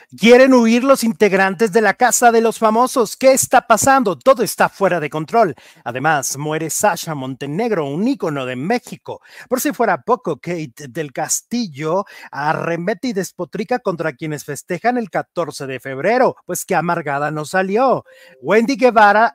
Quieren huir los integrantes de la Casa de los Famosos. ¿Qué está pasando? Todo está fuera de control. Además, muere Sasha Montenegro, un ícono de México. Por si fuera poco, Kate del Castillo arremete y despotrica contra quienes festejan el 14 de febrero. Pues qué amargada no salió. Wendy Guevara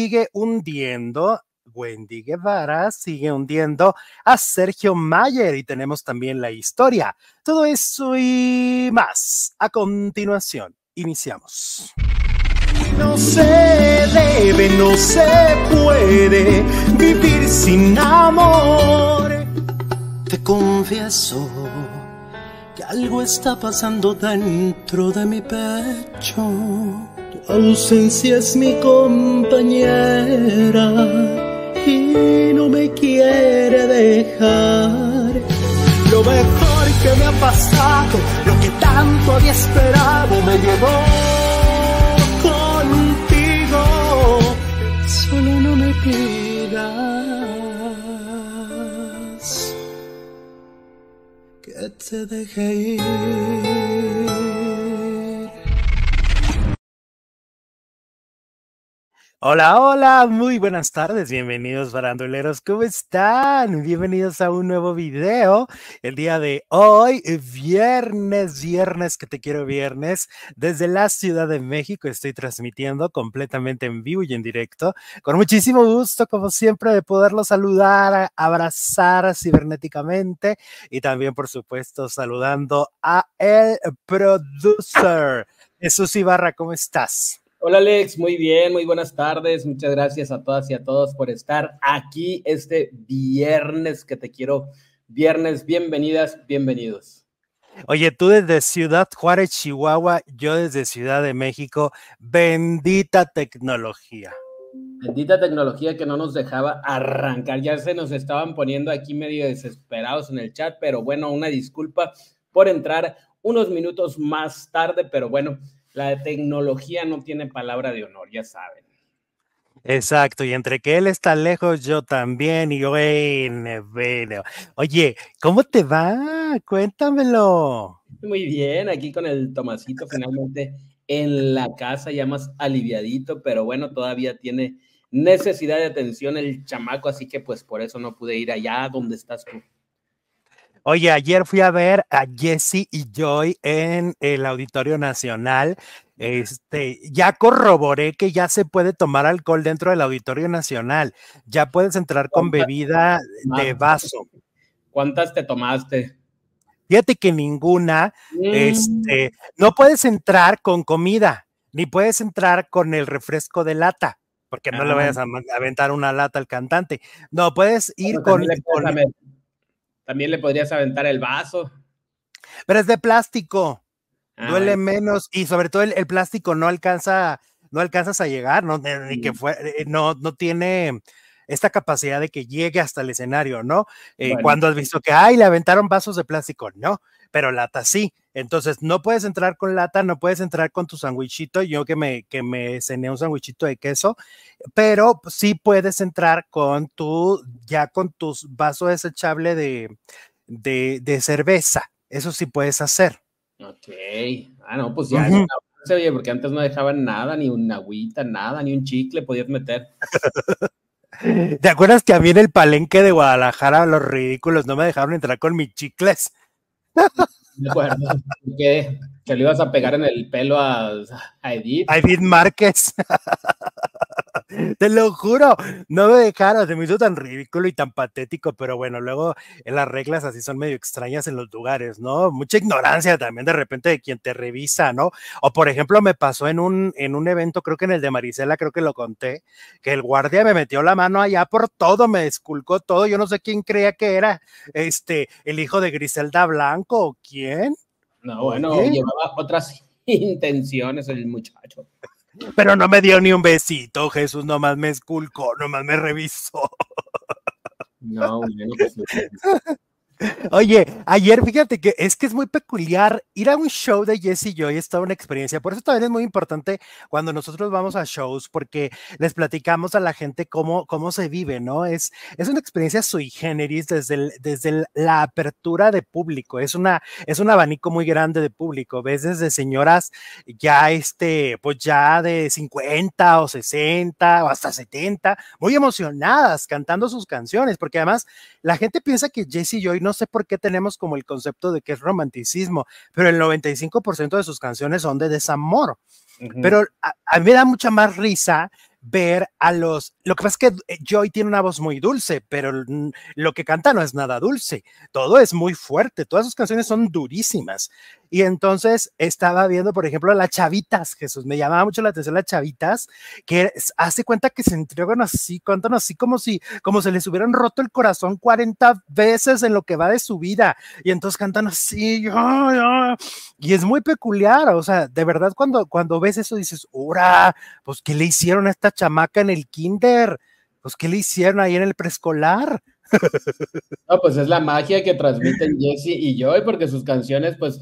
sigue hundiendo a Sergio Mayer y tenemos también la historia. Todo eso y más. A continuación, iniciamos. No se debe, no se puede vivir sin amor. Te confieso que algo está pasando dentro de mi pecho. Tu ausencia es mi compañera y no me quiere dejar. Lo mejor que me ha pasado, lo que tanto había esperado, me llegó contigo. Solo no me pidas que te deje ir. Hola, hola, muy buenas tardes, bienvenidos faranduleros, ¿cómo están? Bienvenidos a un nuevo video, el día de hoy, viernes, que te quiero viernes, desde la Ciudad de México estoy transmitiendo completamente en vivo y en directo, con muchísimo gusto, como siempre, de poderlos saludar, abrazar cibernéticamente y también, por supuesto, saludando a el producer, Jesús Ibarra, ¿cómo estás? Hola Alex, muy bien, muy buenas tardes, muchas gracias a todas y a todos por estar aquí este viernes que te quiero, viernes, bienvenidas, bienvenidos. Oye, tú desde Ciudad Juárez, Chihuahua, yo desde Ciudad de México, bendita tecnología. Bendita tecnología que no nos dejaba arrancar, ya se nos estaban poniendo aquí medio desesperados en el chat, pero bueno, una disculpa por entrar unos minutos más tarde, pero bueno, la tecnología no tiene palabra de honor, ya saben. Exacto, y entre que él está lejos, yo también, y bueno. Oye, ¿cómo te va? Cuéntamelo. Muy bien, aquí con el Tomasito finalmente en la casa, ya más aliviadito, pero bueno, todavía tiene necesidad de atención el chamaco, así que pues por eso no pude ir allá donde estás tú. Oye, ayer fui a ver a Jesse y Joy en el Auditorio Nacional. Ya corroboré que ya se puede tomar alcohol dentro del Auditorio Nacional. Ya puedes entrar con bebida de vaso. ¿Cuántas te tomaste? Fíjate que ninguna, no puedes entrar con comida, ni puedes entrar con el refresco de lata, porque no le vayas a aventar una lata al cantante. No, puedes ir también le podrías aventar el vaso. Pero es de plástico, duele menos, y sobre todo el plástico no alcanzas a llegar, ¿no? Ni que no tiene esta capacidad de que llegue hasta el escenario, ¿no? Bueno. Cuando has visto que, le aventaron vasos de plástico, no, pero lata sí. Entonces, no puedes entrar con lata, no puedes entrar con tu sandwichito, yo que me cené un sandwichito de queso, pero sí puedes entrar con tus vasos desechable de cerveza, eso sí puedes hacer. Ok, no, pues ya es una base, oye, porque antes no dejaban nada, ni una agüita, nada, ni un chicle podías meter. ¿Te acuerdas que a mí en el palenque de Guadalajara los ridículos no me dejaron entrar con mis chicles? De acuerdo, que le ibas a pegar en el pelo a Edith. A Edith Márquez. Te lo juro, no me dejaron, se me hizo tan ridículo y tan patético, pero bueno, luego las reglas así son medio extrañas en los lugares, ¿no? Mucha ignorancia también de repente de quien te revisa, ¿no? O por ejemplo me pasó en un evento, creo que en el de Marisela, creo que lo conté, que el guardia me metió la mano allá por todo, me desculcó todo, yo no sé quién creía que era, el hijo de Griselda Blanco, ¿o quién? No, bueno, llevaba otras intenciones el muchacho. Pero no me dio ni un besito, Jesús, nomás me esculcó, nomás me revisó. No, bueno, pues Oye, ayer fíjate que es muy peculiar ir a un show de Jessie Joy, es toda una experiencia. Por eso también es muy importante cuando nosotros vamos a shows, porque les platicamos a la gente cómo se vive, ¿no? Es una experiencia sui generis la apertura de público. Es un abanico muy grande de público. Ves desde señoras ya pues ya de 50 o 60 o hasta 70, muy emocionadas cantando sus canciones, porque además la gente piensa que Jessie Joy, no sé por qué tenemos como el concepto de que es romanticismo, pero el 95% de sus canciones son de desamor. Pero a mí me da mucha más risa ver lo que pasa es que Joy tiene una voz muy dulce, pero lo que canta no es nada dulce, todo es muy fuerte, todas sus canciones son durísimas. Y entonces estaba viendo, por ejemplo, las chavitas, Jesús, me llamaba mucho la atención las chavitas, que hace cuenta que se entregan así, cantan así como se les hubieran roto el corazón 40 veces en lo que va de su vida, y entonces cantan así, y es muy peculiar, o sea, de verdad cuando ves eso dices, ¡ura! Pues, ¿qué le hicieron a esta chamaca en el kinder? Pues, ¿qué le hicieron ahí en el preescolar? No, pues es la magia que transmiten Jessie y Joy, porque sus canciones, pues,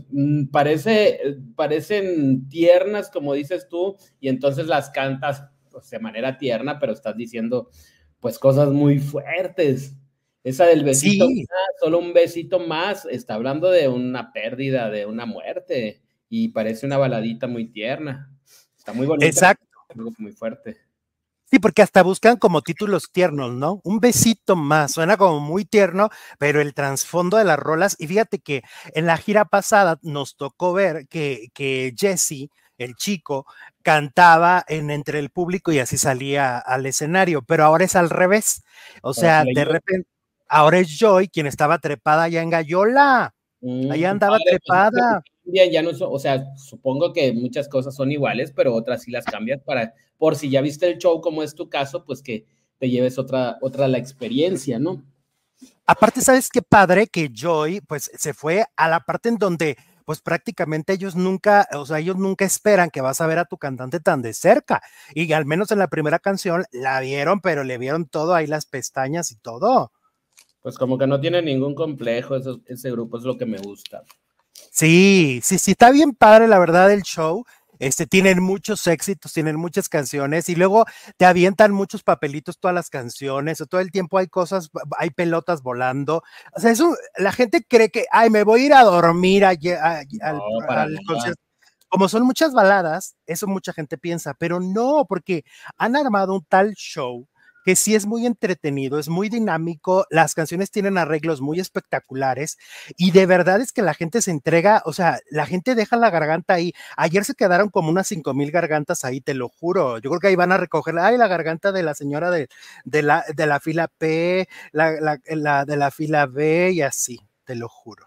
parecen tiernas, como dices tú, y entonces las cantas, pues, de manera tierna, pero estás diciendo, pues, cosas muy fuertes. Esa del besito, Sí, solo un besito más, está hablando de una pérdida, de una muerte, y parece una baladita muy tierna. Está muy bonita, exacto. muy fuerte. Sí, porque hasta buscan como títulos tiernos, ¿no? Un besito más, suena como muy tierno, pero el trasfondo de las rolas, y fíjate que en la gira pasada nos tocó ver que Jesse, el chico, cantaba entre el público y así salía al escenario, pero ahora es al revés, o sea, de repente, ahora es Joy quien estaba trepada allá en Gallola, allá Qué andaba padre, trepada. pues, ya no, o sea, supongo que muchas cosas son iguales, pero otras sí las cambias por si ya viste el show, como es tu caso, pues que te lleves otra la experiencia, ¿no? Aparte, ¿sabes qué padre? Que Joy, pues, se fue a la parte en donde, pues, prácticamente ellos nunca esperan que vas a ver a tu cantante tan de cerca. Y al menos en la primera canción la vieron, pero le vieron todo ahí, las pestañas y todo. Pues como que no tiene ningún complejo, ese grupo es lo que me gusta. Sí, sí, sí, está bien padre, la verdad, el show. Tienen muchos éxitos, tienen muchas canciones y luego te avientan muchos papelitos todas las canciones, o todo el tiempo hay cosas, hay pelotas volando. O sea, la gente cree que, ay, me voy a ir a dormir No, para al nada. concierto. Como son muchas baladas, eso mucha gente piensa, pero no, porque han armado un tal show que sí es muy entretenido, es muy dinámico, las canciones tienen arreglos muy espectaculares y de verdad es que la gente se entrega, o sea, la gente deja la garganta ahí. Ayer se quedaron como unas 5,000 gargantas ahí, te lo juro. Yo creo que ahí van a recoger, ay, la garganta de la señora de la fila P, la de la fila B y así, te lo juro.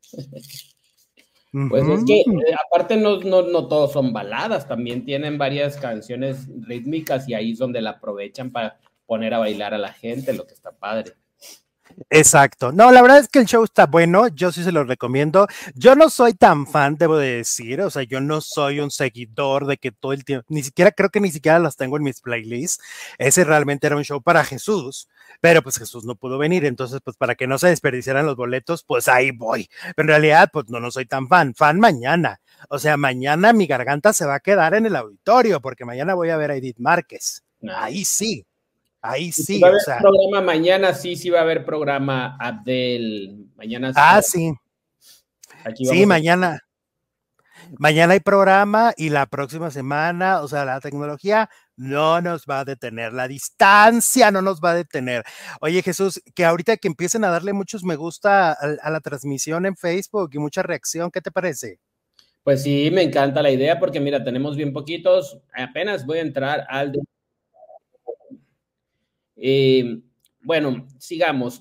Pues es que aparte no todos son baladas, también tienen varias canciones rítmicas y ahí es donde la aprovechan para poner a bailar a la gente, lo que está padre. Exacto. No, la verdad es que el show está bueno, yo sí se lo recomiendo. Yo no soy tan fan, debo de decir, o sea, yo no soy un seguidor de que todo el tiempo, creo que ni siquiera las tengo en mis playlists. Ese realmente era un show para Jesús, pero pues Jesús no pudo venir, entonces pues para que no se desperdiciaran los boletos, pues ahí voy. Pero en realidad, pues no soy tan fan mañana. O sea, mañana mi garganta se va a quedar en el auditorio, porque mañana voy a ver a Edith Márquez. Nice. Ahí sí. Ahí sí, sí, va a haber o sea. programa mañana, sí va a haber programa Abdel. Mañana Sí. Aquí sí, vamos mañana hay programa y la próxima semana, o sea, la tecnología no nos va a detener, la distancia no nos va a detener. Oye, Jesús, que ahorita que empiecen a darle muchos me gusta a la transmisión en Facebook y mucha reacción, ¿qué te parece? Pues sí, me encanta la idea porque mira, tenemos bien poquitos, apenas voy a entrar al... bueno, sigamos.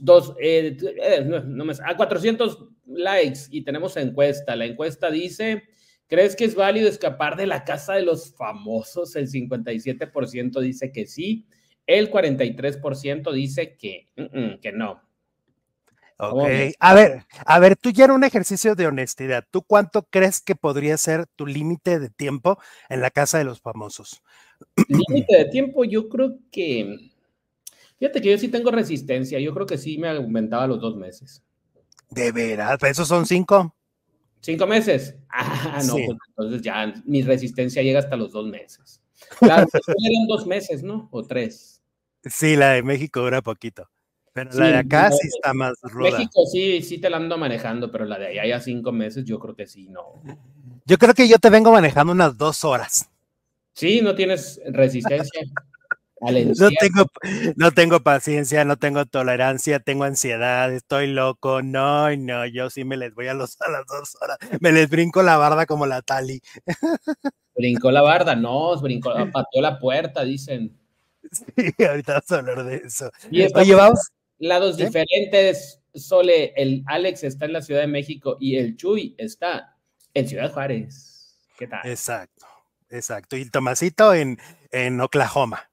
A 400 likes y tenemos encuesta. La encuesta dice, ¿crees que es válido escapar de la casa de los famosos? El 57% dice que sí. El 43% dice que no. Ok, a ver, tú ya era un ejercicio de honestidad. ¿Tú cuánto crees que podría ser tu límite de tiempo en la casa de los famosos? Límite de tiempo, yo creo que... Fíjate que yo sí tengo resistencia. Yo creo que sí me aumentaba los 2 meses. ¿De veras? ¿Esos son 5? 5 meses. Ah, no, Sí. pues entonces ya mi resistencia llega hasta los 2 meses. Claro, eran 2 meses, ¿no? O 3. Sí, la de México dura poquito, pero la Sí, de acá sí está más ruda. México sí te la ando manejando, pero la de allá ya 5 meses, yo creo que sí, no. Yo creo que yo te vengo manejando unas 2 horas. Sí, no tienes resistencia al No encierro. tengo, no tengo paciencia, no tengo tolerancia, tengo ansiedad, estoy loco. No, yo sí me les voy a las 2 horas. Me les brinco la barda como la Tali. Brincó la barda, no, pateó la puerta, dicen. Sí, ahorita vamos a hablar de eso. Y estamos Oye, vamos. en lados ¿Sí? diferentes. Sole, el Alex está en la Ciudad de México y el Chuy está en Ciudad Juárez. ¿Qué tal? Exacto, exacto. Y el Tomasito en Oklahoma.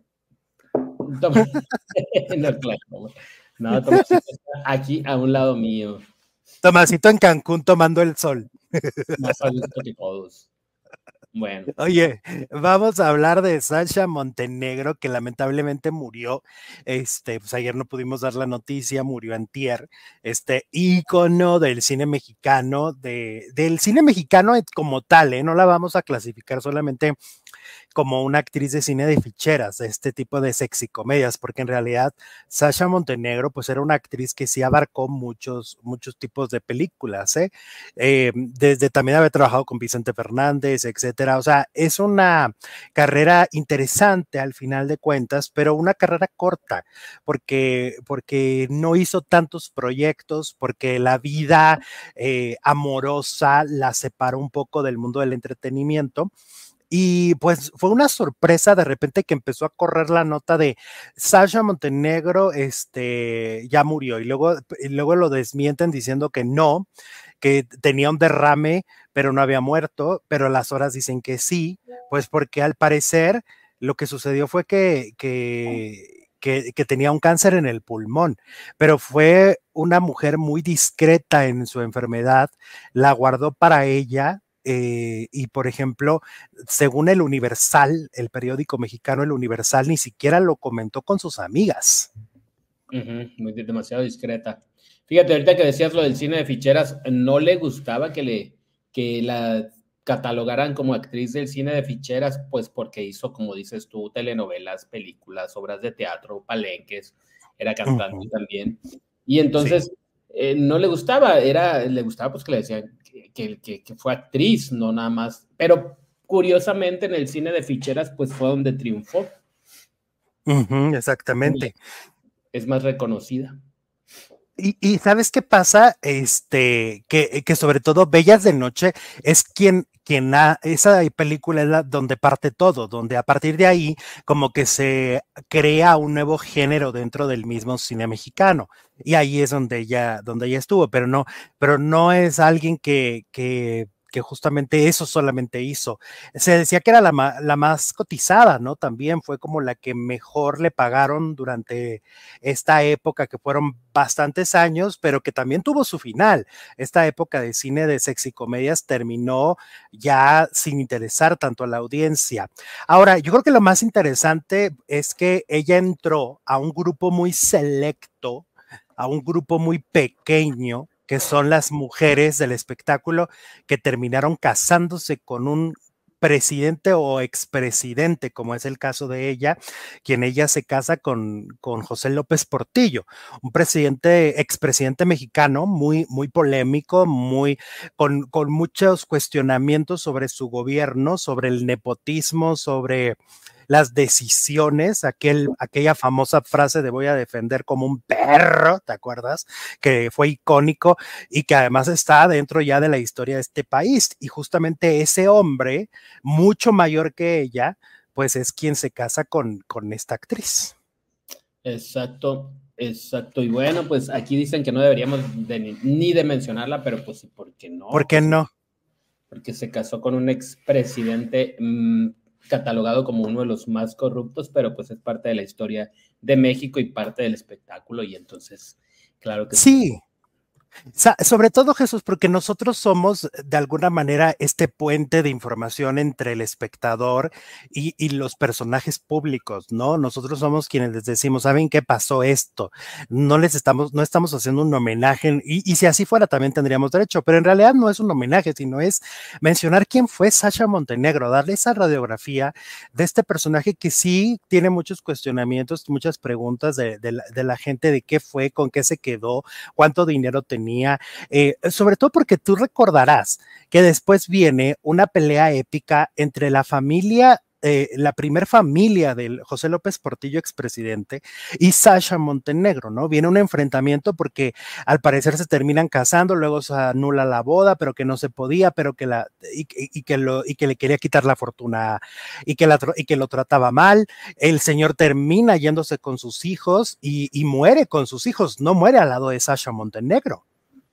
No, claro. No, Tomasito está aquí a un lado mío. Tomasito en Cancún tomando el sol. Más a gusto que todos. Bueno. Oye, vamos a hablar de Sasha Montenegro, que lamentablemente murió. Pues ayer no pudimos dar la noticia, murió antier. Ícono del cine mexicano, del cine mexicano como tal, ¿eh? No la vamos a clasificar solamente como una actriz de cine de ficheras, de este tipo de sexy comedias, porque en realidad Sasha Montenegro pues era una actriz que sí abarcó muchos tipos de películas, desde también haber trabajado con Vicente Fernández, etcétera. O sea, es una carrera interesante al final de cuentas, pero una carrera corta, porque no hizo tantos proyectos, porque la vida amorosa la separó un poco del mundo del entretenimiento. Y pues fue una sorpresa de repente que empezó a correr la nota de Sasha Montenegro, ya murió, y luego lo desmienten diciendo que no, que tenía un derrame, pero no había muerto, pero las horas dicen que sí, pues porque al parecer lo que sucedió fue que tenía un cáncer en el pulmón, pero fue una mujer muy discreta en su enfermedad, la guardó para ella. Y por ejemplo, según el Universal, el periódico mexicano El Universal, ni siquiera lo comentó con sus amigas. Demasiado discreta. Fíjate, ahorita que decías lo del cine de ficheras, no le gustaba que la catalogaran como actriz del cine de ficheras, pues porque hizo, como dices tú, telenovelas, películas, obras de teatro, palenques, era cantante también. Y entonces no le gustaba, le gustaba pues que le decían que fue actriz, no nada más. Pero curiosamente en el cine de ficheras, pues fue donde triunfó. Exactamente. Es más reconocida. Y ¿sabes qué pasa? Que sobre todo Bellas de Noche es esa película es donde parte todo, donde a partir de ahí como que se crea un nuevo género dentro del mismo cine mexicano. Y ahí es donde ella estuvo, pero no es alguien que justamente eso solamente hizo. Se decía que era la más cotizada, ¿no? También fue como la que mejor le pagaron durante esta época, que fueron bastantes años, pero que también tuvo su final. Esta época de cine de sexy comedias terminó ya sin interesar tanto a la audiencia. Ahora, yo creo que lo más interesante es que ella entró a un grupo muy selecto, a un grupo muy pequeño, que son las mujeres del espectáculo que terminaron casándose con un presidente o expresidente, como es el caso de ella, quien ella se casa con José López Portillo, un expresidente mexicano muy polémico, con muchos cuestionamientos sobre su gobierno, sobre el nepotismo, sobre las decisiones, aquella famosa frase de voy a defender como un perro, ¿te acuerdas? Que fue icónico y que además está dentro ya de la historia de este país. Y justamente ese hombre, mucho mayor que ella, pues es quien se casa con esta actriz. Exacto. Y bueno, pues aquí dicen que no deberíamos ni de mencionarla, pero pues sí, ¿por qué no? ¿Por qué no? Porque se casó con un expresidente catalogado como uno de los más corruptos, pero pues es parte de la historia de México y parte del espectáculo, y entonces, claro que sí. Sobre todo, Jesús, porque nosotros somos de alguna manera este puente de información entre el espectador y los personajes públicos, ¿no? Nosotros somos quienes les decimos, ¿saben qué pasó esto? No estamos haciendo un homenaje, y si así fuera también tendríamos derecho, pero en realidad no es un homenaje, sino es mencionar quién fue Sasha Montenegro, darle esa radiografía de este personaje que sí tiene muchos cuestionamientos, muchas preguntas de la gente de qué fue, con qué se quedó, cuánto dinero tenía, sobre todo porque tú recordarás que después viene una pelea épica entre la familia, la primer familia del José López Portillo, expresidente, y Sasha Montenegro, ¿no? Viene un enfrentamiento porque al parecer se terminan casando, luego se anula la boda, pero que no se podía, pero que que le quería quitar la fortuna y que lo trataba mal. El señor termina yéndose con sus hijos y muere con sus hijos, no muere al lado de Sasha Montenegro.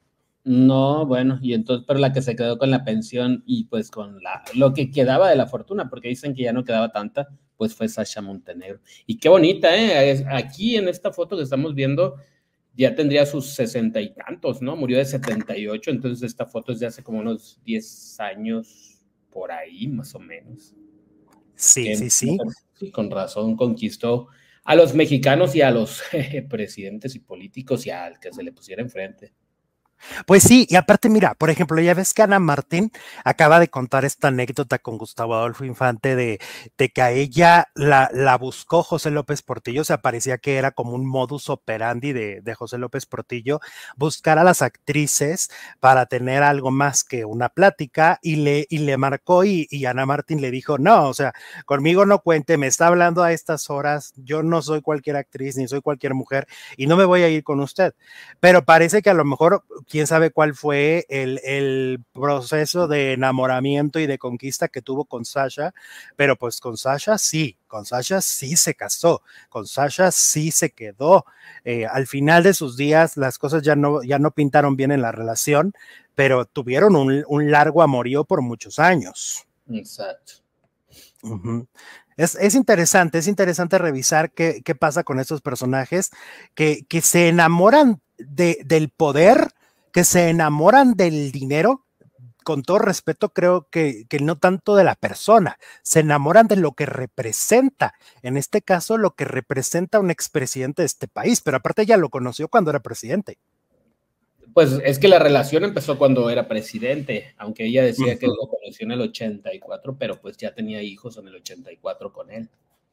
No, bueno, y entonces, pero la que se quedó con la pensión y pues con lo que quedaba de la fortuna, porque dicen que ya no quedaba tanta, pues fue Sasha Montenegro. Y qué bonita, ¿eh? Aquí en esta foto que estamos viendo, ya tendría sus 60 y tantos, ¿no? Murió de 78, entonces esta foto es de hace como unos 10 años, por ahí, más o menos. Sí, sí, sí. Sí, con razón conquistó a los mexicanos y a los presidentes y políticos y al que se le pusiera enfrente. Pues sí, y aparte, mira, por ejemplo, ya ves que Ana Martín acaba de contar esta anécdota con Gustavo Adolfo Infante de que a ella la buscó José López Portillo, o sea, parecía que era como un modus operandi de José López Portillo, buscar a las actrices para tener algo más que una plática, y le marcó y Ana Martín le dijo, no, o sea, conmigo no cuente, me está hablando a estas horas, yo no soy cualquier actriz, ni soy cualquier mujer, y no me voy a ir con usted. Pero parece que a lo mejor quién sabe cuál fue el proceso de enamoramiento y de conquista que tuvo con Sasha, pero pues con Sasha sí se casó, con Sasha sí se quedó. Al final de sus días las cosas ya no pintaron bien en la relación, pero tuvieron un largo amorío por muchos años. Exacto. Uh-huh. Es interesante revisar qué pasa con estos personajes que se enamoran del poder, que se enamoran del dinero. Con todo respeto, creo que no tanto de la persona, se enamoran de lo que representa, en este caso lo que representa un expresidente de este país, pero aparte ella lo conoció cuando era presidente. Pues es que la relación empezó cuando era presidente, aunque ella decía que lo conoció en el 84, pero pues ya tenía hijos en el 84 con él.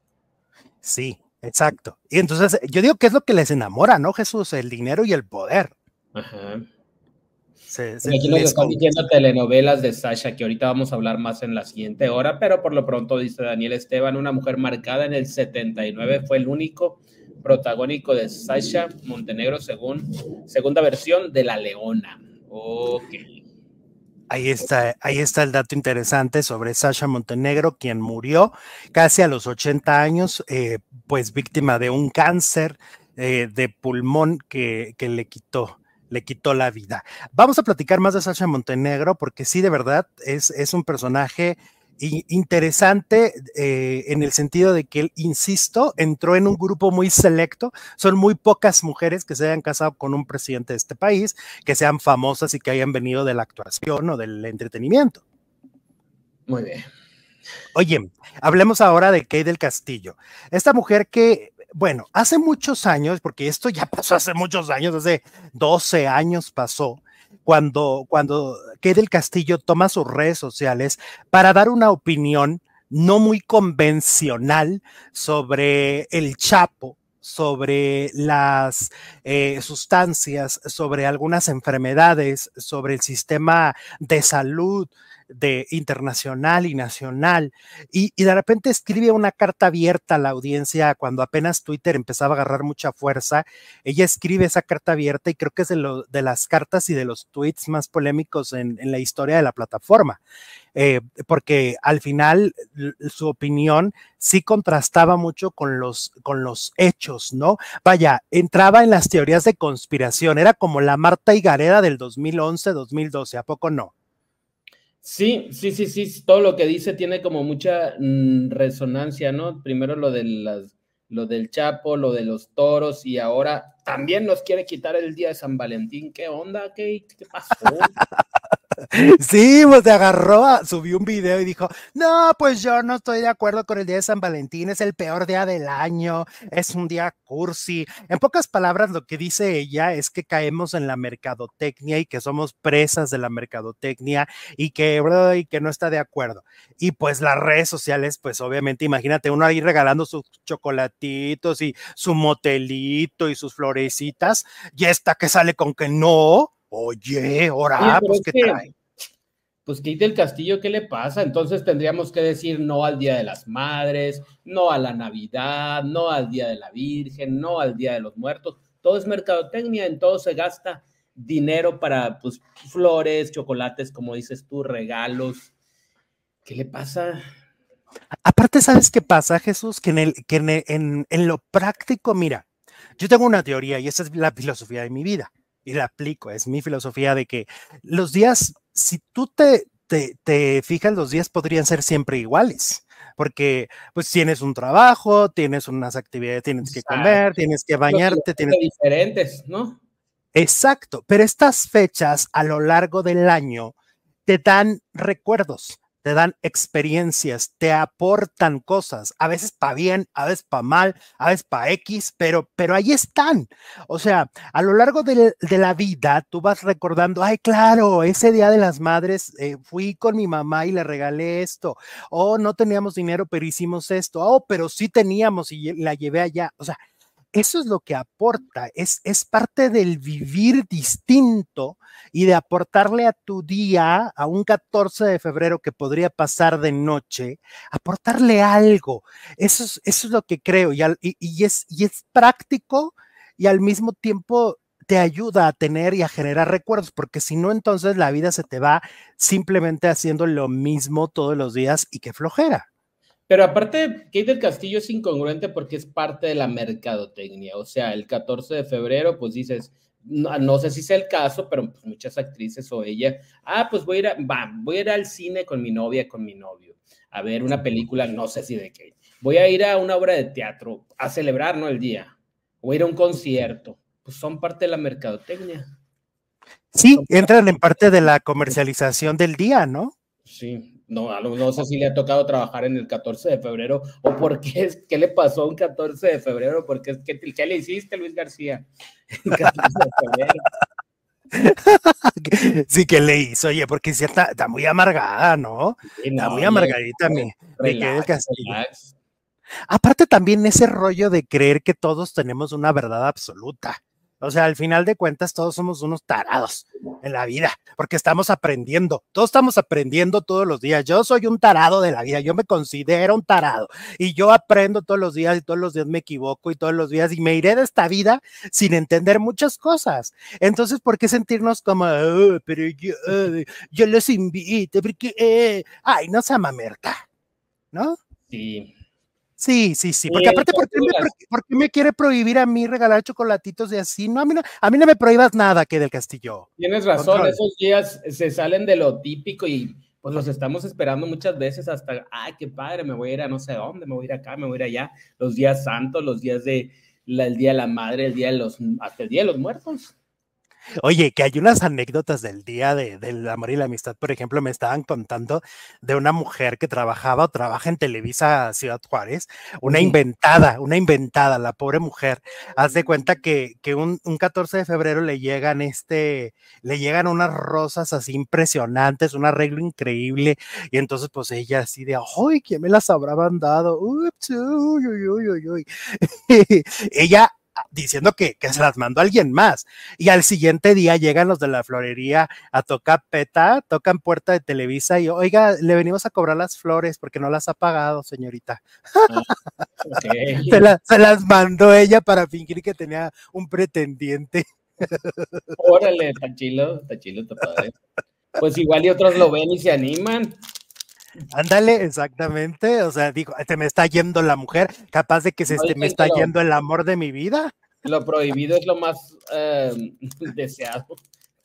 Sí, exacto. Y entonces yo digo que es lo que les enamora, ¿no, Jesús? El dinero y el poder. Ajá. Aquí nos están diciendo telenovelas de Sasha, que ahorita vamos a hablar más en la siguiente hora, pero por lo pronto dice Daniel Esteban, una mujer marcada en el 79, fue el único protagónico de Sasha Montenegro segunda versión de La Leona. Ok. Ahí está el dato interesante sobre Sasha Montenegro, quien murió casi a los 80 años, pues víctima de un cáncer de pulmón que le quitó la vida. Vamos a platicar más de Sasha Montenegro porque sí, de verdad, es un personaje interesante en el sentido de que él, insisto, entró en un grupo muy selecto. Son muy pocas mujeres que se hayan casado con un presidente de este país, que sean famosas y que hayan venido de la actuación o del entretenimiento. Muy bien. Oye, hablemos ahora de Kate del Castillo. Esta mujer que, bueno, hace muchos años, porque esto ya pasó hace muchos años, hace 12 años pasó, cuando Kate del Castillo toma sus redes sociales para dar una opinión no muy convencional sobre el Chapo, sobre las sustancias, sobre algunas enfermedades, sobre el sistema de salud internacional y nacional, y de repente escribe una carta abierta a la audiencia cuando apenas Twitter empezaba a agarrar mucha fuerza. Ella escribe esa carta abierta y creo que es de las cartas y de los tweets más polémicos en la historia de la plataforma, porque al final su opinión sí contrastaba mucho con los hechos, ¿no? Vaya, entraba en las teorías de conspiración, era como la Marta Higareda del 2011, 2012, ¿a poco no? Sí, todo lo que dice tiene como mucha resonancia, ¿no? Primero lo de lo del Chapo, lo de los toros, y ahora también nos quiere quitar el día de San Valentín. ¿Qué onda? ¿Qué pasó? Sí, pues se agarró, subió un video y dijo, no, pues yo no estoy de acuerdo con el día de San Valentín, es el peor día del año, es un día cursi. En pocas palabras, lo que dice ella es que caemos en la mercadotecnia y que somos presas de la mercadotecnia y que no está de acuerdo. Y pues las redes sociales, pues obviamente, imagínate uno ahí regalando sus chocolatitos y su motelito y sus florecitas, y esta que sale con que no. Oye, ahora, pues, ¿qué trae? Pues Kate del Castillo, ¿qué le pasa? Entonces tendríamos que decir no al Día de las Madres, no a la Navidad, no al Día de la Virgen, no al Día de los Muertos. Todo es mercadotecnia, en todo se gasta dinero para, pues, flores, chocolates, como dices tú, regalos. ¿Qué le pasa? Aparte, ¿sabes qué pasa, Jesús? Que en lo práctico, mira, yo tengo una teoría y esa es la filosofía de mi vida. Y la aplico, es mi filosofía de que los días, si tú te fijas, los días podrían ser siempre iguales, porque pues tienes un trabajo, tienes unas actividades, tienes que comer, tienes que bañarte, tienes diferentes, ¿no? Exacto, pero estas fechas a lo largo del año te dan recuerdos, te dan experiencias, te aportan cosas, a veces para bien, a veces para mal, a veces para X, pero ahí están. O sea, a lo largo de la vida tú vas recordando, ay, claro, ese Día de las Madres fui con mi mamá y le regalé esto, o no teníamos dinero, pero hicimos esto, o pero sí teníamos y la llevé allá. O sea, eso es lo que aporta, es parte del vivir distinto y de aportarle a tu día, a un 14 de febrero que podría pasar de noche, aportarle algo. Eso es lo que creo y es práctico y al mismo tiempo te ayuda a tener y a generar recuerdos, porque si no, entonces la vida se te va simplemente haciendo lo mismo todos los días y qué flojera. Pero aparte, Kate del Castillo es incongruente porque es parte de la mercadotecnia. O sea, el 14 de febrero, pues dices, no sé si sea el caso, pero pues muchas actrices o ella, pues voy a ir al cine con mi novia, con mi novio, a ver una película, no sé si de qué. Voy a ir a una obra de teatro, a celebrar, ¿no? El día. O ir a un concierto. Pues son parte de la mercadotecnia. Sí, entran en parte de la comercialización del día, ¿no? Sí. No sé si le ha tocado trabajar en el 14 de febrero o por qué, qué le pasó un 14 de febrero, porque ¿qué le hiciste, Luis García? El 14 de febrero. Sí, ¿qué le hizo? Oye, porque sí está muy amargada, ¿no? Sí, está muy amargadita mi del Castillo. Aparte también ese rollo de creer que todos tenemos una verdad absoluta. O sea, al final de cuentas todos somos unos tarados en la vida, porque estamos aprendiendo, todos estamos aprendiendo todos los días. Yo soy un tarado de la vida, yo me considero un tarado y yo aprendo todos los días y todos los días me equivoco y todos los días y me iré de esta vida sin entender muchas cosas. Entonces, ¿por qué sentirnos como, pero yo los invito, porque, ay, no sea mamerta, ¿no? Sí. Sí, porque aparte, ¿por qué me quiere prohibir a mí regalar chocolatitos de así? No, a mí no me prohíbas nada, que del Castillo. Tienes razón, esos días se salen de lo típico y pues los estamos esperando muchas veces hasta, ay, qué padre, me voy a ir a no sé dónde, me voy a ir acá, me voy a ir allá, los días santos, los días el Día de la Madre, hasta el Día de los Muertos. Oye, que hay unas anécdotas del día del amor y la amistad, por ejemplo, me estaban contando de una mujer que trabaja en Televisa Ciudad Juárez, una inventada, la pobre mujer. Haz de cuenta que un 14 de febrero le llegan unas rosas así impresionantes, un arreglo increíble, y entonces pues ella así de, ¡ay, quién me las habrá mandado! Ups, uy. Ella diciendo que se las mandó a alguien más, y al siguiente día llegan los de la florería a tocar peta, tocan puerta de Televisa y oiga, le venimos a cobrar las flores porque no las ha pagado, señorita. Okay. se las mandó ella para fingir que tenía un pretendiente. Órale, está chilo, está padre. Pues igual y otros lo ven y se animan. Ándale, exactamente, o sea, digo, te me está yendo la muya, capaz de que me está yendo el amor de mi vida. Lo prohibido es lo más deseado.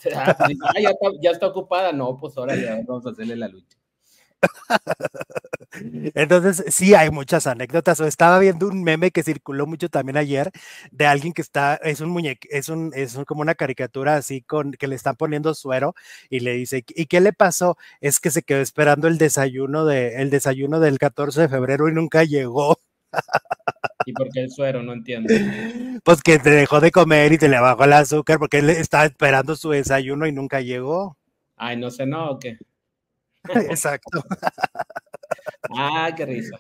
Ya está ocupada, no, pues órale, vamos a hacerle la lucha. Entonces, sí, hay muchas anécdotas. O estaba viendo un meme que circuló mucho también ayer de alguien que es un muñeco, como una caricatura así que le están poniendo suero y le dice, ¿y qué le pasó? Es que se quedó esperando el desayuno del 14 de febrero y nunca llegó. ¿Y por qué el suero? No entiendo. Pues que te dejó de comer y te le bajó el azúcar porque él estaba esperando su desayuno y nunca llegó. Ay, no sé, ¿no? ¿O qué? Exacto. Ah, qué risa.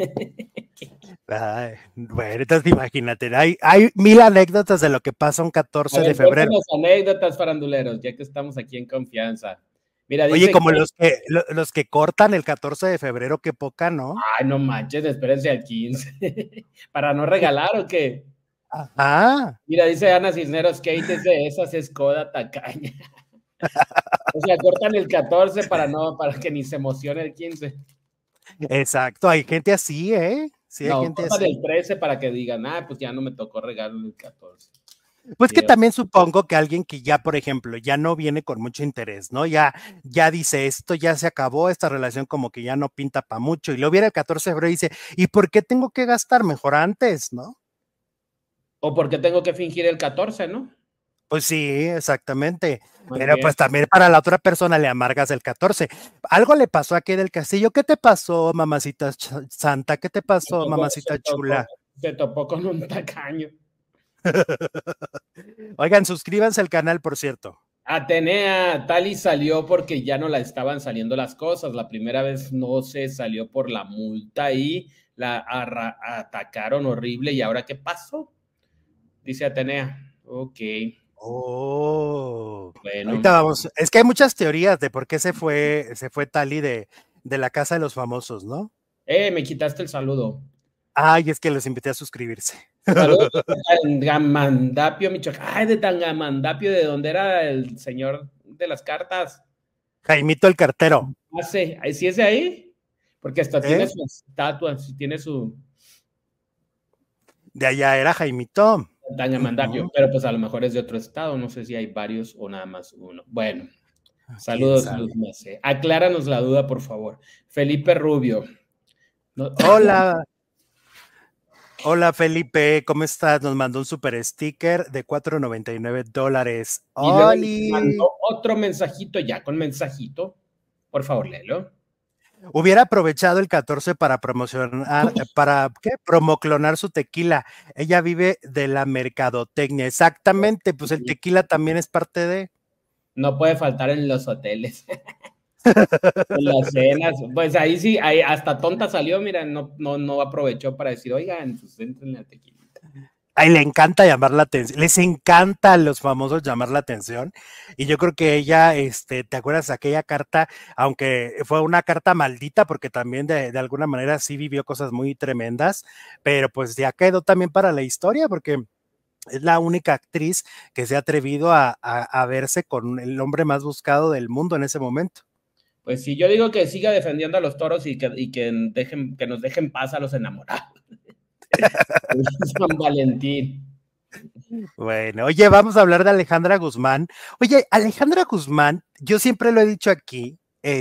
Ay, bueno, entonces imagínate, hay mil anécdotas de lo que pasa un 14 de febrero. Cuéntanos anécdotas, faranduleros, ya que estamos aquí en confianza. Mira, Oye, dice como que... los que cortan el 14 de febrero, qué poca, ¿no? Ay, no manches, espérense al 15. ¿Para no regalar o qué? Ajá. Mira, dice Ana Cisneros, Kate es de esas, es coda tacaña. O sea, cortan el 14 para que ni se emocione el 15. Exacto, hay gente así, ¿eh? Sí, hay No, gente cortan así. el 13 para que digan, pues ya no me tocó regalo el 14. Pues Sí, que también supongo que alguien que ya, por ejemplo, ya no viene con mucho interés, ¿no? Ya dice esto, ya se acabó, esta relación como que ya no pinta para mucho. Y lo viene el 14 de febrero y dice, ¿y por qué tengo que gastar mejor antes, no? o porque tengo que fingir el 14, ¿no? Pues sí, exactamente. Más Pero bien. pues también para la otra persona le amargas el 14. Algo le pasó aquí del Castillo. ¿Qué te pasó, mamacita santa? ¿Qué te pasó, mamacita chula? Se topó con un tacaño. Oigan, suscríbanse al canal, por cierto. Atenea, Tali salió porque ya no la estaban saliendo las cosas. La primera vez no se salió por la multa y la atacaron horrible. ¿Y ahora qué pasó? Dice Atenea. Ok. Oh, Bueno. ahorita vamos. Es que hay muchas teorías de por qué se fue Tali de la casa de los famosos, ¿no? Me quitaste el saludo. Ay, es que les invité a suscribirse. Saludos de Tangamandapio, Michoacán. Ay, de Tangamandapio, de donde era el señor de las cartas. Jaimito el cartero. Sí, ¿sí es de ahí? Porque hasta tiene ¿Eh? su estatua, tiene su De allá era Jaimito. Tangamandapio, pero pues a lo mejor es de otro estado, no sé si hay varios o nada más uno. Bueno, ¿Quién saludos, sabe? Luz Mace. Acláranos la duda, por favor. Felipe Rubio. No, Hola. Hola Felipe, ¿cómo estás? Nos mandó un super sticker de $4.99. y luego nos ¡Oli! mandó otro mensajito, ya con mensajito. Por favor, léelo. Hubiera aprovechado el 14 para promocionar, para ¿qué? Promoclonar su tequila. Ella vive de la mercadotecnia. Exactamente, pues el tequila también es parte de. No puede faltar en los hoteles. En las cenas, pues ahí sí, ahí hasta tonta salió, mira, no aprovechó para decir, oigan, pues entren la tequila. Ay, le encanta llamar la atención, les encanta a los famosos llamar la atención. Y yo creo que ella, ¿te acuerdas de aquella carta? Aunque fue una carta maldita, porque también de alguna manera sí vivió cosas muy tremendas, pero pues ya quedó también para la historia, porque es la única actriz que se ha atrevido a verse con el hombre más buscado del mundo en ese momento. Pues sí, yo digo que siga defendiendo a los toros y que nos dejen paz a los enamorados. San Valentín. Bueno, oye, vamos a hablar de Alejandra Guzmán. Oye, Alejandra Guzmán, yo siempre lo he dicho aquí,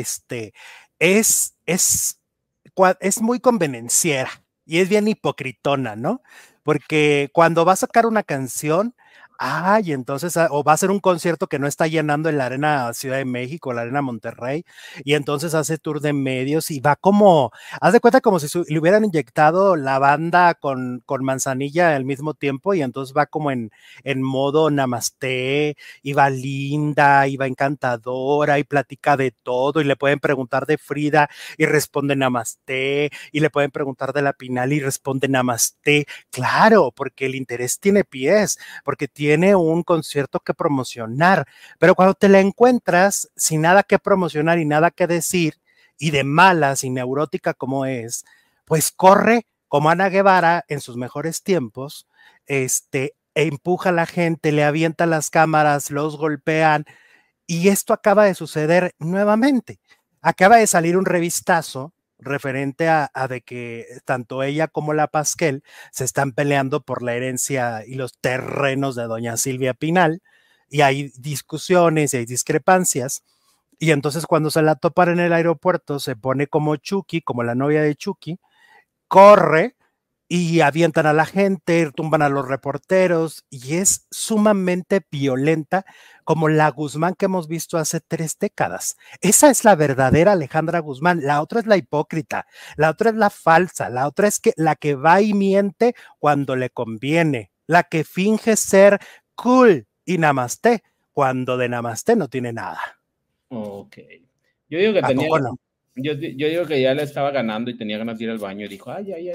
es, es, es muy convenenciera y es bien hipocritona, ¿no? Porque cuando va a sacar una canción, ay, entonces, o va a hacer un concierto que no está llenando en la Arena Ciudad de México, la Arena Monterrey, y entonces hace tour de medios y va como, haz de cuenta como si le hubieran inyectado la banda con manzanilla al mismo tiempo, y entonces va como en modo namaste, y va linda, y va encantadora, y platica de todo, y le pueden preguntar de Frida, y responde namaste, y le pueden preguntar de la Pinal, y responde namaste. Claro, porque el interés tiene pies, porque tiene un concierto que promocionar, pero cuando te la encuentras sin nada que promocionar y nada que decir, y de malas y neurótica como es, pues corre como Ana Guevara en sus mejores tiempos, e empuja a la gente, le avienta las cámaras, los golpean, y esto acaba de suceder nuevamente. Acaba de salir un revistazo referente a de que tanto ella como la Pasquel se están peleando por la herencia y los terrenos de doña Silvia Pinal, y hay discusiones y hay discrepancias, Y entonces cuando se la topan en el aeropuerto, se pone como Chucky, como la novia de Chucky, corre y avientan a la gente, tumban a los reporteros, y es sumamente violenta, como la Guzmán que hemos visto hace 3 décadas. Esa es la verdadera Alejandra Guzmán. La otra es la hipócrita, la otra es la falsa, la otra es la que va y miente cuando le conviene, la que finge ser cool y namaste, cuando de namaste no tiene nada. Ok. Yo digo que ¿A tenía... poco no? Yo digo que ya le estaba ganando y tenía ganas de ir al baño y dijo, ay.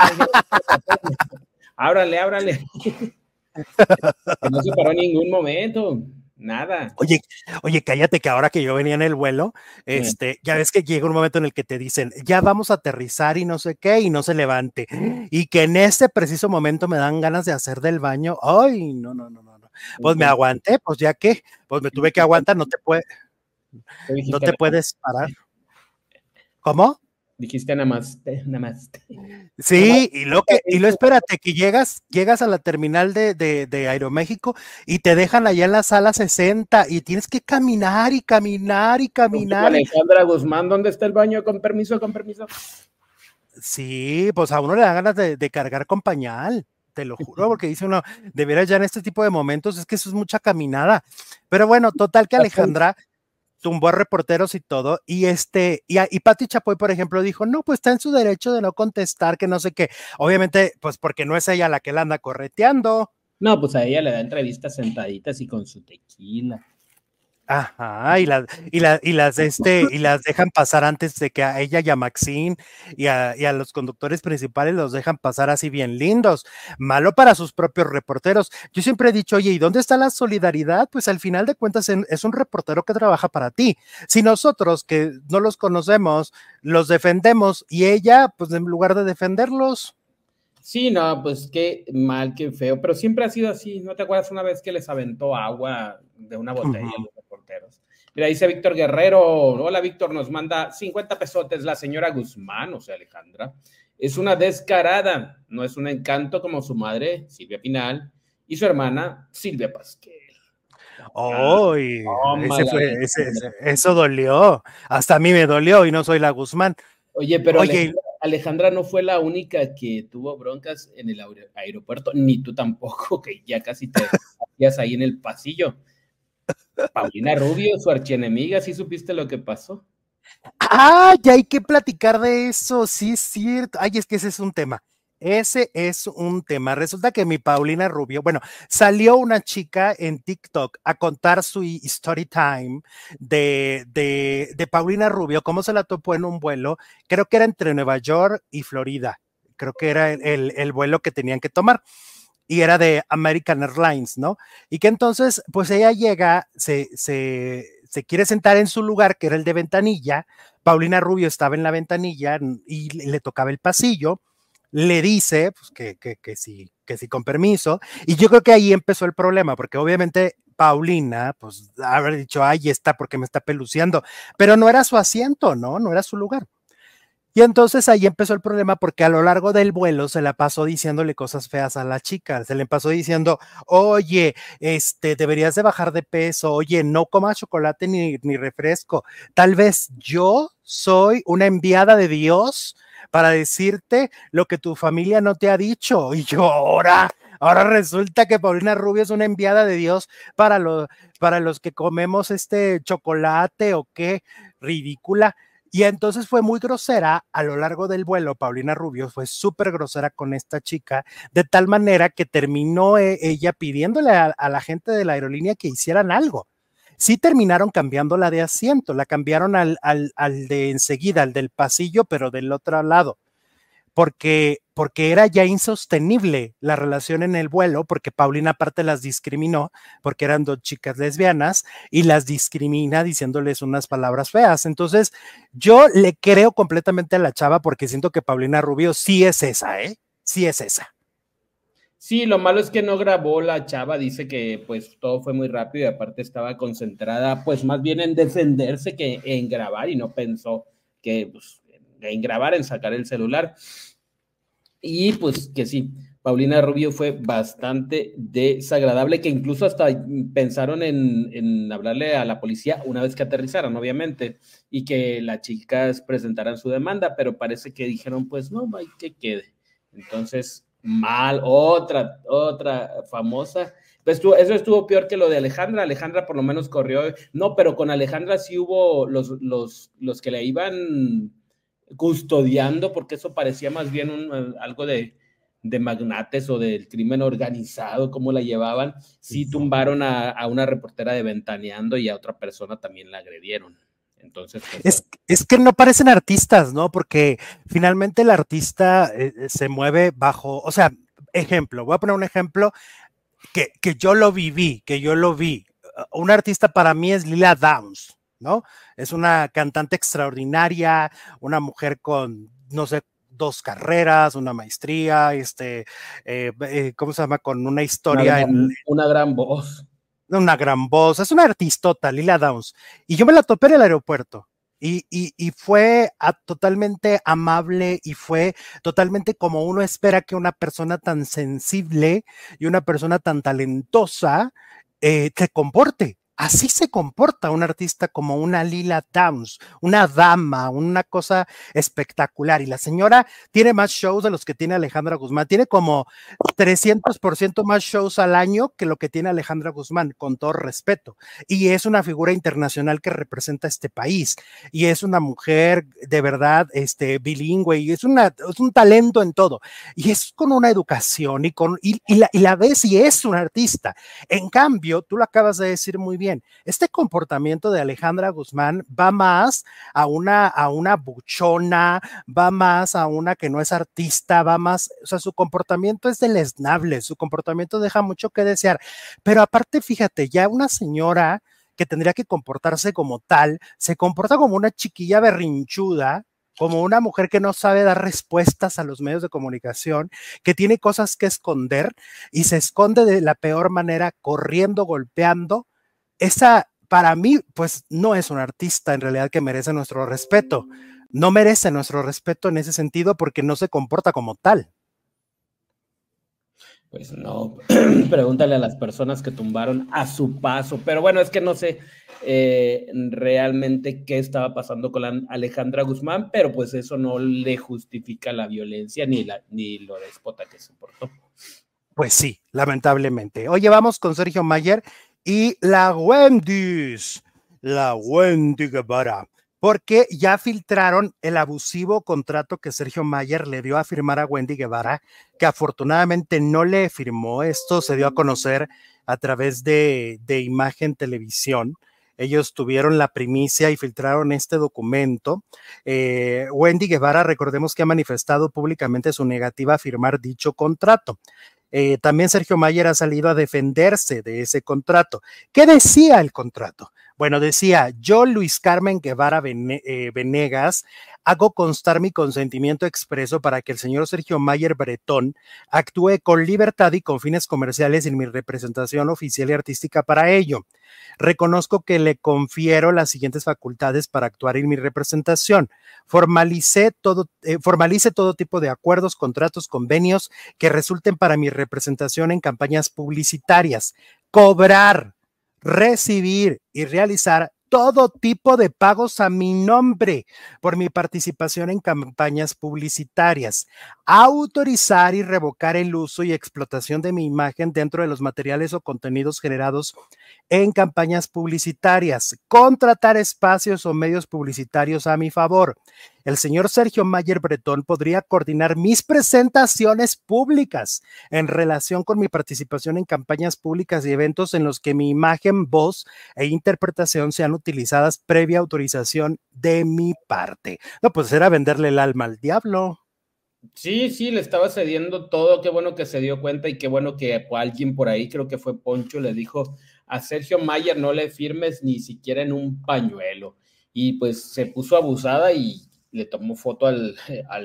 Ábrale. Que no se paró en ningún momento, nada. Oye, cállate, que ahora que yo venía en el vuelo, ya ves que llega un momento en el que te dicen, ya vamos a aterrizar y no sé qué, y no se levante. Y que en ese preciso momento me dan ganas de hacer del baño. Ay, no. Pues me aguanté, pues ya que, pues me tuve que aguantar, no te puedes parar. ¿Cómo? Dijiste namaste. Sí, y lo espérate, que llegas a la terminal de Aeroméxico y te dejan allá en la sala 60 y tienes que caminar y caminar. Alejandra Guzmán, ¿dónde está el baño? Con permiso. Sí, pues a uno le da ganas de cargar con pañal, te lo juro, porque dice uno, de veras ya en este tipo de momentos es que eso es mucha caminada. Pero bueno, total que Alejandra tumbó a reporteros y todo, y Pati Chapoy, por ejemplo, dijo, no, pues está en su derecho de no contestar, que no sé qué, obviamente, pues porque no es ella la que la anda correteando. No, pues a ella le da entrevistas sentaditas y con su tequila. Ajá, y las dejan pasar antes de que a ella y a Maxine y a los conductores principales los dejan pasar así bien lindos. Malo para sus propios reporteros. Yo siempre he dicho, oye, ¿y dónde está la solidaridad? Pues al final de cuentas es un reportero que trabaja para ti. Si nosotros que no los conocemos, los defendemos y ella, pues en lugar de defenderlos. Sí, no, pues qué mal, qué feo, pero siempre ha sido así. ¿No te acuerdas una vez que les aventó agua de una botella a los reporteros? Mira, dice Víctor Guerrero, hola Víctor, nos manda 50 pesotes la señora Guzmán, o sea, Alejandra, es una descarada, no es un encanto como su madre, Silvia Pinal, y su hermana, Silvia Pasquel. Eso dolió, hasta a mí me dolió y no soy la Guzmán. Oye, pero Alejandra no fue la única que tuvo broncas en el aeropuerto, ni tú tampoco, que ya casi te hacías ahí en el pasillo. Paulina Rubio, su archienemiga, ¿sí supiste lo que pasó? Ya hay que platicar de eso, sí es cierto. Ay, es que ese es un tema. Resulta que mi Paulina Rubio, bueno, salió una chica en TikTok a contar su story time de Paulina Rubio, cómo se la topó en un vuelo, creo que era entre Nueva York y Florida, creo que era el vuelo que tenían que tomar. Y era de American Airlines, ¿no? Y que entonces, pues ella llega, se quiere sentar en su lugar, que era el de ventanilla. Paulina Rubio estaba en la ventanilla y le tocaba el pasillo. Le dice pues, que sí, con permiso. Y yo creo que ahí empezó el problema, porque obviamente Paulina, pues, haber dicho, ay, está porque me está peluceando. Pero no era su asiento, ¿no? No era su lugar. Y entonces ahí empezó el problema porque a lo largo del vuelo se la pasó diciéndole cosas feas a la chica, se le pasó diciendo, oye, deberías de bajar de peso, oye, no comas chocolate ni refresco, tal vez yo soy una enviada de Dios para decirte lo que tu familia no te ha dicho. Y yo, ahora resulta que Paulina Rubio es una enviada de Dios para los que comemos chocolate o qué, ridícula. Y entonces fue muy grosera a lo largo del vuelo. Paulina Rubio fue súper grosera con esta chica, de tal manera que terminó ella pidiéndole a la gente de la aerolínea que hicieran algo. Sí terminaron cambiándola de asiento, la cambiaron al de enseguida, al del pasillo, pero del otro lado. Porque era ya insostenible la relación en el vuelo, porque Paulina aparte las discriminó, porque eran 2 chicas lesbianas, y las discrimina diciéndoles unas palabras feas. Entonces, yo le creo completamente a la chava, porque siento que Paulina Rubio sí es esa, sí es esa. Sí, lo malo es que no grabó la chava, dice que pues todo fue muy rápido y aparte estaba concentrada pues más bien en defenderse que en grabar y no pensó que pues, en grabar, en sacar el celular. Y pues que sí, Paulina Rubio fue bastante desagradable, que incluso hasta pensaron en hablarle a la policía una vez que aterrizaran, obviamente, y que las chicas presentaran su demanda, pero parece que dijeron, pues no, hay que quede. Entonces, mal, otra famosa. Pues eso estuvo peor que lo de Alejandra. Alejandra por lo menos corrió, no, pero con Alejandra sí hubo los que le iban custodiando, porque eso parecía más bien algo de magnates o del crimen organizado, cómo la llevaban. Sí tumbaron a una reportera de Ventaneando y a otra persona también la agredieron. Entonces, pues, es que no parecen artistas, ¿no? Porque finalmente el artista se mueve bajo, o sea, ejemplo, voy a poner un ejemplo que yo lo viví, que yo lo vi. Un artista para mí es Lila Downs, ¿no? Es una cantante extraordinaria, una mujer con, no sé, 2 carreras, una maestría, ¿cómo se llama? Con una historia una gran voz. Una gran voz, es una artistota, Lila Downs. Y yo me la topé en el aeropuerto. Y fue totalmente amable y fue totalmente como uno espera que una persona tan sensible y una persona tan talentosa se comporte. Así se comporta un artista como una Lila Downs, una dama, una cosa espectacular. Y la señora tiene más shows de los que tiene Alejandra Guzmán. Tiene como 300% más shows al año que lo que tiene Alejandra Guzmán, con todo respeto. Y es una figura internacional que representa a este país. Y es una mujer de verdad bilingüe y es un talento en todo. Y es con una educación y la ves y es un artista. En cambio, tú lo acabas de decir muy bien, este comportamiento de Alejandra Guzmán va más a una buchona, va más a una que no es artista, va más, o sea, su comportamiento es deleznable, su comportamiento deja mucho que desear, pero aparte, fíjate, ya una señora que tendría que comportarse como tal, se comporta como una chiquilla berrinchuda, como una mujer que no sabe dar respuestas a los medios de comunicación, que tiene cosas que esconder y se esconde de la peor manera, corriendo, golpeando. Esa, para mí, pues no es un artista en realidad que merece nuestro respeto. No merece nuestro respeto en ese sentido porque no se comporta como tal. Pues no, pregúntale a las personas que tumbaron a su paso, pero bueno, es que no sé realmente qué estaba pasando con Alejandra Guzmán, pero pues eso no le justifica la violencia ni lo déspota que se portó. Pues sí, lamentablemente. Oye, vamos con Sergio Mayer y la Wendy Guevara, porque ya filtraron el abusivo contrato que Sergio Mayer le dio a firmar a Wendy Guevara, que afortunadamente no le firmó. Esto se dio a conocer a través de Imagen Televisión. Ellos tuvieron la primicia y filtraron este documento. Wendy Guevara, recordemos que ha manifestado públicamente su negativa a firmar dicho contrato. También Sergio Mayer ha salido a defenderse de ese contrato. ¿Qué decía el contrato? Bueno, decía, yo, Luis Carmen Guevara Venegas, hago constar mi consentimiento expreso para que el señor Sergio Mayer Bretón actúe con libertad y con fines comerciales en mi representación oficial y artística para ello. Reconozco que le confiero las siguientes facultades para actuar en mi representación. Formalice todo tipo de acuerdos, contratos, convenios que resulten para mi representación en campañas publicitarias. Cobrar, recibir y realizar todo tipo de pagos a mi nombre por mi participación en campañas publicitarias, autorizar y revocar el uso y explotación de mi imagen dentro de los materiales o contenidos generados en campañas publicitarias, contratar espacios o medios publicitarios a mi favor. El señor Sergio Mayer Bretón podría coordinar mis presentaciones públicas en relación con mi participación en campañas públicas y eventos en los que mi imagen, voz e interpretación sean utilizadas previa autorización de mi parte. No, pues era venderle el alma al diablo. Sí, le estaba cediendo todo. Qué bueno que se dio cuenta y qué bueno que alguien por ahí, creo que fue Poncho, le dijo a Sergio Mayer, no le firmes ni siquiera en un pañuelo. Y pues se puso abusada y le tomó foto al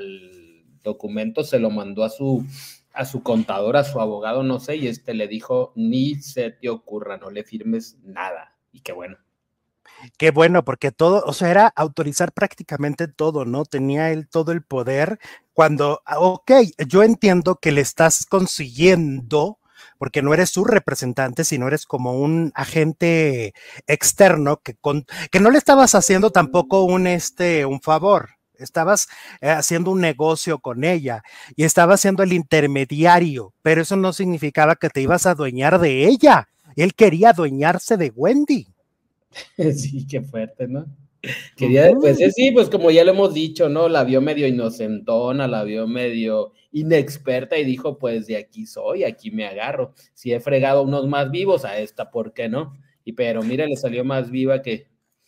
documento, se lo mandó a su contador, a su abogado, no sé, y le dijo, ni se te ocurra, no le firmes nada. Y qué bueno. Qué bueno, porque todo, o sea, era autorizar prácticamente todo, ¿no? Tenía él todo el poder cuando, ok, yo entiendo que le estás consiguiendo, porque no eres su representante, sino eres como un agente externo que no le estabas haciendo tampoco un favor. Estabas haciendo un negocio con ella y estabas siendo el intermediario, pero eso no significaba que te ibas a adueñar de ella. Él quería adueñarse de Wendy. Sí, qué fuerte, ¿no? Quería, pues sí, pues como ya lo hemos dicho, ¿no? La vio medio inocentona, la vio medio inexperta y dijo, pues de aquí soy, aquí me agarro. Si he fregado unos más vivos, a esta, ¿por qué no? Y pero mira, le salió más viva que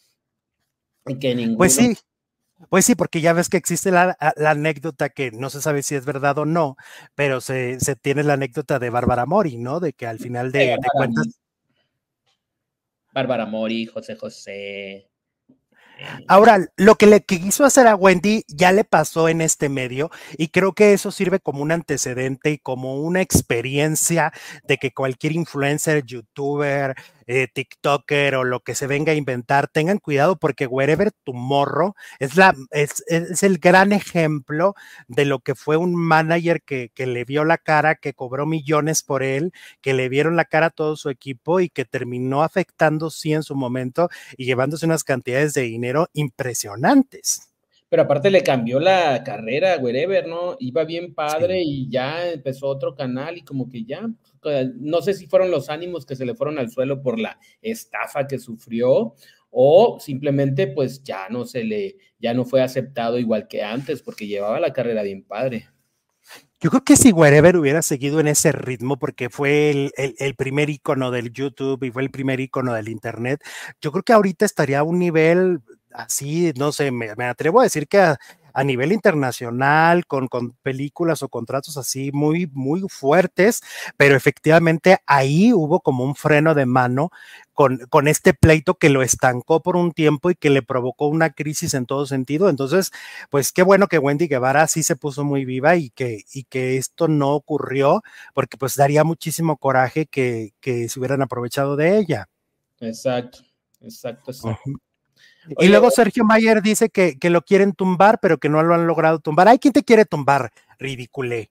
Pues ninguno. sí, pues sí, porque ya ves que existe la anécdota que no se sabe si es verdad o no, pero se tiene la anécdota de Bárbara Mori, ¿no? De que al final de cuentas. Bárbara Mori, José José. Ahora, lo que le quiso hacer a Wendy ya le pasó en este medio y creo que eso sirve como un antecedente y como una experiencia de que cualquier influencer, youtuber, TikToker o lo que se venga a inventar, tengan cuidado porque Wherever Tomorrow es el gran ejemplo de lo que fue un manager que le vio la cara, que cobró millones por él, que le vieron la cara a todo su equipo y que terminó afectando sí en su momento y llevándose unas cantidades de dinero impresionantes. Pero aparte le cambió la carrera, Wherever, ¿no? Iba bien padre Sí. y ya empezó otro canal y como que ya, no sé si fueron los ánimos que se le fueron al suelo por la estafa que sufrió o simplemente pues ya no fue aceptado igual que antes porque llevaba la carrera bien padre. Yo creo que si Wherever hubiera seguido en ese ritmo, porque fue el primer icono del YouTube y fue el primer icono del Internet, yo creo que ahorita estaría a un nivel así, no sé, me atrevo a decir que a nivel internacional, con películas o contratos así muy, muy fuertes, pero efectivamente ahí hubo como un freno de mano con este pleito que lo estancó por un tiempo y que le provocó una crisis en todo sentido. Entonces, pues qué bueno que Wendy Guevara sí se puso muy viva y que esto no ocurrió, porque pues daría muchísimo coraje que se hubieran aprovechado de ella. Exacto, exacto, exacto. Uh-huh. Y Oye, luego Sergio Mayer dice que lo quieren tumbar, pero que no lo han logrado tumbar. Ay, ¿quién te quiere tumbar? Ridiculé.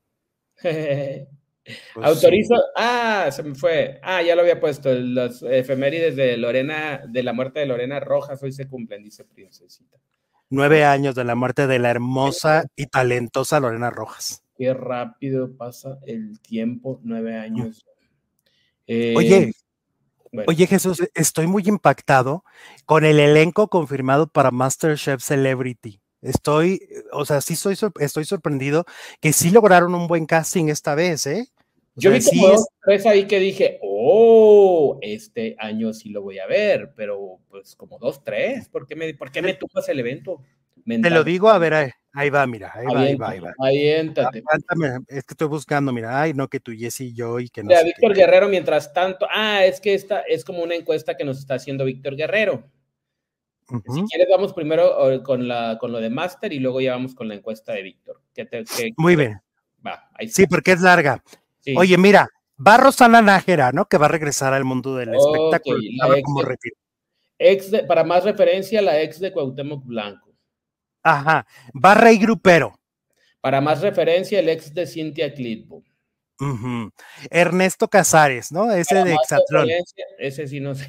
Pues autorizo, sí. se me fue. Ya lo había puesto. Las efemérides de Lorena, de la muerte de Lorena Rojas, hoy se cumplen, dice Princesita. 9 años de la muerte de la hermosa y talentosa Lorena Rojas. Qué rápido pasa el tiempo, 9 años. Oye, Bueno, oye Jesús, estoy muy impactado con el elenco confirmado para MasterChef Celebrity. O sea, sí estoy sorprendido que sí lograron un buen casting esta vez, ¿eh? O yo sea, vi como sí dos, tres ahí que dije, este año sí lo voy a ver, pero pues como dos, tres, ¿por qué me tumbas el evento te lo mental? digo, a ver, ahí va, mira, ahí va. Aviéntate. Aguántame, es que estoy buscando, mira, ay, no, que tú Jessy y yo y que no Mira, sé qué. Víctor Guerrero, mientras tanto, es que esta es como una encuesta que nos está haciendo Víctor Guerrero. Si quieres, vamos primero con lo de Master y luego ya vamos con la encuesta de Víctor. Muy bien. Va, ahí Sí, está. porque es larga. Sí. Oye, mira, va Rosana Nájera, ¿no? Que va a regresar al mundo del Ok, espectáculo. la Estaba como retiro. para más referencia, la ex de Cuauhtémoc Blanco. Ajá. Va Rey Grupero. Para más referencia, el ex de Cintia Clitbo. Ernesto Casares, ¿no? Ese Para de más Exatlón. referencia, ese sí no sé.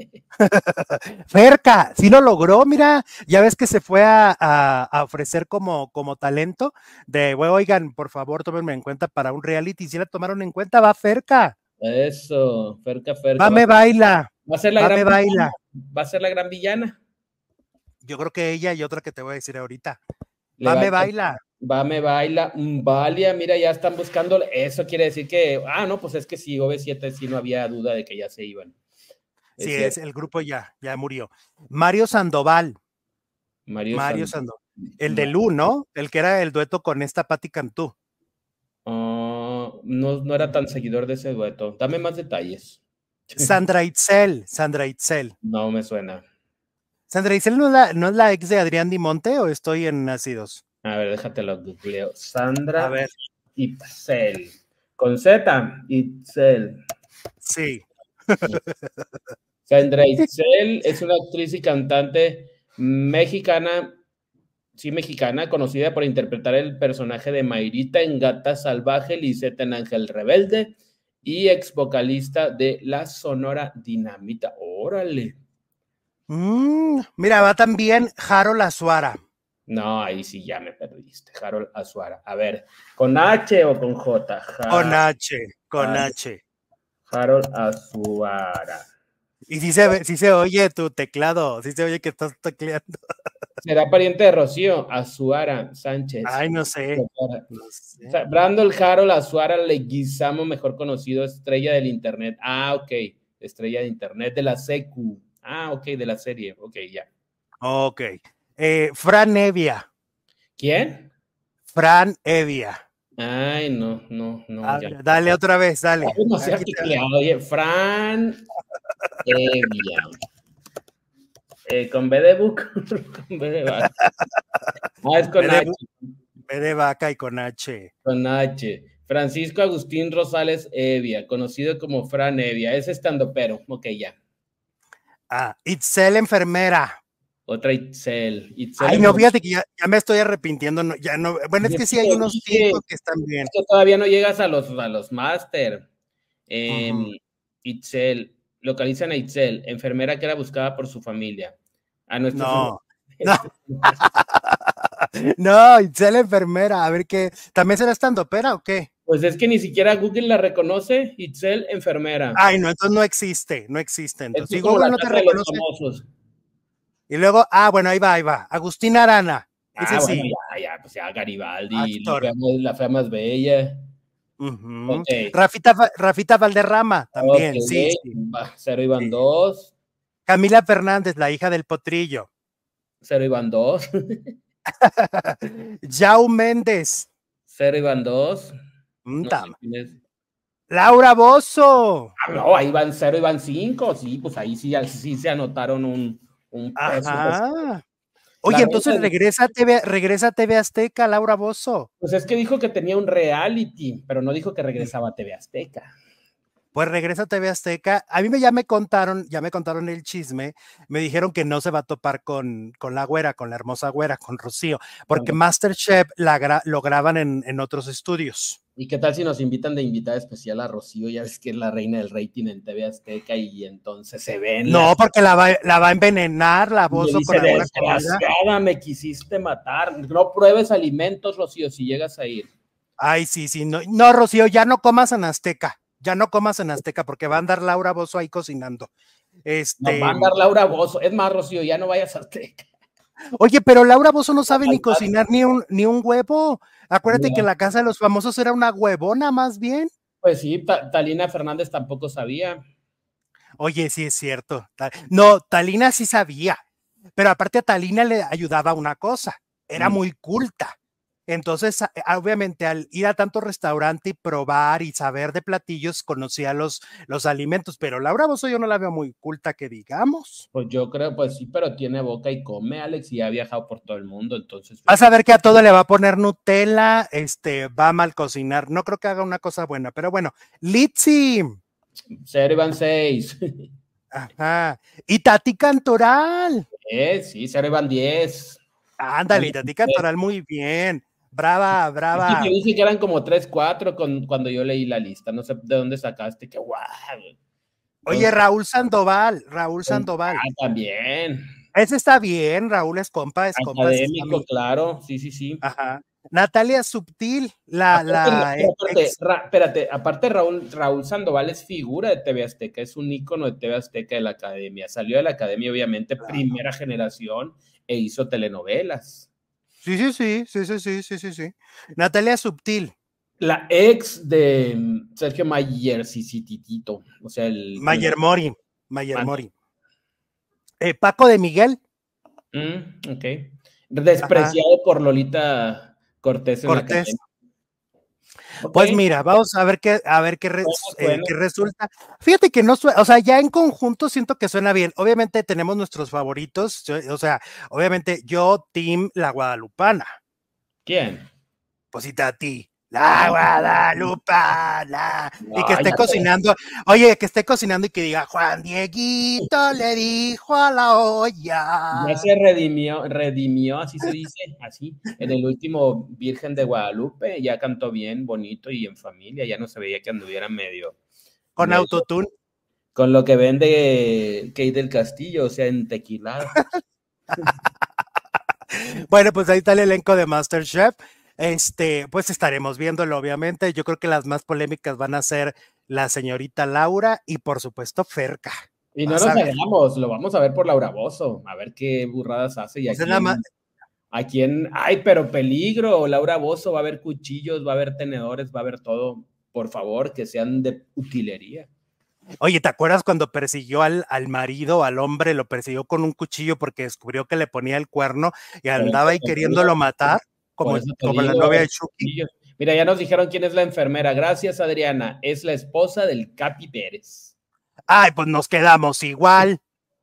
Ferca, sí lo logró, mira, ya ves que se fue a ofrecer como talento de, bueno, oigan, por favor, tómenme en cuenta para un reality, si la tomaron en cuenta, va Ferca. Eso, Ferca. Va me baila, Va a ser la va gran me baila. villana. Va a ser la gran villana. Yo creo que ella y otra que te voy a decir ahorita. Le Va va a me baila. Va, me baila, Valia, mira, ya están buscando, eso quiere decir que, no, pues es que sí, OV7 sí no había duda de que ya se iban. Sí, es el grupo ya murió. Mario Sandoval. Mario Sandoval. El de Lu, ¿no? El que era el dueto con esta Patti Cantú. No era tan seguidor de ese dueto. Dame más detalles. Sandra Itzel. No me suena. Sandra Itzel no es la ex de Adrián Dimonte o estoy en Nacidos. A ver, déjate lo googleo. Sandra A ver. Itzel. Con Z, Itzel. Sí. Sandra Itzel es una actriz y cantante mexicana, conocida por interpretar el personaje de Mayrita en Gata Salvaje, Lisette en Ángel Rebelde y ex vocalista de la Sonora Dinamita. ¡Órale! Mira, va también Harold Azuara. No, ahí sí ya me perdiste. Harold Azuara. A ver, ¿con H o con J? Con H. Harold Azuara. Y sí se oye tu teclado, sí se oye que estás tecleando. ¿Será pariente de Rocío? Azuara Sánchez. Ay, no sé. O sea, Brandon Harold Azuara Leguizamo, mejor conocido, estrella del internet. Ah, ok. Estrella de internet de la secu. Ah, ok, de la serie. Ok, ya. Ok. Fran Evia. ¿Quién? Fran Evia. Ay, no. Ver, dale otra vez, dale. No se ha tecleado. Oye, Fran Evia. Con B de book, con B de vaca. Ah, es con H. B de vaca y con H. Con H. Francisco Agustín Rosales Evia, conocido como Fran Evia. Es estandopero. Ok, ya. Itzel enfermera. Otra Itzel. Ay, no, fíjate que ya me estoy arrepintiendo. No, ya no. Bueno, es que sí hay unos tipos que están bien. Es que todavía no llegas a los máster. Itzel. Localizan a Itzel, enfermera que era buscada por su familia. No, Itzel enfermera, a ver qué, ¿también será estandopera o qué? Pues es que ni siquiera Google la reconoce, Itzel enfermera. Ay, no, entonces no existe. Entonces, si Google no te reconoce. Y luego, bueno, ahí va, Agustín Arana. Ese bueno, sí. Pues ya Garibaldi, la fea más bella. Okay. Rafita Valderrama también, sí. Cero iban dos. Camila Fernández, la hija del potrillo. Cero iban dos. Yao Méndez. Cero iban dos. Laura Bozzo. No, ahí van cero, iban cinco. Sí, pues ahí sí se anotaron un peso. Oye, entonces regresa a TV Azteca, Laura Bozzo. Pues es que dijo que tenía un reality, pero no dijo que regresaba a TV Azteca. Pues regresa a TV Azteca. A mí ya me contaron el chisme, me dijeron que no se va a topar con la güera, con la hermosa güera, con Rocío, porque MasterChef lo graban en otros estudios. ¿Y qué tal si nos invitan de invitada especial a Rocío? Ya ves que es la reina del rating en TV Azteca y entonces se ven. No, porque la va a envenenar la voz. Desgraciada, me quisiste matar. No pruebes alimentos, Rocío, si llegas a ir. Ay, sí, no, Rocío, ya no comas en Azteca. Ya no comas en Azteca porque va a andar Laura Bozzo ahí cocinando. No, va a andar Laura Bozzo. Es más, Rocío, ya no vayas a Azteca. Oye, pero Laura Bozzo no sabe ni cocinar ni un huevo. Acuérdate que la Casa de los Famosos era una huevona más bien. Pues sí, Talina Fernández tampoco sabía. Oye, sí es cierto. No, Talina sí sabía, pero aparte a Talina le ayudaba una cosa, era muy culta. Entonces, obviamente, al ir a tanto restaurante y probar y saber de platillos, conocía los alimentos, pero Laura Bozzo yo no la veo muy culta, que digamos. Pues yo creo, pues sí, pero tiene boca y come, Alex, y ha viajado por todo el mundo, entonces. Vas a ver que a todo le va a poner Nutella, va a mal cocinar, no creo que haga una cosa buena, pero bueno, Litzy. Cero iban 6. Ajá. Y Tati Cantoral. Sí, cero iban 10. Ándale, Tati Cantoral, muy bien. Brava. Sí, yo dije que eran como 3, 4 cuando yo leí la lista. No sé de dónde sacaste, que guau. Oye, Raúl Sandoval. También. Ese está bien, Raúl es compa. Académico, claro. Sí. Ajá. Natalia Subtil, espérate, aparte Raúl Sandoval es figura de TV Azteca, es un ícono de TV Azteca de la academia. Salió de la academia, obviamente, primera generación, e hizo telenovelas. Sí. Natalia Subtil. La ex de Sergio Mayer, sí, Titito. O sea, Mayer Mori. Paco de Miguel. Ok. Despreciado por Lolita Cortés. Okay. Pues mira, vamos a ver qué resulta. Fíjate que no suena, o sea, ya en conjunto siento que suena bien. Obviamente tenemos nuestros favoritos, o sea, obviamente yo team La Guadalupana. ¿Quién? Pues sí, Tati La Guadalupana. Y que esté cocinando, oye, que esté cocinando y que diga, Juan Dieguito le dijo a la olla. Ya se redimió, así se dice, así. En el último Virgen de Guadalupe ya cantó bien, bonito y en familia, ya no se veía que anduviera medio. Con autotune. Con lo que vende Kate del Castillo, o sea, en tequilada. Bueno, pues ahí está el elenco de MasterChef. Pues estaremos viéndolo, obviamente. Yo creo que las más polémicas van a ser la señorita Laura y, por supuesto, Ferca. Y no nos hagamos, lo vamos a ver por Laura Bozzo, a ver qué burradas hace. Y pues a quién, ay, pero peligro, Laura Bozzo, va a haber cuchillos, va a haber tenedores, va a haber todo. Por favor, que sean de utilería. Oye, ¿te acuerdas cuando persiguió al marido, al hombre, lo persiguió con un cuchillo porque descubrió que le ponía el cuerno y andaba ahí queriéndolo matar, como la novia de Chucky? Mira, ya nos dijeron quién es la enfermera. Gracias, Adriana. Es la esposa del Capi Pérez. Ay, pues nos quedamos igual.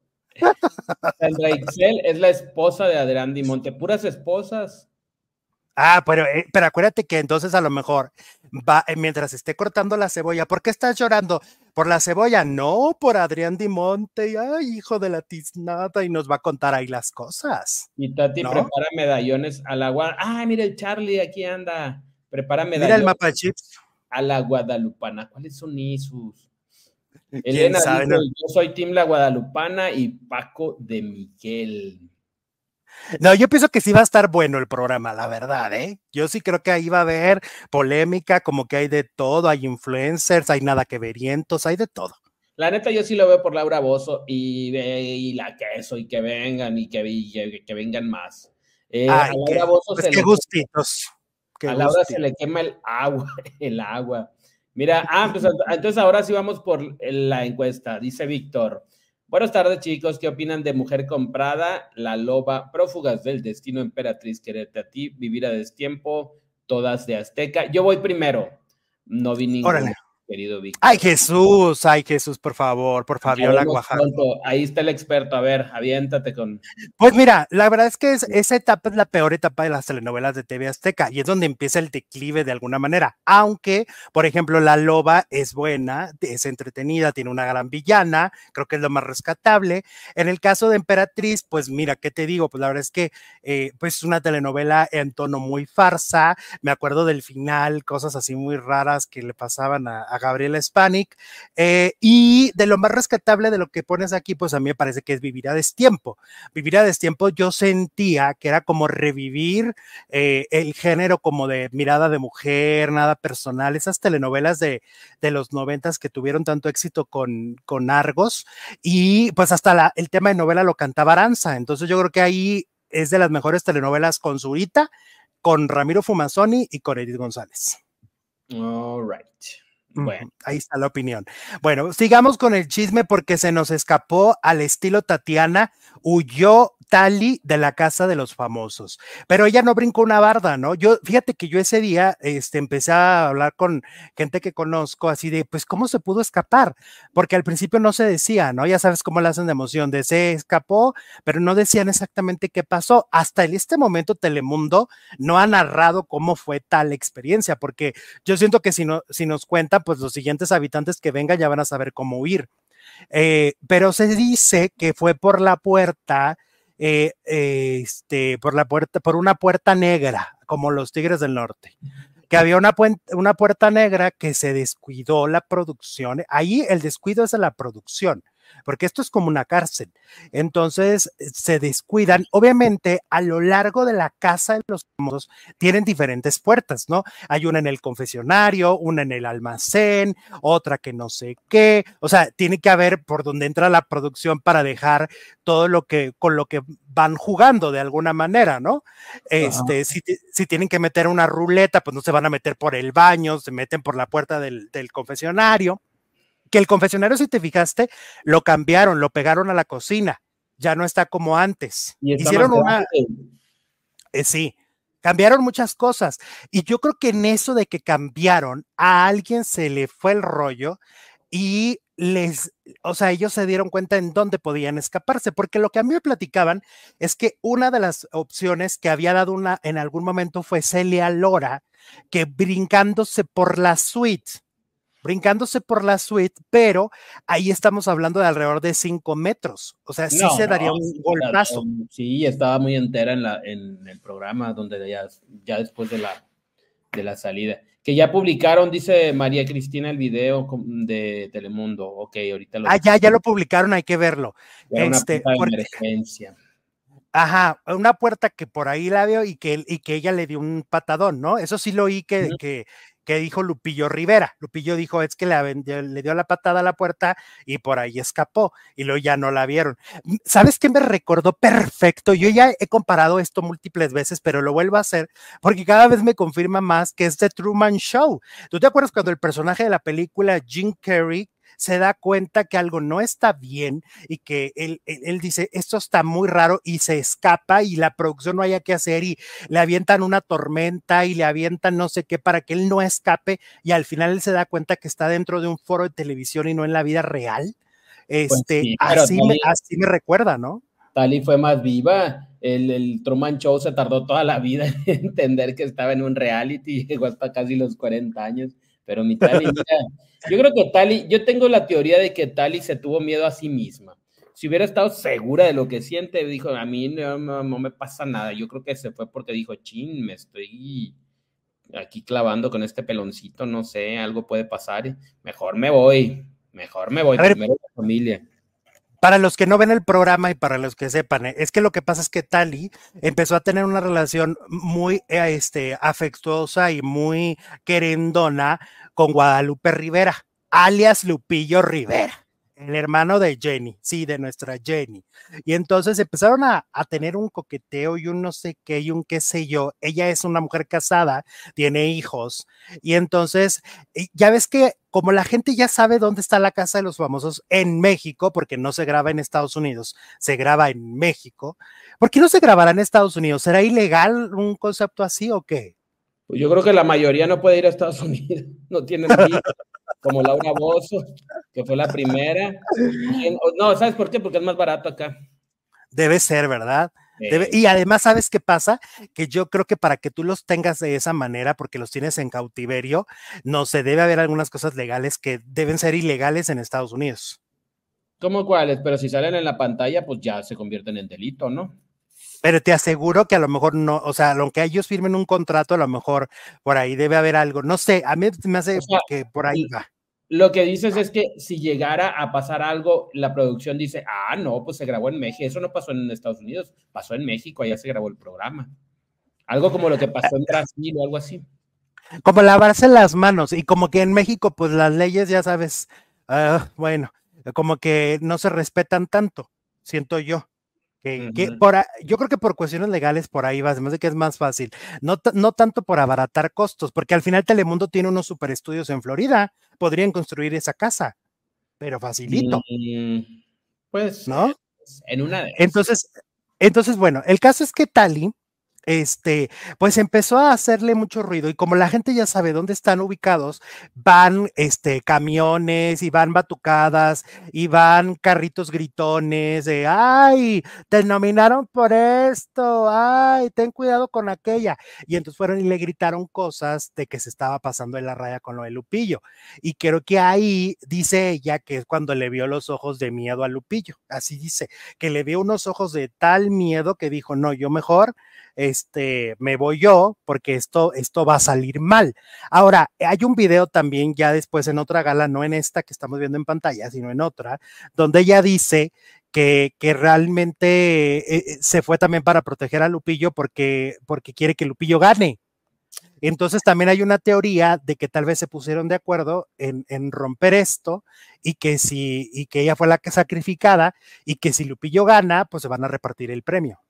Sandra Ixel es la esposa de Adrián Dimonte. Puras esposas. Ah, pero acuérdate que entonces a lo mejor va, mientras esté cortando la cebolla, ¿por qué estás llorando? ¿Por la cebolla? No, por Adrián Dimonte, ay, hijo de la tiznada, y nos va a contar ahí las cosas. Y Tati prepara medallones a la Guadalupana. Ah, mira el Charlie, aquí anda. Prepara medallones. Mira el mapa de chips. A la Guadalupana. ¿Cuáles son esos? Elena dice, no. Yo soy Team La Guadalupana y Paco de Miguel. No, yo pienso que sí va a estar bueno el programa, la verdad, ¿eh? Yo sí creo que ahí va a haber polémica, como que hay de todo, hay influencers, hay nada que verientos, hay de todo. La neta, yo sí lo veo por Laura Bozzo y la queso, y que vengan, y que vengan más. Ay, a Laura Bozzo pues qué gustitos. A Laura se le quema el agua. Mira, pues entonces ahora sí vamos por la encuesta, dice Víctor. Buenas tardes, chicos. ¿Qué opinan de Mujer Comprada, La Loba, Prófugas del Destino, Emperatriz, Quererte a ti, Vivir a Destiempo, todas de Azteca? Yo voy primero. No vi ninguno, querido Víctor. Ay, Jesús, por favor, por Fabiola Guajardo. Ahí está el experto. A ver, aviéntate con... Pues mira, la verdad es que esa etapa es la peor etapa de las telenovelas de TV Azteca y es donde empieza el declive de alguna manera, aunque, por ejemplo, La Loba es buena, es entretenida, tiene una gran villana, creo que es lo más rescatable. En el caso de Emperatriz, pues mira, ¿qué te digo? Pues la verdad es que pues es una telenovela en tono muy farsa, me acuerdo del final, cosas así muy raras que le pasaban a Gabriela Spanik, y de lo más rescatable de lo que pones aquí, pues a mí me parece que es Vivir a Destiempo. Vivir a Destiempo yo sentía que era como revivir el género como de Mirada de Mujer, Nada Personal, esas telenovelas de los 90s que tuvieron tanto éxito con Argos, y pues hasta el tema de novela lo cantaba Aranza, entonces yo creo que ahí es de las mejores telenovelas con Zurita, con Ramiro Fumasoni y con Edith González. All right. Bueno. Ahí está la opinión. Bueno, sigamos con el chisme porque se nos escapó al estilo Tatiana, huyó Tali de la casa de los famosos, pero ella no brincó una barda, ¿no? Fíjate que yo ese día empecé a hablar con gente que conozco así de, pues, ¿cómo se pudo escapar? Porque al principio no se decía, ¿no? Ya sabes cómo le hacen de emoción, de se escapó, pero no decían exactamente qué pasó. Hasta en este momento Telemundo no ha narrado cómo fue tal experiencia, porque yo siento que si nos cuenta, pues los siguientes habitantes que vengan ya van a saber cómo huir. Pero se dice que fue por la puerta, por una puerta negra, como los Tigres del Norte, que había una puerta negra que se descuidó la producción. Ahí el descuido es de la producción, porque esto es como una cárcel. Entonces se descuidan. Obviamente, a lo largo de la casa de los famosos tienen diferentes puertas, ¿no? Hay una en el confesionario, una en el almacén, otra que no sé qué. O sea, tiene que haber por donde entra la producción para dejar todo con lo que van jugando de alguna manera, ¿no? Si tienen que meter una ruleta, pues no se van a meter por el baño, se meten por la puerta del confesionario. Que el confesionario, si te fijaste, lo cambiaron, lo pegaron a la cocina, ya no está como antes. Hicieron sí, cambiaron muchas cosas, y yo creo que en eso de que cambiaron, a alguien se le fue el rollo y o sea, ellos se dieron cuenta en dónde podían escaparse, porque lo que a mí me platicaban es que una de las opciones que había dado en algún momento fue Celia Lora, que brincándose por la suite, pero ahí estamos hablando de alrededor de 5 metros, o sea, sí se daría un golpazo. Sí, estaba muy entera en el programa, donde ya después de la salida. Que ya publicaron, dice María Cristina, el video de Telemundo. Ok, ahorita lo... ya lo publicaron, hay que verlo. Era una puerta de emergencia. Ajá, una puerta que por ahí la veo y que ella le dio un patadón, ¿no? Eso sí lo oí que dijo Lupillo Rivera. Lupillo dijo, es que le dio la patada a la puerta y por ahí escapó, y luego ya no la vieron. ¿Sabes qué me recordó perfecto? Yo ya he comparado esto múltiples veces, pero lo vuelvo a hacer porque cada vez me confirma más que es The Truman Show. ¿Tú te acuerdas cuando el personaje de la película, Jim Carrey, se da cuenta que algo no está bien y que él dice, esto está muy raro, y se escapa y la producción no haya qué hacer y le avientan una tormenta y le avientan no sé qué para que él no escape, y al final él se da cuenta que está dentro de un foro de televisión y no en la vida real? Pues sí, así me recuerda, ¿no? Tali fue más viva. El Truman Show se tardó toda la vida en entender que estaba en un reality, llegó hasta casi los 40 años. Pero mi Tali, mira, yo creo que yo tengo la teoría de que Tali se tuvo miedo a sí misma. Si hubiera estado segura de lo que siente, dijo, a mí no me pasa nada. Yo creo que se fue porque dijo, chin, me estoy aquí clavando con este peloncito, no sé, algo puede pasar. Mejor me voy, primero la familia. Para los que no ven el programa y para los que sepan, es que lo que pasa es que Tali empezó a tener una relación muy afectuosa y muy querendona con Guadalupe Rivera, alias Lupillo Rivera, el hermano de Jenny, sí, de nuestra Jenny. Y entonces empezaron a tener un coqueteo y un no sé qué y un qué sé yo. Ella es una mujer casada, tiene hijos, y entonces ya ves que como la gente ya sabe dónde está la casa de los famosos en México, porque no se graba en Estados Unidos, se graba en México. ¿Por qué no se grabará en Estados Unidos? ¿Será ilegal un concepto así o qué? Pues yo creo que la mayoría no puede ir a Estados Unidos, no tienen visa, como Laura Bozzo, que fue la primera. No, ¿sabes por qué? Porque es más barato acá. Debe ser, ¿verdad? Y además, ¿sabes qué pasa? Que yo creo que para que tú los tengas de esa manera, porque los tienes en cautiverio, no se debe haber algunas cosas legales que deben ser ilegales en Estados Unidos. ¿Cómo cuáles? Pero si salen en la pantalla, pues ya se convierten en delito, ¿no? Pero te aseguro que a lo mejor no, o sea, aunque ellos firmen un contrato, a lo mejor por ahí debe haber algo. No sé, a mí me hace que por ahí va. Lo que dices es que si llegara a pasar algo, la producción dice, no, pues se grabó en México. Eso no pasó en Estados Unidos, pasó en México, allá se grabó el programa. Algo como lo que pasó en Brasil o algo así. Como lavarse las manos, y como que en México, pues las leyes, ya sabes, bueno, como que no se respetan tanto, siento yo. Yo creo que por cuestiones legales por ahí va, además de que es más fácil, no tanto por abaratar costos, porque al final Telemundo tiene unos super estudios en Florida, podrían construir esa casa, pero facilito. Pues, ¿no? En una de esas. Entonces, bueno, el caso es que Tali, pues empezó a hacerle mucho ruido, y como la gente ya sabe dónde están ubicados, van camiones y van batucadas y van carritos gritones de ay, te nominaron por esto, ay, ten cuidado con aquella, y entonces fueron y le gritaron cosas de que se estaba pasando en la raya con lo de Lupillo, y creo que ahí dice ella que es cuando le vio los ojos de miedo a Lupillo, así dice, que le vio unos ojos de tal miedo que dijo, no, yo mejor me voy yo porque esto va a salir mal. Ahora, hay un video también ya después en otra gala, no en esta que estamos viendo en pantalla, sino en otra, donde ella dice que realmente se fue también para proteger a Lupillo porque quiere que Lupillo gane. Entonces también hay una teoría de que tal vez se pusieron de acuerdo en romper esto y que ella fue la que sacrificada y que si Lupillo gana, pues se van a repartir el premio.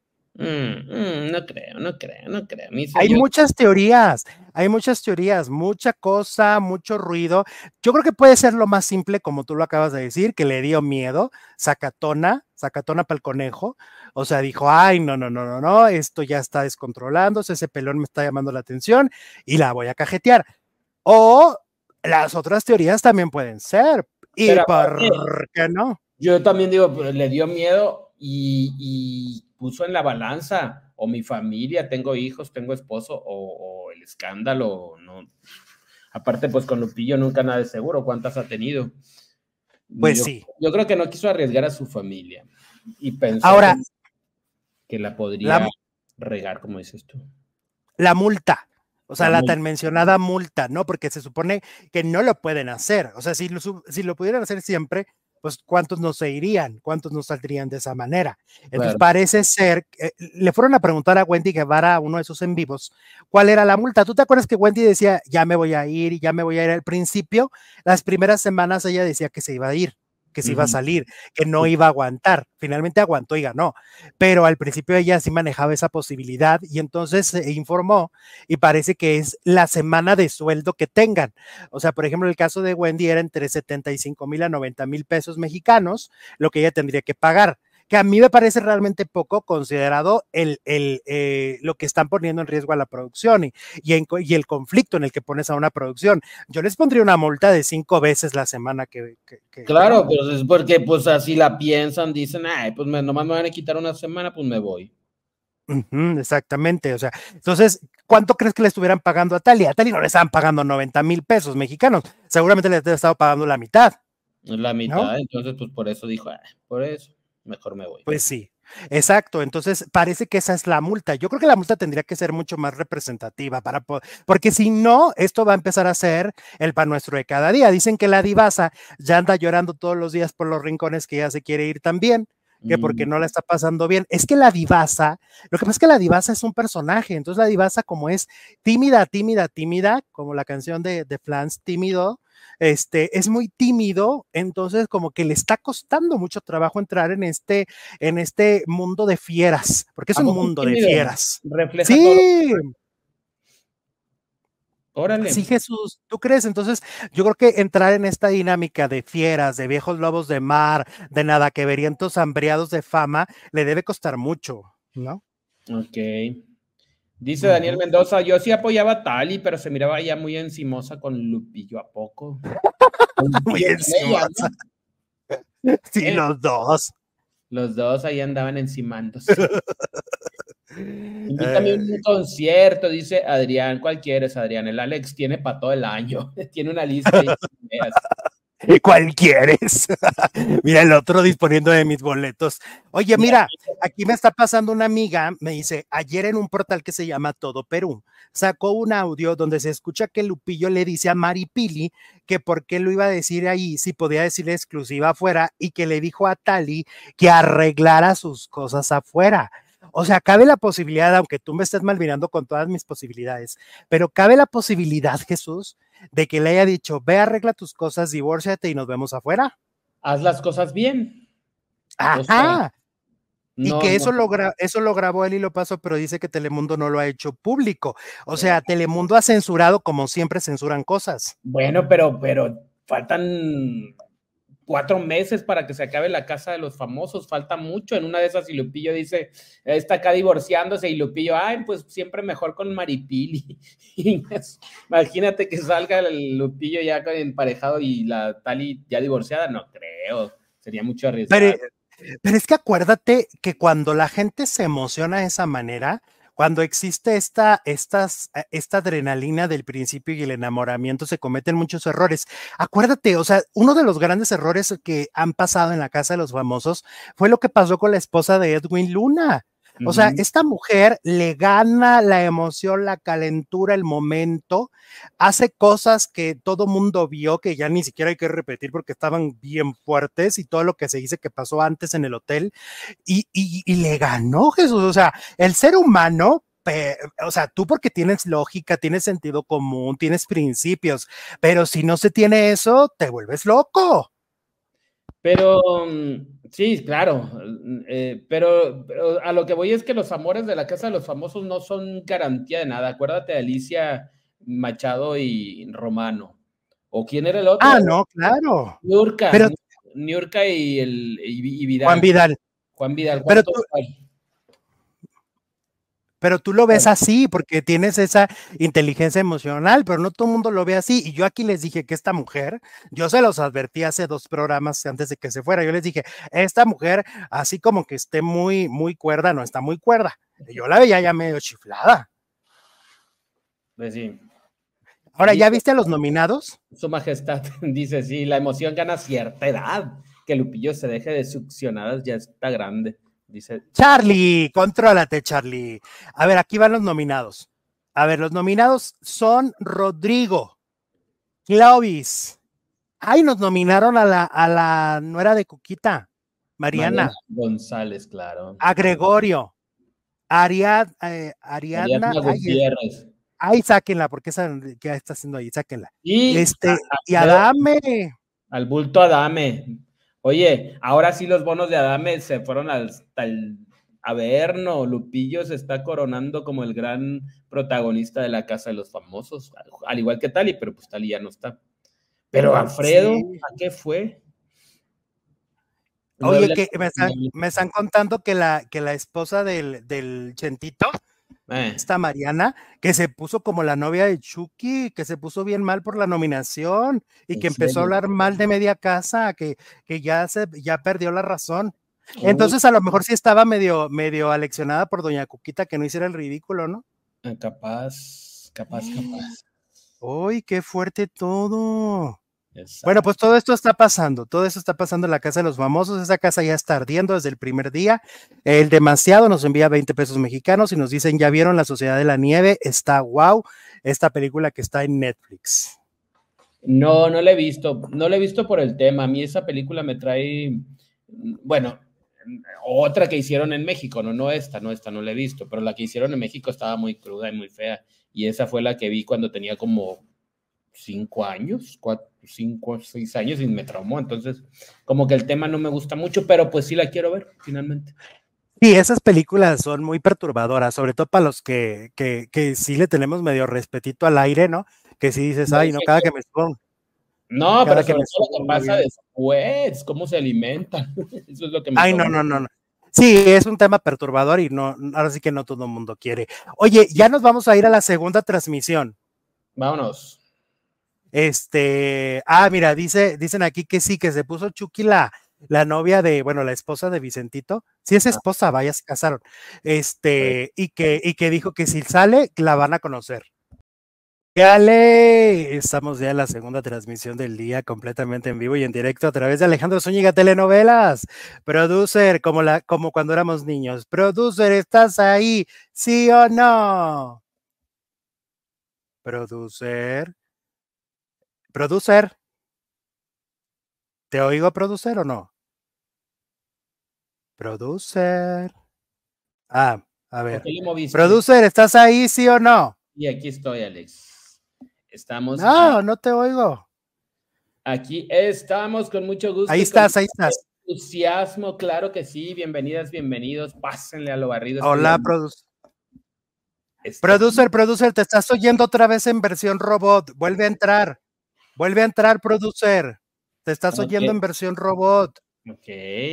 No creo. Hay muchas teorías, mucha cosa, mucho ruido. Yo creo que puede ser lo más simple, como tú lo acabas de decir, que le dio miedo, sacatona para el conejo. O sea, dijo, ay, no, esto ya está descontrolándose, ese pelón me está llamando la atención y la voy a cajetear. O las otras teorías también pueden ser. ¿Y por qué no? Yo también digo, pues, le dio miedo y puso en la balanza, o mi familia, tengo hijos, tengo esposo, o el escándalo, ¿no? Aparte, pues con Lupillo nunca nada de seguro, ¿cuántas ha tenido? Pues sí. Yo creo que no quiso arriesgar a su familia y pensó Ahora, que la podría regar, como dices tú. La multa, o sea, la tan mencionada multa, ¿no? Porque se supone que no lo pueden hacer. O sea, si lo pudieran hacer siempre, pues ¿cuántos no se irían? ¿Cuántos no saldrían de esa manera? Entonces parece ser, le fueron a preguntar a Wendy Guevara a uno de sus en vivos, ¿cuál era la multa? ¿Tú te acuerdas que Wendy decía, ya me voy a ir, ya me voy a ir? Al principio, las primeras semanas ella decía que se iba a ir, que se iba a salir, que no iba a aguantar. Finalmente aguantó y ganó, pero al principio ella sí manejaba esa posibilidad y entonces se informó y parece que es la semana de sueldo que tengan. O sea, por ejemplo, el caso de Wendy era entre 75,000 a 90,000 pesos mexicanos, lo que ella tendría que pagar, que a mí me parece realmente poco considerado lo que están poniendo en riesgo a la producción y el conflicto en el que pones a una producción. Yo les pondría una multa de 5 veces la semana que claro, pues es porque pues así la piensan, dicen, ay, pues nomás me van a quitar una semana, pues me voy. Exactamente, o sea, entonces, ¿cuánto crees que le estuvieran pagando a Tali? A Tali no le estaban pagando 90,000 pesos mexicanos, seguramente le habían estado pagando la mitad. La mitad, ¿no? Entonces, pues por eso dijo, por eso, mejor me voy. Pues sí, exacto, entonces parece que esa es la multa. Yo creo que la multa tendría que ser mucho más representativa porque si no, esto va a empezar a ser el pan nuestro de cada día. Dicen que la divasa ya anda llorando todos los días por los rincones que ya se quiere ir también, que porque no la está pasando bien. Es que la divasa, lo que pasa es que la divasa es un personaje, entonces la divasa como es tímida, como la canción de Flans, tímido, es muy tímido, entonces como que le está costando mucho trabajo entrar en este mundo de fieras, porque es un mundo de fieras. Refleja sí. Todo. Órale. Sí, Jesús, ¿tú crees? Entonces, yo creo que entrar en esta dinámica de fieras, de viejos lobos de mar, de nadaqueverientos hambriados de fama, le debe costar mucho, ¿no? Ok. Dice Daniel Mendoza, yo sí apoyaba a Tali, pero se miraba ya muy encimosa con Lupillo, ¿a poco? Muy encimosa. ¿No? Sí, los dos. Los dos ahí andaban encimándose. Invítame a un concierto, dice Adrián. ¿Cuál quieres, Adrián? El Alex tiene para todo el año. Tiene una lista de ideas. ¿Cuál quieres? Mira el otro disponiendo de mis boletos. Oye, mira, aquí me está pasando una amiga, me dice, ayer en un portal que se llama Todo Perú, sacó un audio donde se escucha que Lupillo le dice a Maripili que por qué lo iba a decir ahí, si podía decirle exclusiva afuera, y que le dijo a Tali que arreglara sus cosas afuera. O sea, cabe la posibilidad, aunque tú me estés mal mirando con todas mis posibilidades, pero cabe la posibilidad, Jesús, de que le haya dicho, ve, arregla tus cosas, divórciate y nos vemos afuera. Haz las cosas bien. Ajá. O sea, y que eso lo grabó él y lo pasó, pero dice que Telemundo no lo ha hecho público. O sea, Telemundo ha censurado como siempre censuran cosas. Bueno, pero faltan 4 meses para que se acabe la Casa de los Famosos, falta mucho. En una de esas, y Lupillo dice, está acá divorciándose, y Lupillo, ay, pues siempre mejor con Maripili. Imagínate que salga el Lupillo ya emparejado y la Tali ya divorciada, no creo, sería mucho arriesgado. Pero es que acuérdate que cuando la gente se emociona de esa manera, cuando existe esta adrenalina del principio y el enamoramiento, se cometen muchos errores. Acuérdate, o sea, uno de los grandes errores que han pasado en la Casa de los Famosos fue lo que pasó con la esposa de Edwin Luna. O sea, esta mujer le gana la emoción, la calentura, el momento, hace cosas que todo mundo vio, que ya ni siquiera hay que repetir porque estaban bien fuertes, y todo lo que se dice que pasó antes en el hotel, y le ganó, Jesús. O sea, el ser humano, o sea, tú porque tienes lógica, tienes sentido común, tienes principios, pero si no se tiene eso, te vuelves loco. Pero sí, claro, pero a lo que voy es que los amores de la Casa de los Famosos no son garantía de nada. Acuérdate de Alicia Machado y Romano. ¿O quién era el otro? Ah, no, claro. Niurka y Vidal. Juan Vidal. Juan Vidal. Pero pero tú lo ves así porque tienes esa inteligencia emocional, pero no todo el mundo lo ve así. Y yo aquí les dije que esta mujer, yo se los advertí hace 2 programas antes de que se fuera, yo les dije, esta mujer, así como que esté muy, muy cuerda, no está muy cuerda. Yo la veía ya medio chiflada. Pues sí. Ahora, ¿ya viste a los nominados? Su Majestad dice, sí, la emoción gana cierta edad, que Lupillo se deje de succionadas, ya está grande, dice. Charlie, contrólate, Charlie. A ver, aquí van los nominados. A ver, los nominados son Rodrigo, Clovis. Ay, nos nominaron a la nuera de Cuquita, Mariana González, claro. A Gregorio, Ariadna. Gutiérrez. Ay, sáquenla, porque esa que está haciendo ahí, sáquenla. Y Adame. Al bulto Adame. Oye, ahora sí los bonos de Adame se fueron hasta el Averno. Lupillo se está coronando como el gran protagonista de la Casa de los Famosos, al igual que Tali, pero pues Tali ya no está. Pero Alfredo, sí. ¿A qué fue? Oye, que me están contando que la esposa del Chentito, esta Mariana, que se puso como la novia de Chucky, que se puso bien mal por la nominación y que empezó a hablar mal de media casa, que ya perdió la razón. Entonces a lo mejor sí estaba medio aleccionada por doña Cuquita que no hiciera el ridículo, ¿no? Capaz. Uy, qué fuerte todo. Exacto. Bueno, pues todo esto está pasando en la Casa de los Famosos. Esa casa ya está ardiendo desde el primer día. El Demasiado nos envía 20 pesos mexicanos y nos dicen, ¿ya vieron La Sociedad de la Nieve? Está wow, esta película que está en Netflix. No la he visto por el tema. A mí esa película me trae, bueno, otra que hicieron en México, no esta no la he visto, pero la que hicieron en México estaba muy cruda y muy fea, y esa fue la que vi cuando tenía como 5 años, 5 o 6 años y me traumó, entonces como que el tema no me gusta mucho, pero pues sí la quiero ver finalmente. Sí, esas películas son muy perturbadoras, sobre todo para los que sí le tenemos medio respetito al aire, ¿no? Que si dices, ay, no, cada que me subo. No, pero sobre todo lo que pasa después, cómo se alimentan, eso es lo que me ay, no. Sí, es un tema perturbador y no, ahora sí que no todo el mundo quiere. Oye, ya nos vamos a ir a la segunda transmisión. Vámonos. Mira, dicen aquí que sí, que se puso Chucky la novia de, bueno, la esposa de Vicentito. Sí es esposa, vaya, se casaron. Y que dijo que si sale, la van a conocer. ¡Dale! Estamos ya en la segunda transmisión del día, completamente en vivo y en directo a través de Alejandro Zúñiga Telenovelas. Producer, como cuando éramos niños. Producer, ¿estás ahí? ¿Sí o no? Producer. ¿Te oigo, producer, o no? Producer. A ver. Producer, ¿estás ahí, sí o no? Y aquí estoy, Alex. Estamos. No te oigo. Aquí estamos con mucho gusto. Ahí estás. Entusiasmo, claro que sí. Bienvenidas, bienvenidos. Pásenle a lo barrido. Hola, Producer, te estás oyendo otra vez en versión robot. Vuelve a entrar, producer. Te estás oyendo en versión robot. Ok.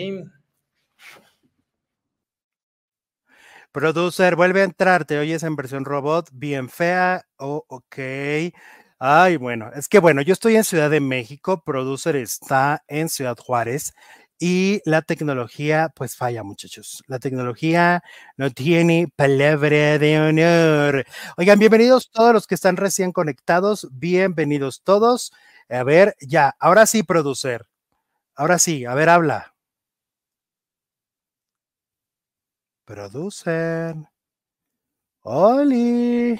Producer, vuelve a entrar, te oyes en versión robot, bien fea. Ok. Ay, bueno, es que bueno, yo estoy en Ciudad de México, Producer está en Ciudad Juárez y la tecnología pues falla, muchachos. La tecnología no tiene palabra de honor. Oigan, bienvenidos todos los que están recién conectados, bienvenidos todos. A ver, ya, ahora sí, Producer. Ahora sí, a ver, habla. Producer. Oli.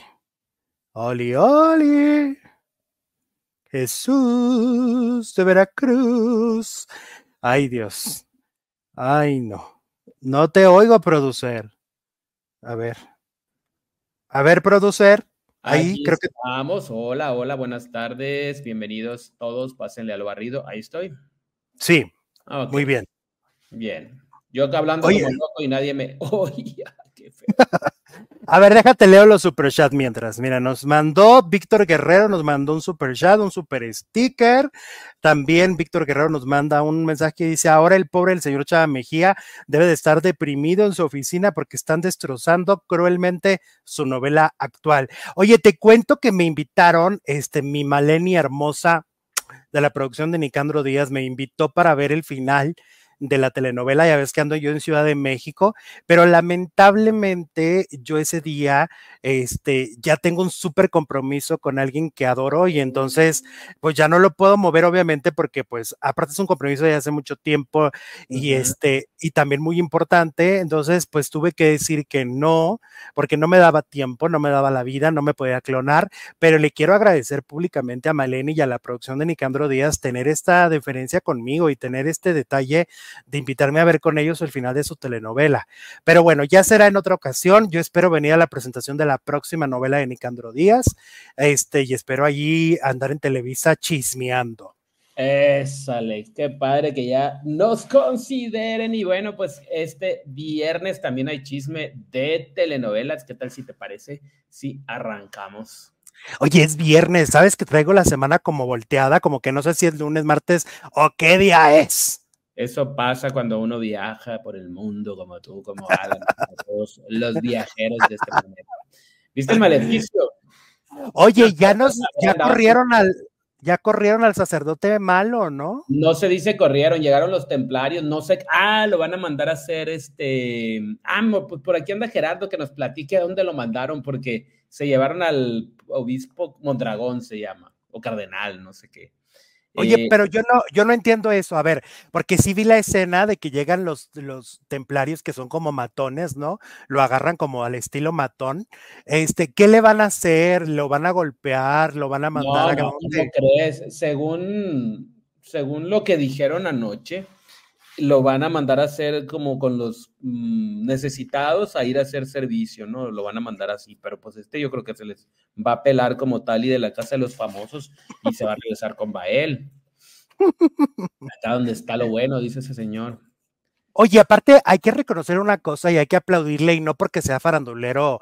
Jesús de Veracruz. Ay, Dios. Ay, no. No te oigo, Producer. A ver, Producer. Ahí aquí creo que estamos. Hola, buenas tardes. Bienvenidos todos. Pásenle a lo barrido. Ahí estoy. Sí. Okay. Muy bien. Bien. Yo acá hablando como loco y nadie me oía. Qué feo. A ver, déjate leo los superchats mientras. Mira, nos mandó Víctor Guerrero, nos mandó un superchat, un super sticker. También Víctor Guerrero nos manda un mensaje que dice: ahora el pobre del señor Chava Mejía debe de estar deprimido en su oficina porque están destrozando cruelmente su novela actual. Oye, te cuento que me invitaron, mi Maleni hermosa de la producción de Nicandro Díaz me invitó para ver el final de la telenovela. Ya ves que ando yo en Ciudad de México, pero lamentablemente yo ese día ya tengo un súper compromiso con alguien que adoro, y entonces pues ya no lo puedo mover, obviamente, porque pues aparte es un compromiso de hace mucho tiempo y y también muy importante. Entonces pues tuve que decir que no, porque no me daba tiempo, no me daba la vida, no me podía clonar, pero le quiero agradecer públicamente a Maleni y a la producción de Nicandro Díaz tener esta deferencia conmigo y tener este detalle de invitarme a ver con ellos el final de su telenovela. Pero bueno, ya será en otra ocasión. Yo espero venir a la presentación de la próxima novela de Nicandro Díaz, y espero allí andar en Televisa chismeando. Alex, qué padre que ya nos consideren. Y bueno, pues este viernes también hay chisme de telenovelas. ¿Qué tal si te parece si arrancamos? Oye, es viernes, ¿sabes que traigo la semana como volteada? Como que no sé si es lunes, martes o qué día es. Eso pasa cuando uno viaja por el mundo, como tú, como Alan, como todos los viajeros de este planeta. ¿Viste el Maleficio? Oye, ya corrieron al sacerdote malo, ¿no? No se dice corrieron, llegaron los templarios, no sé, lo van a mandar a hacer pues por aquí anda Gerardo que nos platique a dónde lo mandaron, porque se llevaron al obispo Mondragón, se llama, o cardenal, no sé qué. Oye, pero yo no entiendo eso. A ver, porque sí vi la escena de que llegan los templarios que son como matones, ¿no? Lo agarran como al estilo matón. ¿Qué le van a hacer? ¿Lo van a golpear? ¿Lo van a mandar a no, ¿cómo crees? Según lo que dijeron anoche, lo van a mandar a hacer como con los necesitados a ir a hacer servicio, ¿no? Lo van a mandar así, pero pues yo creo que se les va a pelar como tal y de la casa de los famosos y se va a regresar con Bael. Acá donde está lo bueno, dice ese señor. Oye, aparte hay que reconocer una cosa y hay que aplaudirle, y no porque sea farandulero,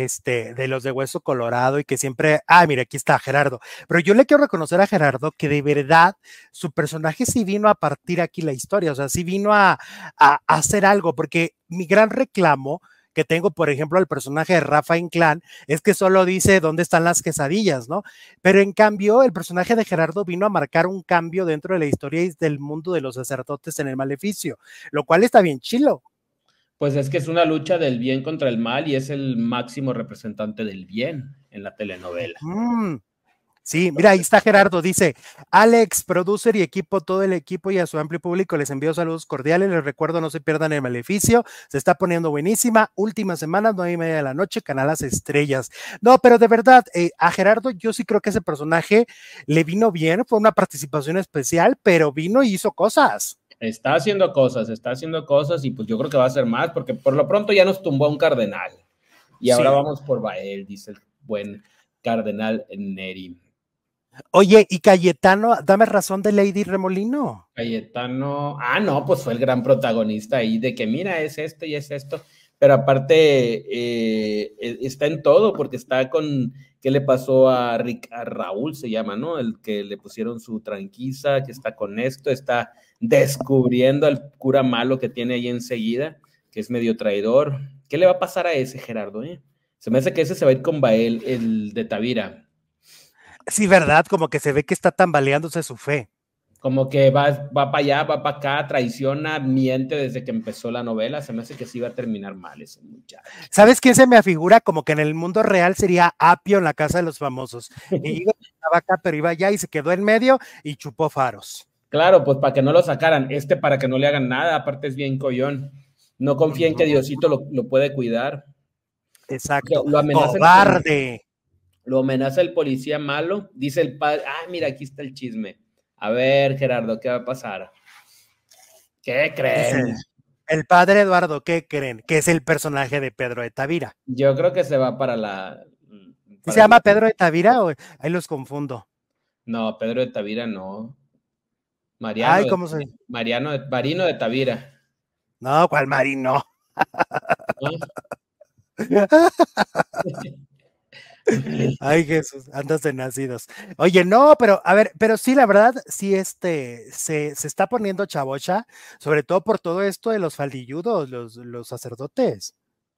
de los de Hueso Colorado y que siempre, mira, aquí está Gerardo, pero yo le quiero reconocer a Gerardo que de verdad su personaje sí vino a partir aquí la historia, o sea, sí vino a hacer algo, porque mi gran reclamo que tengo, por ejemplo, al personaje de Rafa Inclán, es que solo dice dónde están las quesadillas, ¿no? Pero en cambio, el personaje de Gerardo vino a marcar un cambio dentro de la historia y del mundo de los sacerdotes en el Maleficio, lo cual está bien chilo. Pues es que es una lucha del bien contra el mal y es el máximo representante del bien en la telenovela. Sí, mira, ahí está Gerardo, dice: Alex, producer y equipo, todo el equipo y a su amplio público les envío saludos cordiales, les recuerdo no se pierdan el Maleficio, se está poniendo buenísima, última semana, 9:30 de la noche, Canal Las Estrellas. No, pero de verdad, a Gerardo yo sí creo que ese personaje le vino bien, fue una participación especial, pero vino y hizo cosas. Está haciendo cosas y pues yo creo que va a hacer más, porque por lo pronto ya nos tumbó a un cardenal y ahora vamos por Bael, dice el buen cardenal Neri. Oye, y Cayetano, dame razón de Lady Remolino. Cayetano, no, pues fue el gran protagonista ahí de que mira, es esto y es esto, pero aparte está en todo, porque está con, ¿qué le pasó a Raúl se llama, ¿no? El que le pusieron su tranquiza, que está con esto, está descubriendo al cura malo que tiene ahí enseguida, que es medio traidor. ¿Qué le va a pasar a ese, Gerardo? Se me hace que ese se va a ir con Bael, el de Tavira. Sí, verdad, como que se ve que está tambaleándose su fe. Como que va para allá, va para acá, traiciona, miente desde que empezó la novela. Se me hace que sí va a terminar mal ese muchacho. ¿Sabes quién se me afigura? Como que en el mundo real sería Apio en La Casa de los Famosos. Y estaba acá, pero iba allá y se quedó en medio y chupó faros. Claro, pues para que no lo sacaran. Para que no le hagan nada. Aparte es bien collón. No confía en que Diosito lo puede cuidar. Exacto. Lo amenaza ¡Cobarde! Lo amenaza el policía malo. Dice el padre, mira, aquí está el chisme. A ver, Gerardo, ¿qué va a pasar? ¿Qué creen? El padre Eduardo, ¿qué creen? Que es el personaje de Pedro de Tavira. Yo creo que se va para la... ¿Se llama Pedro de Tavira o ahí los confundo? No, Pedro de Tavira no. Mariano. ¿Cómo se? Marino de Tavira. No, ¿cuál Marino? Ay, Jesús, andas de nacidos. Oye, no, pero a ver, pero sí, la verdad, sí, se está poniendo chavocha, sobre todo por todo esto de los faldilludos, los sacerdotes.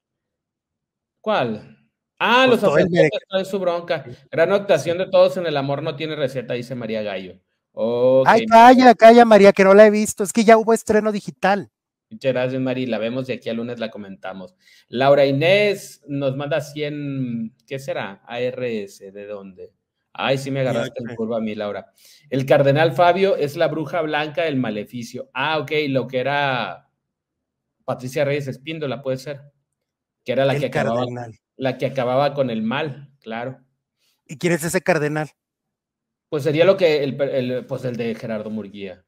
¿Cuál? Ah, Pues los todo el sacerdotes traen su bronca. Gran actuación de todos en El amor no tiene receta, dice María Gallo. Ok, Ay, calla, María, que no la he visto. Es que ya hubo estreno digital. muchas gracias, Mari. La vemos y aquí al lunes la comentamos. Laura Inés nos manda 100, ¿qué será? ARS, ¿de dónde? Ay, sí me agarraste en curva a mí, Laura. El cardenal Fabio es la bruja blanca del maleficio. Ah, ok, lo que era Patricia Reyes Espíndola, puede ser. Que era El cardenal. la que acababa con el mal, claro. ¿Y quién es ese cardenal? Pues sería lo que pues el de Gerardo Murguía.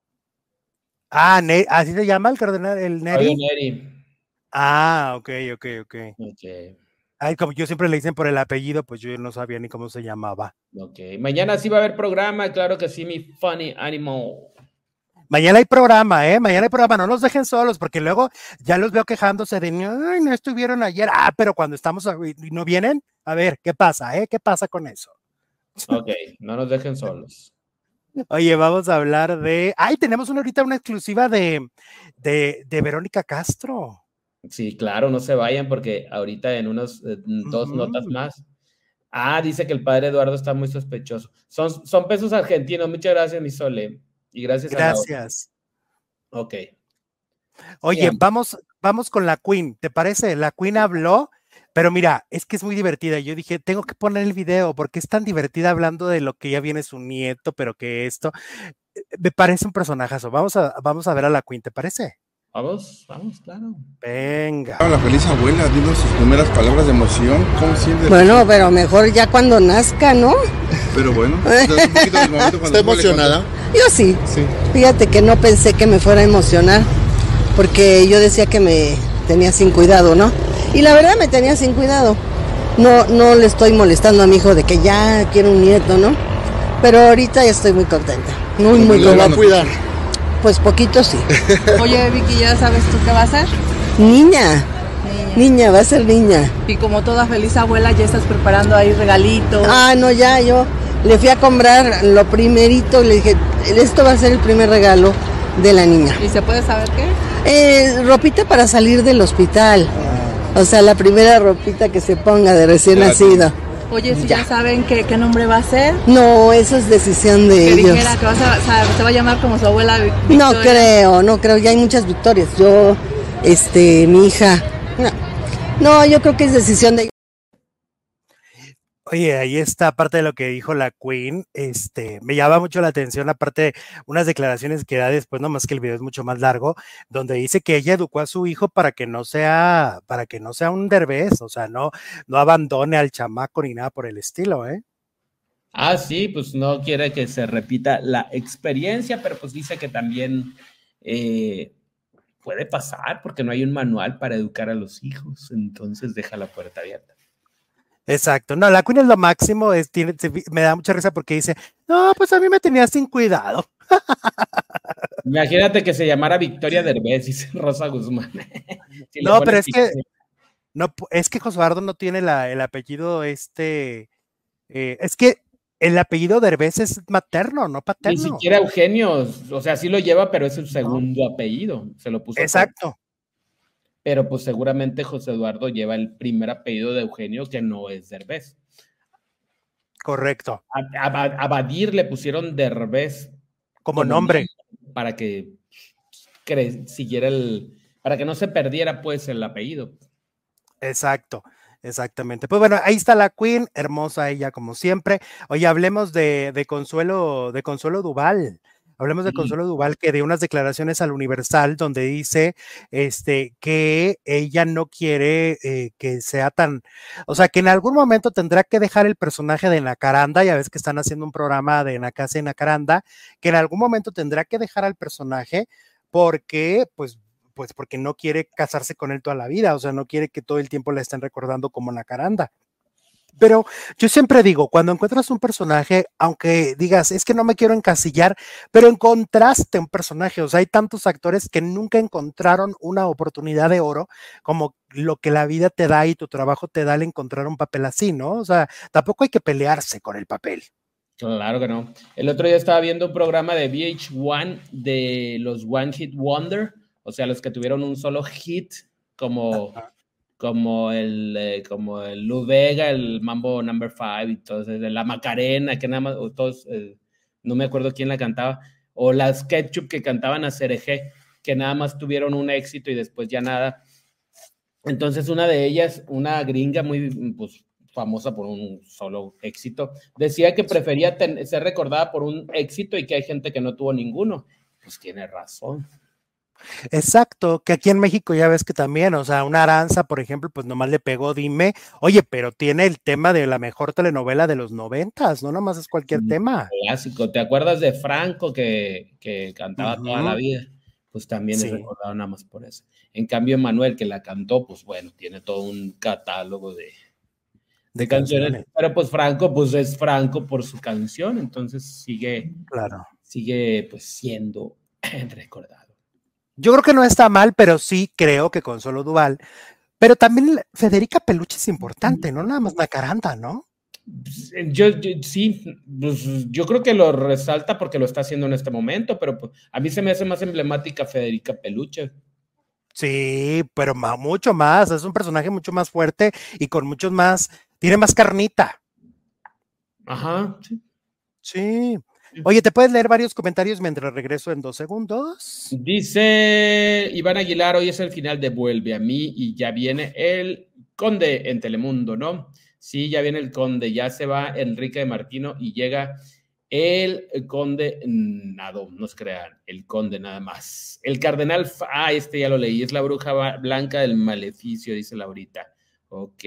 Ah, ¿así se llama el cardenal, el Fabio Neri? Neri. Ah, ok. Ok. Ay, como yo siempre le dicen por el apellido, pues yo no sabía ni cómo se llamaba. Ok. Mañana sí va a haber programa, claro que sí, mi funny animal. Mañana hay programa, Mañana hay programa, no nos dejen solos, porque luego ya los veo quejándose de, ay, no estuvieron ayer, pero cuando estamos, y no vienen, a ver, ¿qué pasa, ¿Qué pasa con eso? Ok, no nos dejen solos. Oye, vamos a hablar tenemos ahorita una exclusiva de Verónica Castro. Sí, claro, no se vayan porque ahorita en unos dos notas más. Ah, dice que el padre Eduardo está muy sospechoso. Son pesos argentinos. Muchas gracias, mi Sole. Y gracias a Laura. Gracias. Ok. Oye, vamos con la Queen, ¿te parece? La Queen habló, pero mira, es que es muy divertida. Yo dije, tengo que poner el video porque es tan divertida hablando de lo que ya viene su nieto, pero que esto me parece un personajazo. Vamos a ver a la Queen, ¿te parece? Vamos, claro. Venga. La feliz abuela, dinos sus primeras palabras de emoción. ¿Cómo sientes? Bueno, pero mejor ya cuando nazca, ¿no? Pero bueno, un poquito del momento cuando ¿Está emocionada? Yo sí. Fíjate que no pensé que me fuera a emocionar, porque yo decía que me tenía sin cuidado, ¿no? Y la verdad me tenía sin cuidado. No le estoy molestando a mi hijo de que ya quiero un nieto, ¿no? Pero ahorita ya estoy muy contenta. Muy ¿Lo va a contenta. cuidar? Pues poquito sí. Oye, Vicky, ¿ya sabes tú qué va a hacer? Niña, va a ser niña. Y como toda feliz abuela, ya estás preparando ahí regalitos. Ah, no, ya, yo le fui a comprar lo primerito, le dije, esto va a ser el primer regalo de la niña. ¿Y se puede saber qué? Ropita para salir del hospital. O sea, la primera ropita que se ponga de recién nacido. Oye, si ya saben qué nombre va a ser. No, eso es decisión de Que ellos. dijera que se va a llamar como su abuela Victoria. No creo, ya hay muchas Victorias. Yo, mi hija, no, yo creo que es decisión de ellos. Oye, ahí está parte de lo que dijo la Queen, me llama mucho la atención, aparte de unas declaraciones que da después, no más que el video es mucho más largo, donde dice que ella educó a su hijo para que no sea un derbez, o sea, no abandone al chamaco ni nada por el estilo, Ah, sí, pues no quiere que se repita la experiencia, pero pues dice que también puede pasar porque no hay un manual para educar a los hijos, entonces deja la puerta abierta. Exacto, no, la Queen es lo máximo, me da mucha risa porque dice, no, pues a mí me tenía sin cuidado. Imagínate que se llamara Victoria Derbez, dice Rosa Guzmán. Si no, pero es que José Eduardo no tiene el apellido es que el apellido Derbez es materno, no paterno. Ni siquiera Eugenio, o sea, sí lo lleva, pero es su segundo apellido, se lo puso. Exacto. Pero pues seguramente José Eduardo lleva el primer apellido de Eugenio, que no es Derbez. Correcto. A Badir le pusieron Derbez como nombre. Para que siguiera para que no se perdiera pues el apellido. Exacto. Exactamente. Pues bueno, ahí está la Queen, hermosa ella como siempre. Oye, hablemos de Consuelo Duval. Hablemos de Consuelo Duval, que dio unas declaraciones al Universal donde dice que ella no quiere que sea o sea, que en algún momento tendrá que dejar el personaje de Nacaranda, ya ves que están haciendo un programa de Nakase y Nacaranda, que en algún momento tendrá que dejar al personaje porque, pues porque no quiere casarse con él toda la vida, o sea, no quiere que todo el tiempo la estén recordando como Nacaranda. Pero yo siempre digo, cuando encuentras un personaje, aunque digas, es que no me quiero encasillar, pero encontraste un personaje, o sea, hay tantos actores que nunca encontraron una oportunidad de oro como lo que la vida te da y tu trabajo te da al encontrar un papel así, ¿no? O sea, tampoco hay que pelearse con el papel. Claro que no. El otro día estaba viendo un programa de VH1 de los One Hit Wonder, o sea, los que tuvieron un solo hit, como el Lou Vega, el Mambo Number 5, y entonces la Macarena, que nada más, o todos, no me acuerdo quién la cantaba, o las Ketchup que cantaban a Cereje, que nada más tuvieron un éxito y después ya nada. Entonces una de ellas, una gringa muy pues, famosa por un solo éxito, decía que prefería ser recordada por un éxito y que hay gente que no tuvo ninguno. Pues tiene razón. Exacto, que aquí en México ya ves que también, o sea, una Aranza, por ejemplo, pues nomás le pegó Dime, oye, pero tiene el tema de la mejor telenovela de los 90s, no nomás es cualquier tema. Clásico, ¿te acuerdas de Franco que cantaba toda la vida? Pues también es recordado nada más por eso. En cambio, Manuel, que la cantó, pues bueno, tiene todo un catálogo de canciones. Pero pues Franco, pues es Franco por su canción, entonces sigue pues siendo recordado. Yo creo que no está mal, pero sí creo que Consuelo Duval. Pero también Federica Peluche es importante, no nada más Macaranda, ¿no? Sí, pues, yo creo que lo resalta porque lo está haciendo en este momento, pero pues, a mí se me hace más emblemática Federica Peluche. Sí, pero mucho más, es un personaje mucho más fuerte y con muchos más, tiene más carnita. Ajá, sí. Sí. Oye, ¿te puedes leer varios comentarios mientras regreso en 2 segundos? Dice Iván Aguilar, hoy es el final de Vuelve a mí y ya viene el Conde en Telemundo, ¿no? Sí, ya viene el Conde, ya se va Enrique de Martino y llega el Conde Nado, no se crean, el Conde nada más. El Cardenal, este ya lo leí, es la bruja blanca del maleficio, dice Laurita. Ok.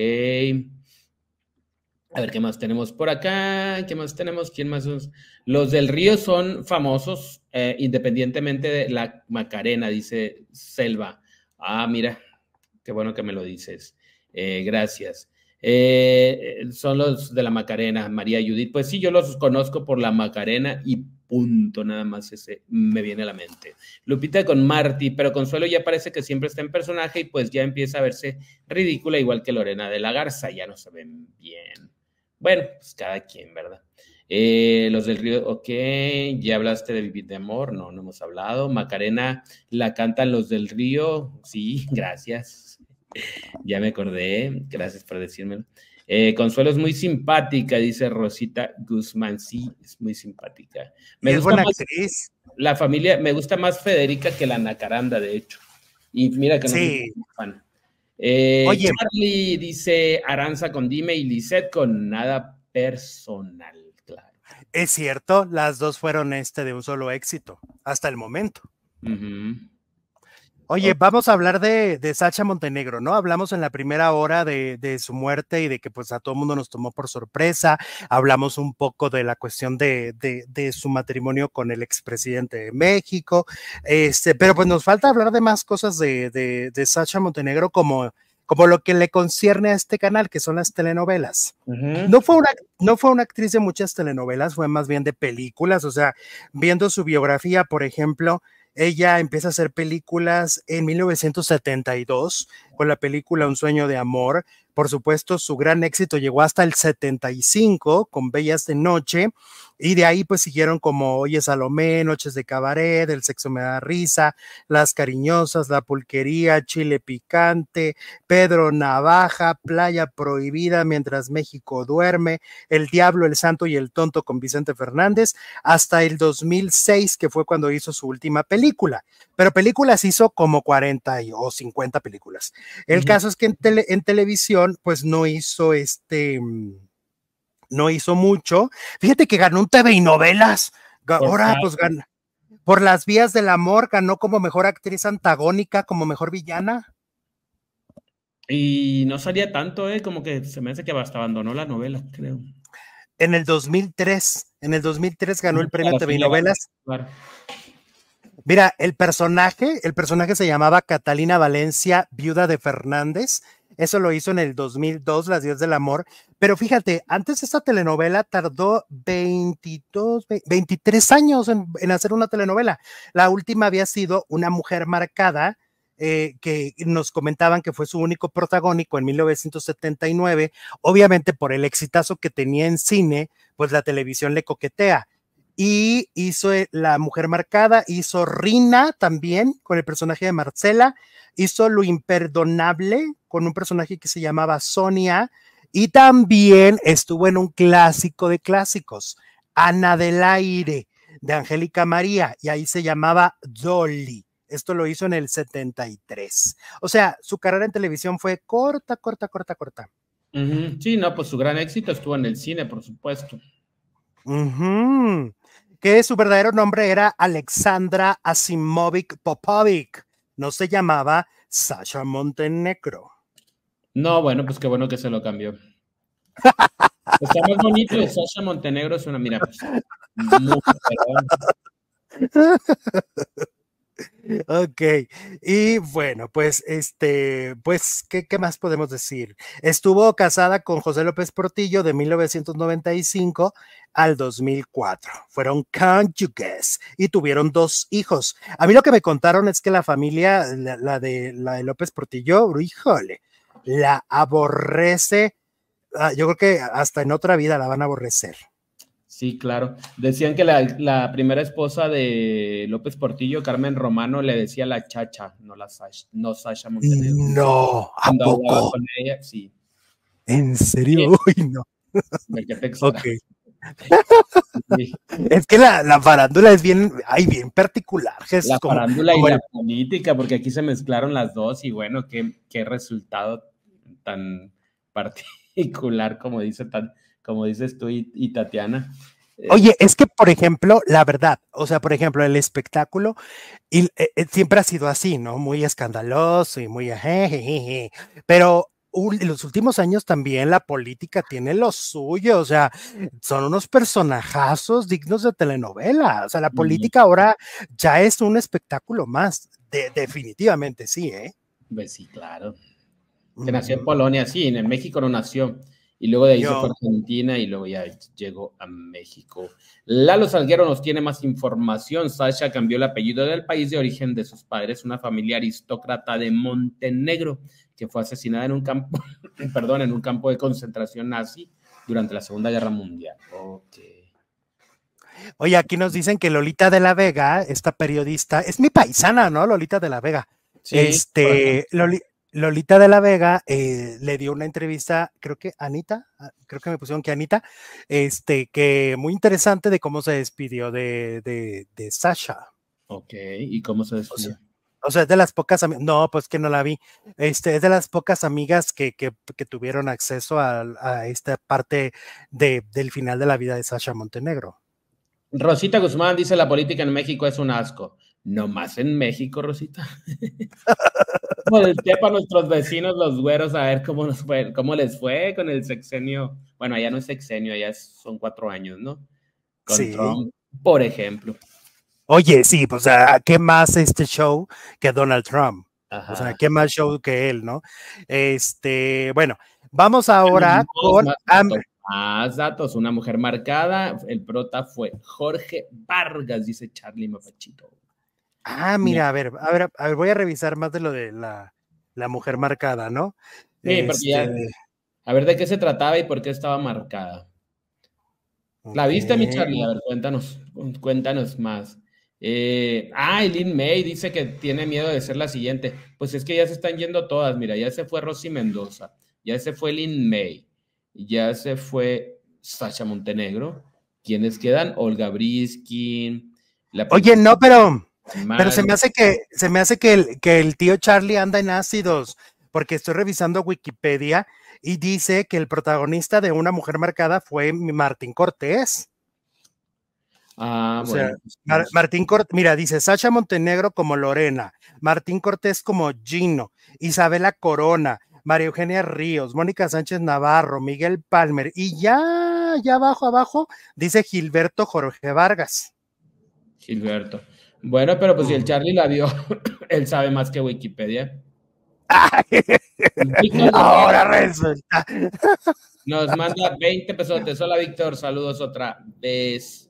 A ver, ¿qué más tenemos por acá? ¿Qué más tenemos? ¿Quién más? Los del Río son famosos, independientemente de la Macarena, dice Selva. Ah, mira, qué bueno que me lo dices. Gracias. Son los de la Macarena, María Judith. Pues sí, yo los conozco por la Macarena y punto, nada más ese me viene a la mente. Lupita con Marty, pero Consuelo ya parece que siempre está en personaje y pues ya empieza a verse ridícula, igual que Lorena de la Garza, ya no se ven bien. Bueno, pues cada quien, ¿verdad? Los del Río, ok, ya hablaste de Vivir de Amor, no hemos hablado. Macarena la cantan los del Río, sí, gracias. Ya me acordé, gracias por decírmelo. Consuelo es muy simpática, dice Rosita Guzmán, sí, es muy simpática. Es buena actriz. La familia, me gusta más Federica que la Nacaranda, de hecho. Y mira que no soy fan. Oye, Charlie dice Aranza con Dime y Lisette con Nada Personal, claro. Es cierto, las dos fueron de un solo éxito, hasta el momento. Oye, vamos a hablar de Sacha Montenegro, ¿no? Hablamos en la primera hora de su muerte y de que pues a todo el mundo nos tomó por sorpresa. Hablamos un poco de la cuestión de su matrimonio con el expresidente de México. Pero pues nos falta hablar de más cosas de Sacha Montenegro como lo que le concierne a este canal, que son las telenovelas. No fue una actriz de muchas telenovelas, fue más bien de películas. O sea, viendo su biografía, por ejemplo, ella empieza a hacer películas en 1972 con la película Un sueño de amor. Por supuesto, su gran éxito llegó hasta el 75 con Bellas de noche, y de ahí pues siguieron como Oye Salomé, Noches de cabaret, El sexo me da risa, Las cariñosas, La pulquería, Chile picante, Pedro Navaja, Playa prohibida, Mientras México duerme, El diablo, el santo y el tonto con Vicente Fernández, hasta el 2006, que fue cuando hizo su última película. Pero películas hizo como 40 o 50 películas. El caso es que en televisión pues no hizo no hizo mucho. Fíjate que ganó un TV y novelas. Ahora pues ganó por Las vías del amor, ganó como mejor actriz antagónica, como mejor villana. Y no salía tanto, como que se me hace que hasta abandonó la novela, creo. En el 2003 ganó el premio TV y novelas. Claro. Mira, el personaje se llamaba Catalina Valencia, viuda de Fernández. Eso lo hizo en el 2002, Las 10 del amor. Pero fíjate, antes esta telenovela tardó 23 años en hacer una telenovela. La última había sido Una mujer marcada, que nos comentaban que fue su único protagónico en 1979. Obviamente por el exitazo que tenía en cine, pues la televisión le coquetea. Y hizo La mujer marcada, hizo Rina también con el personaje de Marcela, hizo Lo imperdonable con un personaje que se llamaba Sonia, y también estuvo en un clásico de clásicos, Ana del Aire, de Angélica María, y ahí se llamaba Dolly. Esto lo hizo en el 73. O sea, su carrera en televisión fue corta. Sí, no, pues su gran éxito estuvo en el cine, por supuesto. Que su verdadero nombre era Alexandra Asimovic Popovic, no se llamaba Sasha Montenegro. No, bueno, pues qué bueno que se lo cambió. Está más bonito de Sasha Montenegro, es una, mira, pues, Ok, y bueno, pues pues, ¿qué más podemos decir? Estuvo casada con José López Portillo de 1995 al 2004. Fueron cónyuges y tuvieron 2 hijos. A mí lo que me contaron es que la familia, la de López Portillo, híjole, la aborrece. Yo creo que hasta en otra vida la van a aborrecer. Sí, claro. Decían que la primera esposa de López Portillo, Carmen Romano, le decía la chacha, no Sasha Montenegro. No, ¿a poco? Con ella, sí. ¿En serio? Uy, no. Okay. Sí. Es que la farándula es bien particular. La farándula y la política, porque aquí se mezclaron las dos y bueno, qué resultado tan particular como dices tú y Tatiana. Oye, es que, por ejemplo, la verdad, o sea, por ejemplo, el espectáculo siempre ha sido así, ¿no? Muy escandaloso y muy jejeje, pero en los últimos años también la política tiene lo suyo, o sea, son unos personajazos dignos de telenovela, o sea, la política ahora ya es un espectáculo más, definitivamente sí, ¿eh? Pues sí, claro. Que nació en Polonia, sí, en México no nació. Y luego de ahí se fue a Argentina y luego ya llegó a México. Lalo Salguero nos tiene más información. Sasha cambió el apellido del país de origen de sus padres, una familia aristócrata de Montenegro, que fue asesinada en un campo, en un campo de concentración nazi durante la Segunda Guerra Mundial. Okay. Oye, aquí nos dicen que Lolita de la Vega, esta periodista, es mi paisana, ¿no? Lolita de la Vega. Sí, Lolita de la Vega le dio una entrevista, creo que me pusieron que Anita, que muy interesante de cómo se despidió de Sasha. Ok, ¿y cómo se despidió? O sea, es de las pocas amigas, no, pues que no la vi, es de las pocas amigas que tuvieron acceso a esta parte del final de la vida de Sasha Montenegro. Rosita Guzmán dice: la política en México es un asco. No más en México, Rosita. Voltea para nuestros vecinos, los güeros, a ver cómo les fue con el sexenio. Bueno, allá no es sexenio, allá son 4 años, ¿no? Con sí. Trump, por ejemplo. Oye, sí, pues, ¿qué más show que Donald Trump? Ajá. O sea, ¿qué más show que él, no? Bueno, vamos ahora con... Más datos, una mujer marcada, el prota fue Jorge Vargas, dice Charlie Mapachito. Ah, mira, a ver, voy a revisar más de lo de la mujer marcada, ¿no? Sí, porque ya, a ver de qué se trataba y por qué estaba marcada. Okay. ¿La viste, mi Charlie? A ver, cuéntanos más. Lin May dice que tiene miedo de ser la siguiente. Pues es que ya se están yendo todas, mira, ya se fue Rosy Mendoza, ya se fue Lin May, ya se fue Sasha Montenegro. ¿Quiénes quedan? Olga Briskin. Oye, no, pero se me hace que el tío Charlie anda en ácidos, porque estoy revisando Wikipedia y dice que el protagonista de Una mujer marcada fue Martín Cortés. Bueno. Martín Cortés, mira, dice Sasha Montenegro como Lorena, Martín Cortés como Gino, Isabela Corona, María Eugenia Ríos, Mónica Sánchez Navarro, Miguel Palmer, y ya abajo dice Gilberto Jorge Vargas. Gilberto. Bueno, pero pues si el Charlie la vio, él sabe más que Wikipedia. Ahora resulta. Nos manda 20 pesotes. Hola, Víctor. Saludos otra vez.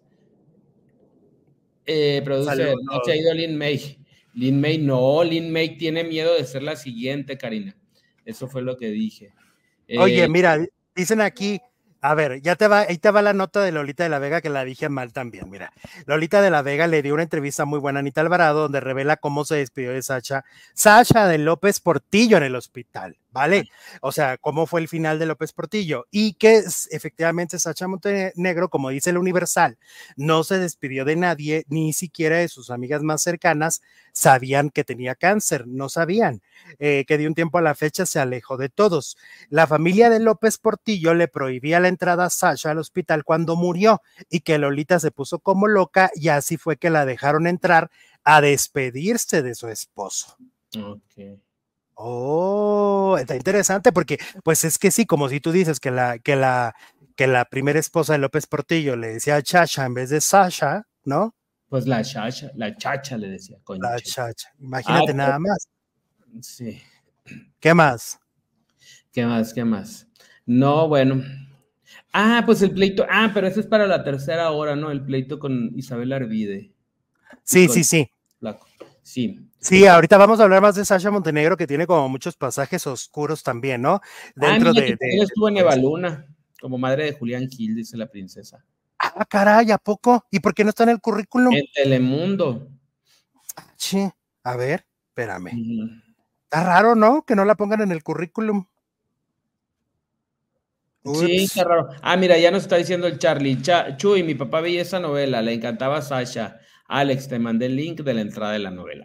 Producer, no se ha ido Lin May. Lin May tiene miedo de ser la siguiente, Karina. Eso fue lo que dije. Oye, mira, dicen aquí, a ver, ahí te va la nota de Lolita de la Vega, que la dije mal también. Mira, Lolita de la Vega le dio una entrevista muy buena a Anita Alvarado, donde revela cómo se despidió de Sasha de López Portillo en el hospital, ¿vale? O sea, cómo fue el final de López Portillo, y que efectivamente Sasha Montenegro, como dice el Universal, no se despidió de nadie, ni siquiera de sus amigas más cercanas. Sabían que tenía cáncer, no sabían, que de un tiempo a la fecha se alejó de todos. La familia de López Portillo le prohibía la entrada a Sasha al hospital cuando murió, y que Lolita se puso como loca, y así fue que la dejaron entrar a despedirse de su esposo. Ok. Oh, está interesante, porque pues es que sí, como si tú dices que la primera esposa de López Portillo le decía Chacha en vez de Sasha, ¿no? Pues la chacha le decía, coño. La chacha, imagínate nada más. Sí. ¿Qué más? ¿Qué más? No, bueno. Pues el pleito. Pero eso es para la tercera hora, ¿no? El pleito con Isabel Arvide. Sí. Flaco. Sí. Sí, ahorita vamos a hablar más de Sasha Montenegro, que tiene como muchos pasajes oscuros también, ¿no? Dentro ella estuvo en Eva Luna, como madre de Julián Gil, dice la princesa. Caray, ¿a poco? ¿Y por qué no está en el currículum? En Telemundo. Sí, a ver, espérame. Está raro, ¿no? Que no la pongan en el currículum. Sí, está raro. Mira, ya nos está diciendo el Charlie. Chuy, mi papá veía esa novela, le encantaba Sasha. Alex, te mandé el link de la entrada de la novela.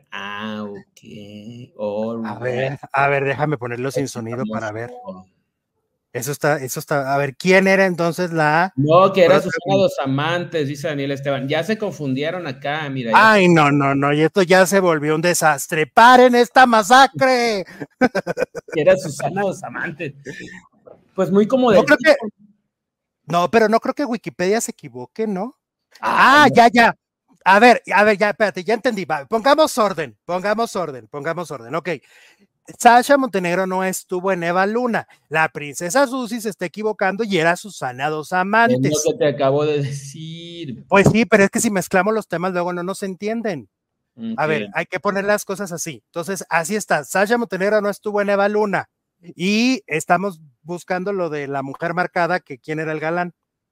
Ok. A ver, déjame ponerlo sin sonido para ver. Eso está, a ver, ¿quién era entonces la? No, que era Susana Dos Amantes, dice Daniel Esteban. Ya se confundieron acá, mira. Ay, no, y esto ya se volvió un desastre. ¡Paren esta masacre! Que era Susana Dos Amantes. Pues muy como de... No, pero no creo que Wikipedia se equivoque, ¿no? Ya. A ver, ya, espérate, ya entendí. Pongamos orden. Ok. Sasha Montenegro no estuvo en Eva Luna. La princesa Susi se está equivocando y era Susana Dos Amantes. Es lo que te acabo de decir. Pues sí, pero es que si mezclamos los temas luego no nos entienden. Okay. A ver, hay que poner las cosas así. Entonces, así está. Sasha Montenegro no estuvo en Eva Luna. Y estamos buscando lo de la mujer marcada, que quién era el galán.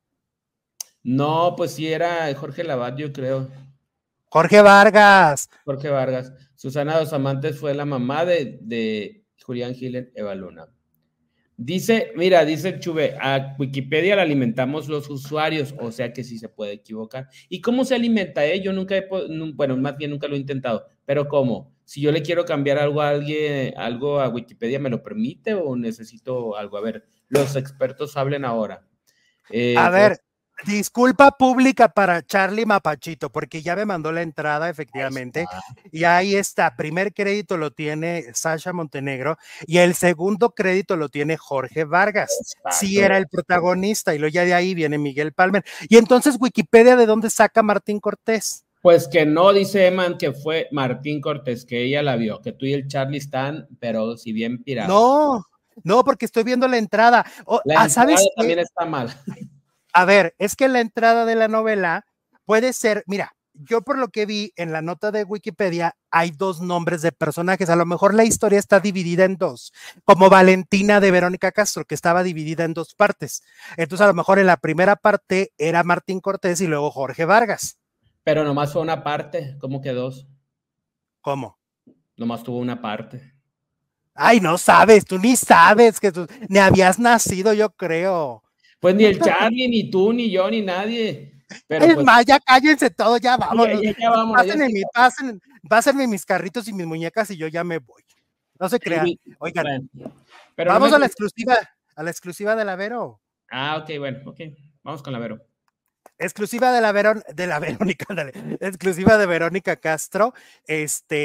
No, pues sí era Jorge Lavat, yo creo. Jorge Vargas. Susana Dos Amantes fue la mamá de Julián Gil en Eva Luna. Dice Chuve, a Wikipedia la alimentamos los usuarios, o sea que sí se puede equivocar. ¿Y cómo se alimenta? Yo nunca más bien nunca lo he intentado, pero ¿cómo? Si yo le quiero cambiar algo a Wikipedia, ¿me lo permite o necesito algo? A ver, los expertos hablen ahora. A ver, disculpa pública para Charlie Mapachito, porque ya me mandó la entrada, efectivamente, y ahí está. Primer crédito lo tiene Sasha Montenegro y el segundo crédito lo tiene Jorge Vargas. Exacto. Sí era el protagonista, y luego ya de ahí viene Miguel Palmer. Y entonces, Wikipedia, ¿de dónde saca Martín Cortés? Pues que no, dice Eman, que fue Martín Cortés, que ella la vio, que tú y el Charlie están, pero si bien pirados. No, porque estoy viendo la entrada. La entrada también está mal. A ver, es que la entrada de la novela puede ser, mira, yo por lo que vi en la nota de Wikipedia, hay dos nombres de personajes. A lo mejor la historia está dividida en dos, como Valentina de Verónica Castro, que estaba dividida en dos partes. Entonces, a lo mejor en la primera parte era Martín Cortés y luego Jorge Vargas. Pero nomás fue una parte, ¿cómo que dos? ¿Cómo? Nomás tuvo una parte. Ay, no sabes, tú ni sabes, que tú ni habías nacido, yo creo. Pues ni el Charlie, ni tú, ni yo, ni nadie. Pero es más, ya cállense todos, ya vámonos. Ya vámonos. Pásenme mis carritos y mis muñecas y yo ya me voy. No se crean. Oigan, pero vamos a la exclusiva de la Vero. Ok, bueno, vamos con la Vero. Exclusiva de Verónica, dale. Exclusiva de Verónica Castro.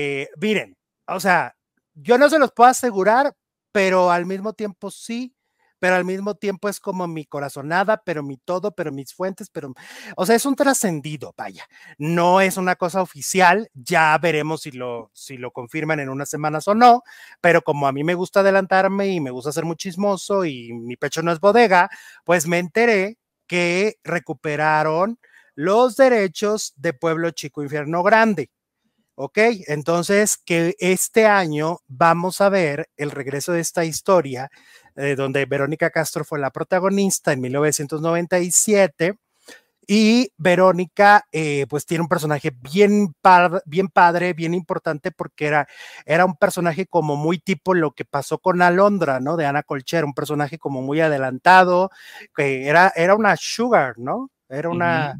Miren, o sea, yo no se los puedo asegurar, pero al mismo tiempo sí, pero al mismo tiempo es como mi corazonada, pero mi todo, pero mis fuentes, pero, o sea, es un trascendido, vaya, no es una cosa oficial, ya veremos si lo confirman en unas semanas o no, pero como a mí me gusta adelantarme y me gusta ser muy chismoso y mi pecho no es bodega, pues me enteré que recuperaron los derechos de Pueblo Chico Infierno Grande. Ok, entonces que este año vamos a ver el regreso de esta historia, donde Verónica Castro fue la protagonista en 1997, y Verónica pues tiene un personaje bien padre, bien importante, porque era un personaje como muy tipo lo que pasó con Alondra, ¿no? De Ana Colchero, un personaje como muy adelantado, que era una sugar, ¿no? Era una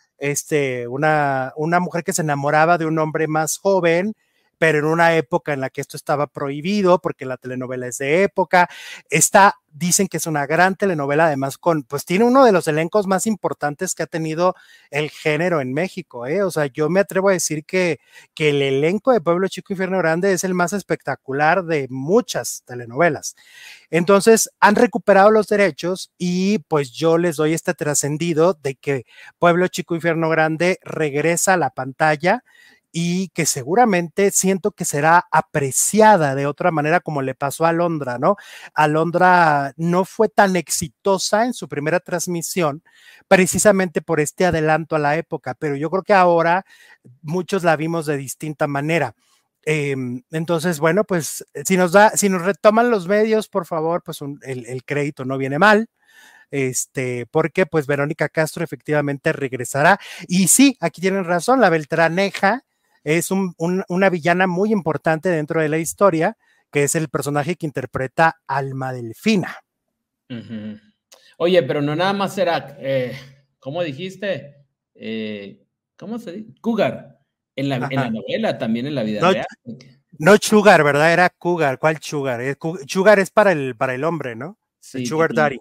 mujer que se enamoraba de un hombre más joven, pero en una época en la que esto estaba prohibido, porque la telenovela es de época. Dicen que es una gran telenovela, además pues tiene uno de los elencos más importantes que ha tenido el género en México, ¿eh? O sea, yo me atrevo a decir que el elenco de Pueblo Chico Infierno Grande es el más espectacular de muchas telenovelas. Entonces, han recuperado los derechos y pues yo les doy este trascendido de que Pueblo Chico Infierno Grande regresa a la pantalla y que seguramente siento que será apreciada de otra manera, como le pasó a Alondra, ¿no? Alondra no fue tan exitosa en su primera transmisión, precisamente por este adelanto a la época, pero yo creo que ahora muchos la vimos de distinta manera. Entonces, bueno, pues si nos retoman los medios, por favor, pues el crédito no viene mal. Porque pues Verónica Castro efectivamente regresará, y sí, aquí tienen razón, la Beltraneja es una villana muy importante dentro de la historia, que es el personaje que interpreta Alma Delfina. Oye, pero no nada más era, ¿cómo dijiste? ¿Cómo se dice? Cougar, en la novela, también en la vida real. No Sugar, ¿verdad? Era Cougar. ¿Cuál Sugar? Sugar es para el hombre, ¿no? Sí, el Sugar Daddy.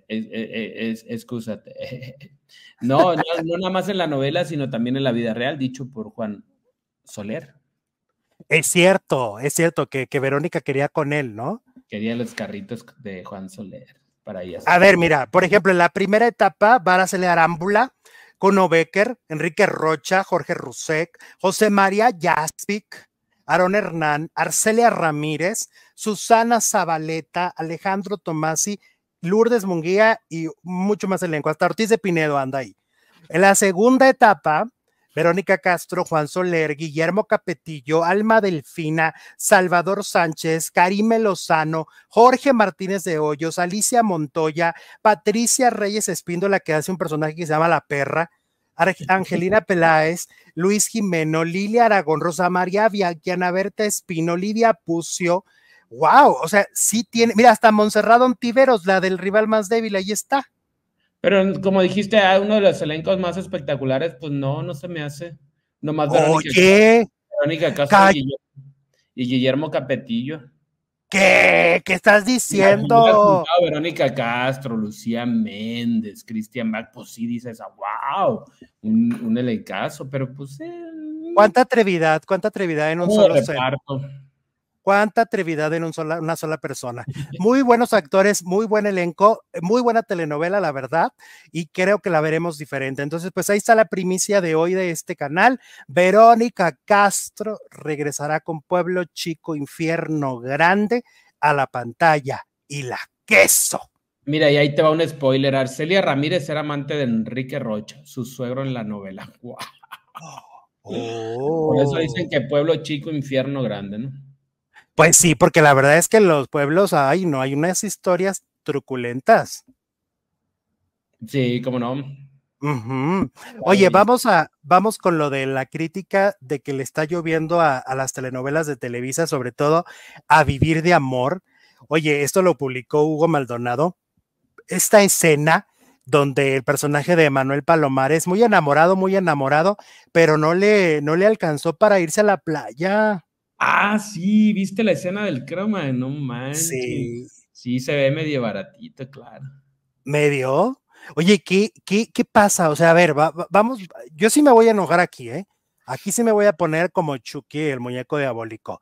Excúsate. No nada más en la novela, sino también en la vida real, dicho por Juan Soler. Es cierto que Verónica quería con él, ¿no? Quería los carritos de Juan Soler para ella. A ver, mira, por ejemplo, en la primera etapa, Báraceli Arámbula, Kuno Becker, Enrique Rocha, Jorge Rusek, José María Jaspic, Aarón Hernán, Arcelia Ramírez, Susana Zabaleta, Alejandro Tomasi, Lourdes Munguía y mucho más elenco, hasta Ortiz de Pinedo anda ahí. En la segunda etapa, Verónica Castro, Juan Soler, Guillermo Capetillo, Alma Delfina, Salvador Sánchez, Karime Lozano, Jorge Martínez de Hoyos, Alicia Montoya, Patricia Reyes Espíndola, que hace un personaje que se llama La Perra, Angelina Peláez, Luis Jimeno, Lilia Aragón, Rosa María Viaquiana, Berta Espino, Lidia Pucio. Wow, o sea, sí tiene, mira, hasta Montserrat Ontiveros, la del rival más débil, ahí está. Pero como dijiste, uno de los elencos más espectaculares, pues no se me hace. Nomás Verónica Castro y Guillermo Capetillo. ¿Qué estás diciendo? Verónica Castro, Lucía Méndez, Cristian Bach, pues sí dices, wow, un elencazo, pero pues... ¿Cuánta atrevidad en un solo reparto? Cuánta atrevidad en una sola persona. Muy buenos actores, muy buen elenco, muy buena telenovela, la verdad, y creo que la veremos diferente. Entonces, pues ahí está la primicia de hoy de este canal. Verónica Castro regresará con Pueblo Chico Infierno Grande a la pantalla, y la queso. Mira, y ahí te va un spoiler. Arcelia Ramírez era amante de Enrique Rocha, su suegro en la novela. Wow. Por eso dicen que Pueblo Chico Infierno Grande, ¿no? Pues sí, porque la verdad es que en los pueblos hay unas historias truculentas. Sí, cómo no. Oye, vamos con lo de la crítica de que le está lloviendo a las telenovelas de Televisa, sobre todo a Vivir de Amor. Oye, esto lo publicó Hugo Maldonado. Esta escena donde el personaje de Manuel Palomares, muy enamorado, pero no le alcanzó para irse a la playa. Ah, sí, ¿viste la escena del croma? No manches. Sí, se ve medio baratito, claro. ¿Medio? Oye, ¿qué pasa? O sea, a ver, vamos, yo sí me voy a enojar aquí, ¿eh? aquí sí me voy a poner como Chucky, el muñeco diabólico.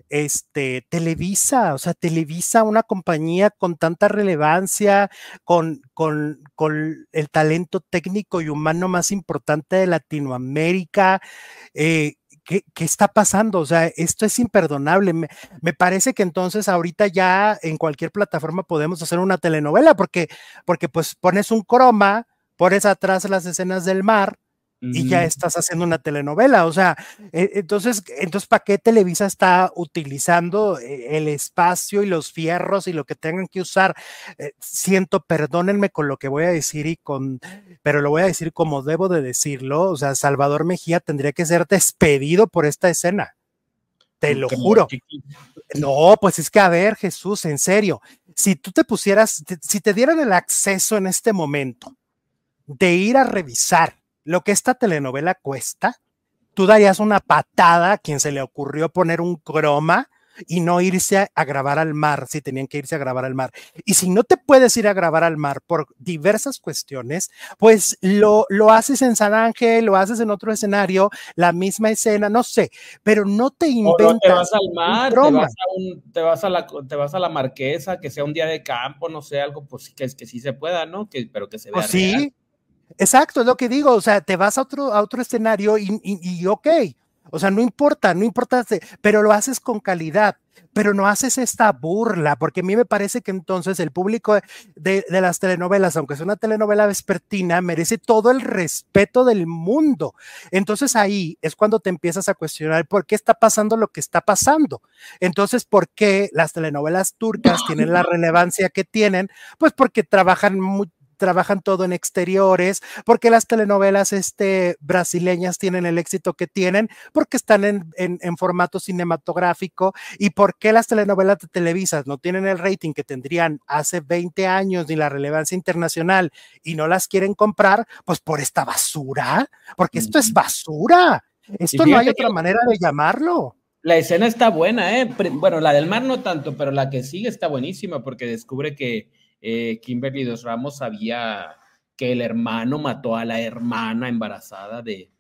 Televisa, o sea, Televisa, una compañía con tanta relevancia, con el talento técnico y humano más importante de Latinoamérica. ¿Qué está pasando? O sea, esto es imperdonable. Me parece que entonces ahorita ya en cualquier plataforma podemos hacer una telenovela, porque pues pones un croma, pones atrás las escenas del mar y ya estás haciendo una telenovela. O sea, entonces ¿para qué Televisa está utilizando el espacio y los fierros y lo que tengan que usar? Perdónenme con lo que voy a decir pero lo voy a decir como debo de decirlo. O sea, Salvador Mejía tendría que ser despedido por esta escena. Te lo juro. No, pues es que, a ver, Jesús, en serio, si tú si te dieran el acceso en este momento de ir a revisar lo que esta telenovela cuesta, tú darías una patada a quien se le ocurrió poner un croma y no irse a grabar al mar, si tenían que irse a grabar al mar. Y si no te puedes ir a grabar al mar por diversas cuestiones, pues lo haces en San Ángel, lo haces en otro escenario, la misma escena, no sé, pero no te inventas. O te vas al mar, te vas a la Marquesa, que sea un día de campo, no sé, algo pues que sí se pueda, ¿no? Pero que se vea sí, real. Exacto, es lo que digo. O sea, te vas a otro escenario y ok, o sea, no importa, pero lo haces con calidad, pero no haces esta burla, porque a mí me parece que entonces el público de las telenovelas, aunque es una telenovela vespertina, merece todo el respeto del mundo. Entonces ahí es cuando te empiezas a cuestionar por qué está pasando lo que está pasando. Entonces, ¿por qué las telenovelas turcas tienen la relevancia que tienen? Pues porque trabajan todo en exteriores, porque las telenovelas brasileñas tienen el éxito que tienen, porque están en formato cinematográfico, y porque las telenovelas de Televisa no tienen el rating que tendrían hace 20 años ni la relevancia internacional y no las quieren comprar, pues por esta basura, porque esto es basura. Esto no hay otra manera de llamarlo. La escena está buena, bueno, la del mar no tanto, pero la que sigue está buenísima porque descubre que Kimberly Dos Ramos sabía que el hermano mató a la hermana embarazada de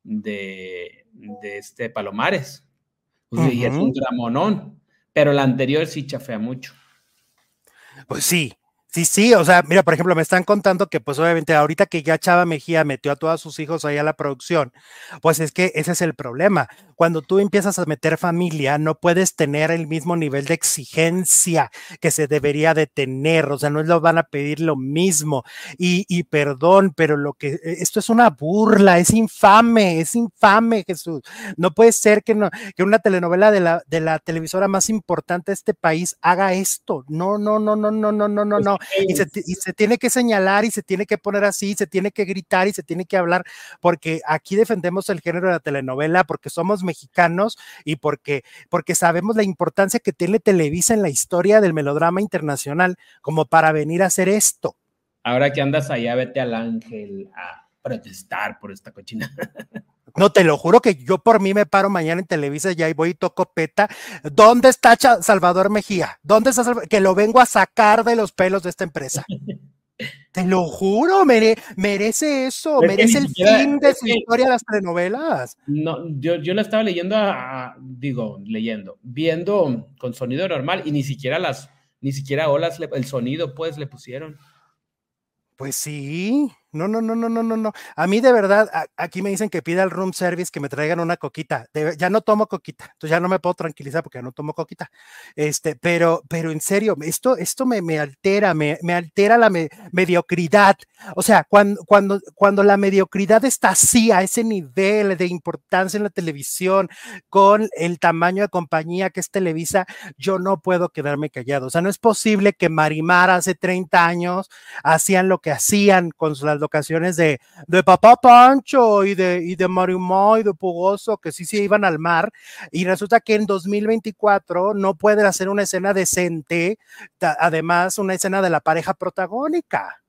Palomares. Y es un dramonón, pero la anterior sí chafea mucho. Pues sí, o sea, mira, por ejemplo, me están contando que pues obviamente ahorita que ya Chava Mejía metió a todos sus hijos ahí a la producción, pues es que ese es el problema. Cuando tú empiezas a meter familia, no puedes tener el mismo nivel de exigencia que se debería de tener, o sea, no les van a pedir lo mismo. Y perdón, pero esto es una burla, es infame, Jesús. No puede ser que una telenovela de la televisora más importante de este país haga esto. No. Y se tiene que señalar y se tiene que poner así, se tiene que gritar y se tiene que hablar, porque aquí defendemos el género de la telenovela, porque somos mexicanos y porque sabemos la importancia que tiene Televisa en la historia del melodrama internacional como para venir a hacer esto. Ahora que andas allá, vete al Ángel a protestar por esta cochina. No, te lo juro que yo por mí me paro mañana en Televisa y ahí voy y toco peta. ¿Dónde está Salvador Mejía? ¿Dónde está que lo vengo a sacar de los pelos de esta empresa? Te lo juro, merece eso, merece el fin de su historia de las telenovelas. No, yo la estaba leyendo, viendo con sonido normal y ni siquiera olas, el sonido pues le pusieron. Pues sí, no. A mí de verdad, aquí me dicen que pida el room service, que me traigan una coquita. Ya no tomo coquita, entonces ya no me puedo tranquilizar porque ya no tomo coquita. Pero en serio, esto me altera, me altera la mediocridad. O sea, cuando la mediocridad está así, a ese nivel de importancia en la televisión, con el tamaño de compañía que es Televisa, yo no puedo quedarme callado. O sea, no es posible que Marimar hace 30 años hacían lo que hacían con las locaciones de Papá Pancho y de Marimar y de Pugoso, que sí se iban al mar, y resulta que en 2024 no pueden hacer una escena decente, además una escena de la pareja protagónica.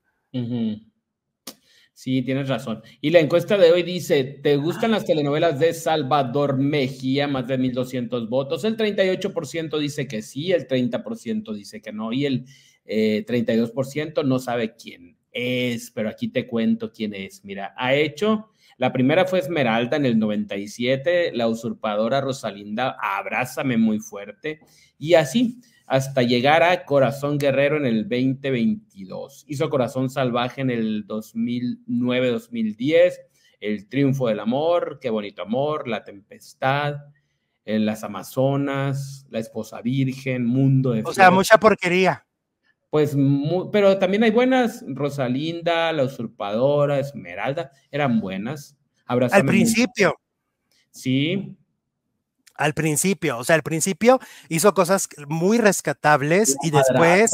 Sí, tienes razón. Y la encuesta de hoy dice, ¿te gustan las telenovelas de Salvador Mejía? Más de 1,200 votos. El 38% dice que sí, el 30% dice que no, y el 32% no sabe quién es, pero aquí te cuento quién es. Mira, La primera fue Esmeralda en el 97, La Usurpadora Rosalinda, Abrázame muy fuerte, y así hasta llegar a Corazón Guerrero en el 2022. Hizo Corazón Salvaje en el 2009-2010, El Triunfo del Amor, Qué Bonito Amor, La Tempestad, Las Amazonas, La Esposa Virgen, Mundo de Flores. O sea, mucha porquería. Pues, pero también hay buenas. Rosalinda, La Usurpadora, Esmeralda, eran buenas. Abrázame al principio. Sí. Al principio, o sea, al principio hizo cosas muy rescatables y después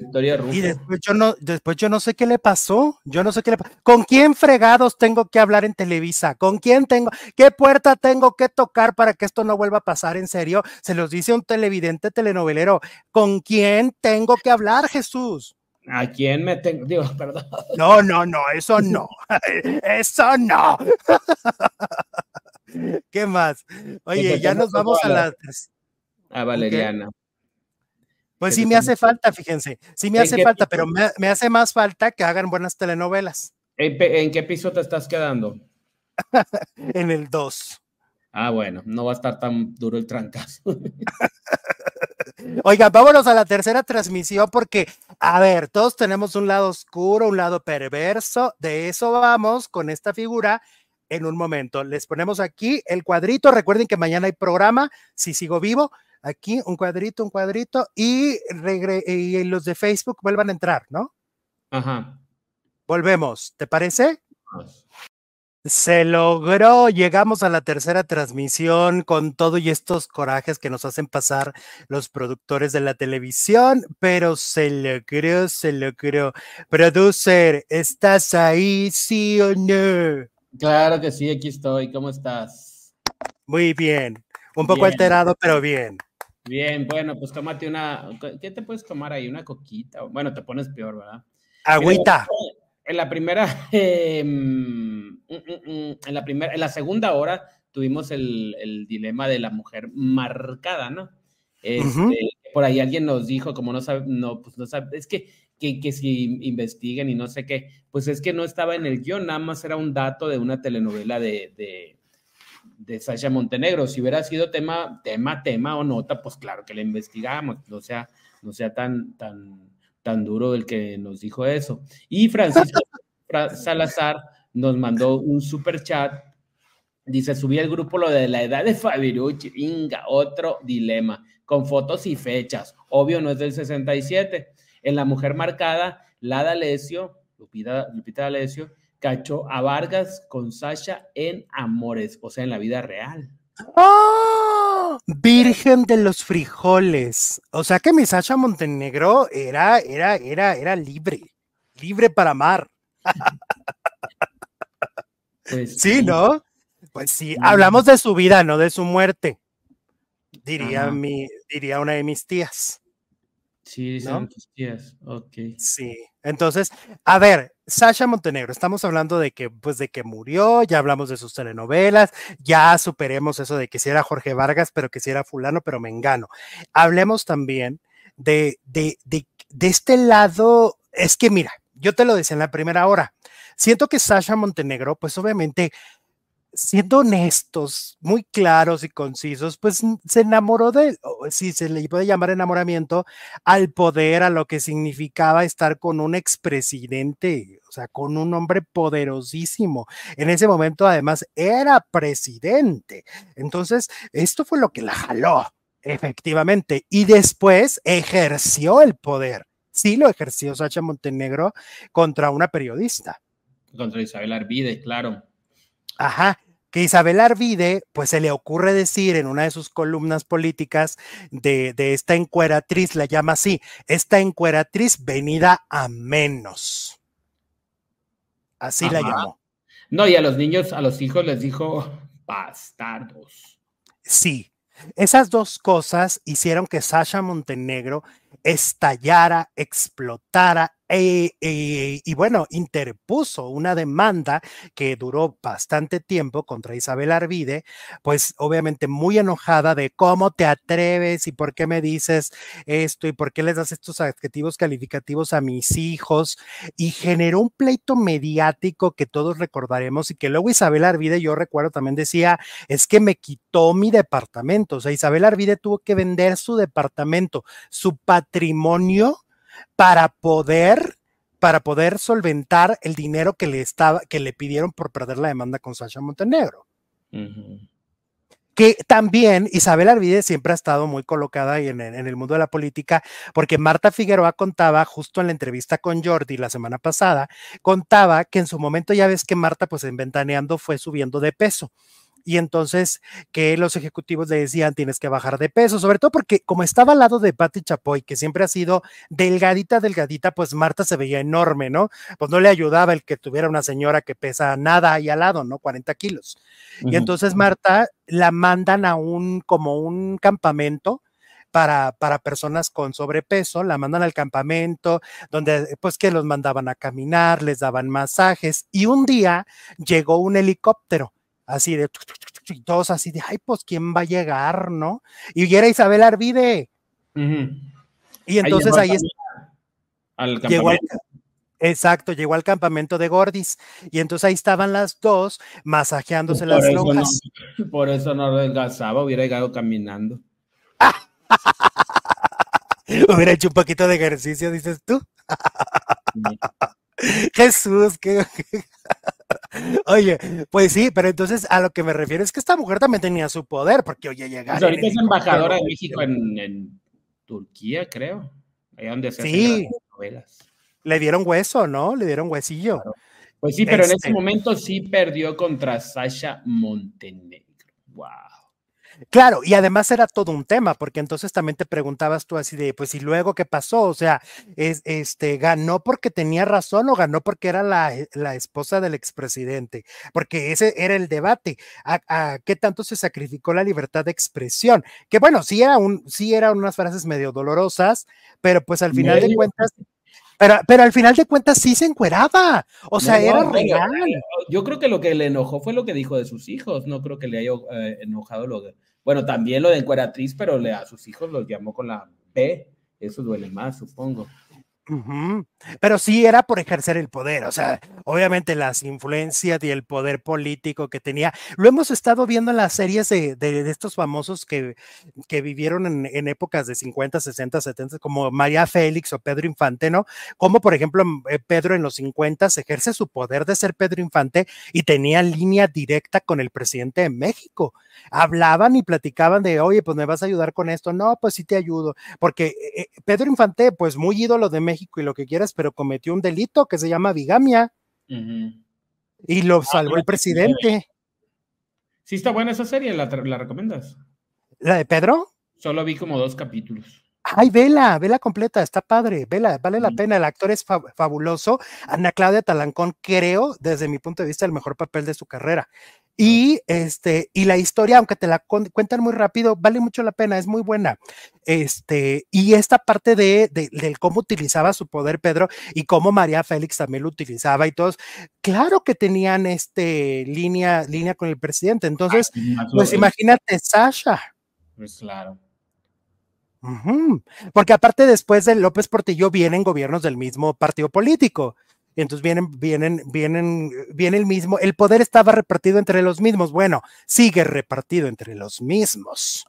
yo no sé qué le pasó, ¿Con quién fregados tengo que hablar en Televisa? ¿Con quién qué puerta tengo que tocar para que esto no vuelva a pasar? En serio, se los dice un televidente telenovelero, ¿con quién tengo que hablar, Jesús? ¿A quién me tengo? Digo, perdón. No, eso no, eso no. ¿Qué más? Oye, ya nos vamos a la... A Valeriana. Okay. Pues sí me hace falta, fíjense, sí me hace falta, pero me hace más falta que hagan buenas telenovelas. ¿En qué piso te estás quedando? En el 2. Ah, bueno, no va a estar tan duro el trancazo. Oiga, vámonos a la tercera transmisión porque, a ver, todos tenemos un lado oscuro, un lado perverso, de eso vamos con esta figura. En un momento, les ponemos aquí el cuadrito, recuerden que mañana hay programa, si sigo vivo, aquí un cuadrito, y los de Facebook vuelvan a entrar, ¿no? Ajá. Volvemos, ¿te parece? Se logró, llegamos a la tercera transmisión con todo y estos corajes que nos hacen pasar los productores de la televisión, pero se logró. Producer, ¿estás ahí, sí o no? Claro que sí, aquí estoy. ¿Cómo estás? Muy bien. Un poco alterado, pero bien. Bien, bueno, pues tómate una... ¿Qué te puedes tomar ahí? ¿Una coquita? Bueno, te pones peor, ¿verdad? Agüita. En la segunda hora tuvimos el dilema de la mujer marcada, ¿no? Por ahí alguien nos dijo, como no sabe, es que si investiguen y no sé qué, pues es que no estaba en el guión, nada más era un dato de una telenovela de Sasha Montenegro. Si hubiera sido tema o nota, pues claro que la investigamos, no sea tan duro el que nos dijo eso. Y Francisco Salazar nos mandó un super chat, dice, subí al grupo lo de la edad de Fabirucci, venga, otro dilema, con fotos y fechas, obvio no es del 67, en La Mujer Marcada, Lupita D'Alessio, cachó a Vargas con Sasha en Amores, o sea, en la vida real. ¡Oh! Virgen de los frijoles. O sea que mi Sasha Montenegro era libre para amar. Pues sí, ¿no? Pues sí, hablamos de su vida, no de su muerte. Diría una de mis tías. Sí, dicen tus tías, ok. Sí, entonces, a ver, Sasha Montenegro, estamos hablando de que murió, ya hablamos de sus telenovelas, ya superemos eso de que si era Jorge Vargas, pero que si era fulano, pero mengano. Hablemos también de este lado, es que mira, yo te lo decía en la primera hora, siento que Sasha Montenegro, pues obviamente, siendo honestos, muy claros y concisos, pues se enamoró de él, si se le puede llamar enamoramiento, al poder, a lo que significaba estar con un expresidente, o sea, con un hombre poderosísimo. En ese momento, además, era presidente. Entonces, esto fue lo que la jaló, efectivamente, y después ejerció el poder. Sí lo ejerció Sasha Montenegro contra una periodista. Contra Isabel Arvide, claro. Ajá, que Isabel Arvide, pues se le ocurre decir en una de sus columnas políticas de esta encueratriz, la llama así, esta encueratriz venida a menos. Así la llamó. No, y a los niños, a los hijos les dijo bastardos. Sí, esas dos cosas hicieron que Sasha Montenegro estallara, explotara y bueno, interpuso una demanda que duró bastante tiempo contra Isabel Arvide, pues obviamente muy enojada de cómo te atreves y por qué me dices esto y por qué les das estos adjetivos calificativos a mis hijos, y generó un pleito mediático que todos recordaremos y que luego Isabel Arvide, yo recuerdo, también decía, es que me quitó mi departamento. O sea, Isabel Arvide tuvo que vender su departamento, su patrimonio, para poder solventar el dinero que le pidieron por perder la demanda con Sasha Montenegro. Que también Isabel Arvide siempre ha estado muy colocada ahí en el mundo de la política, porque Marta Figueroa contaba, justo en la entrevista con Jordi la semana pasada, contaba que en su momento, ya ves que Marta pues en Ventaneando fue subiendo de peso, y entonces que los ejecutivos le decían tienes que bajar de peso, sobre todo porque como estaba al lado de Pati Chapoy, que siempre ha sido delgadita, pues Marta se veía enorme, ¿no? Pues no le ayudaba el que tuviera una señora que pesa nada ahí al lado, ¿no? 40 kilos. Y entonces Marta la mandan a como un campamento para personas con sobrepeso, la mandan al campamento, donde pues que los mandaban a caminar, les daban masajes, y un día llegó un helicóptero, así de, todos así de, ay, pues, ¿quién va a llegar, no? Y era Isabel Arvide. Y entonces ahí llegó llegó al campamento de Gordis, y entonces ahí estaban las dos masajeándose las lonjas. Por eso no adelgazaba, hubiera llegado caminando. Hubiera hecho un poquito de ejercicio, dices tú. Jesús, qué... Oye, pues sí, pero entonces a lo que me refiero es que esta mujer también tenía su poder, porque oye, llegar. Pues ahorita es embajadora de México en Turquía, creo. Allá donde se hacen las novelas. Le dieron hueso, ¿no? Le dieron huesillo. Claro. Pues sí, pero en ese momento sí perdió contra Sasha Montenegro. Wow. Claro, y además era todo un tema, porque entonces también te preguntabas tú así de, pues, ¿y luego qué pasó? O sea, ¿ganó porque tenía razón o ganó porque era la esposa del expresidente? Porque ese era el debate. ¿A qué tanto se sacrificó la libertad de expresión? Que bueno, sí eran unas frases medio dolorosas, pero pues al final de cuentas... Pero al final de cuentas sí se encueraba, o sea, era real. Yo creo que lo que le enojó fue lo que dijo de sus hijos, no creo que le haya enojado bueno, también lo de encueratriz, pero a sus hijos los llamó con la P, eso duele más, supongo. Pero sí era por ejercer el poder, o sea, obviamente las influencias y el poder político que tenía, lo hemos estado viendo en las series de estos famosos que vivieron en épocas de 50, 60, 70, como María Félix o Pedro Infante, ¿no? Como por ejemplo Pedro en los 50 ejerce su poder de ser Pedro Infante y tenía línea directa con el presidente de México, hablaban y platicaban de, oye, pues me vas a ayudar con esto, no, pues sí te ayudo, porque Pedro Infante, pues muy ídolo de México y lo que quieras, pero cometió un delito que se llama bigamia y lo salvó el presidente. Sí está buena esa serie, ¿la recomiendas? ¿La de Pedro? Solo vi como 2 capítulos. Ay, vela completa, está padre, vela, vale la pena, el actor es fabuloso. Ana Claudia Talancón, creo, desde mi punto de vista, el mejor papel de su carrera. Y la historia, aunque te la cuentan muy rápido, vale mucho la pena, es muy buena. Y esta parte del cómo utilizaba su poder Pedro y cómo María Félix también lo utilizaba y todos, claro que tenían línea con el presidente. Entonces, pues imagínate, Sasha. Pues claro. Porque aparte después de López Portillo vienen gobiernos del mismo partido político. Y entonces viene el mismo, el poder estaba repartido entre los mismos, bueno, sigue repartido entre los mismos.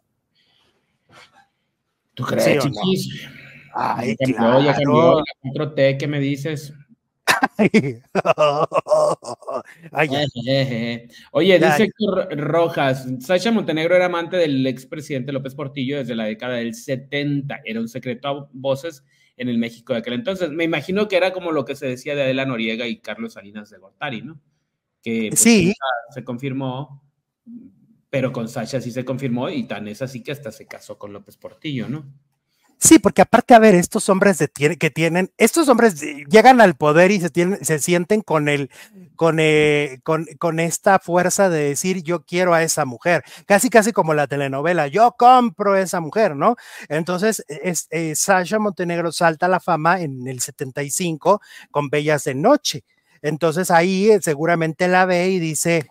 ¿Tú crees, ¿Sí Chiquis? No? Ay, claro. Ya cambió la 4T, ¿qué me dices? Oye, dice Héctor Rojas, Sasha Montenegro era amante del expresidente López Portillo desde la década del 70, era un secreto a voces en el México de aquel entonces. Me imagino que era como lo que se decía de Adela Noriega y Carlos Salinas de Gortari, ¿no? Que pues, sí se confirmó, pero con Sasha sí se confirmó y tan es así que hasta se casó con López Portillo, ¿no? Sí, porque aparte, a ver, estos hombres estos hombres llegan al poder y se sienten con esta fuerza de decir yo quiero a esa mujer, casi como la telenovela, yo compro a esa mujer, ¿no? Entonces, Sasha Montenegro salta a la fama en el 75 con Bellas de Noche. Entonces ahí seguramente la ve y dice,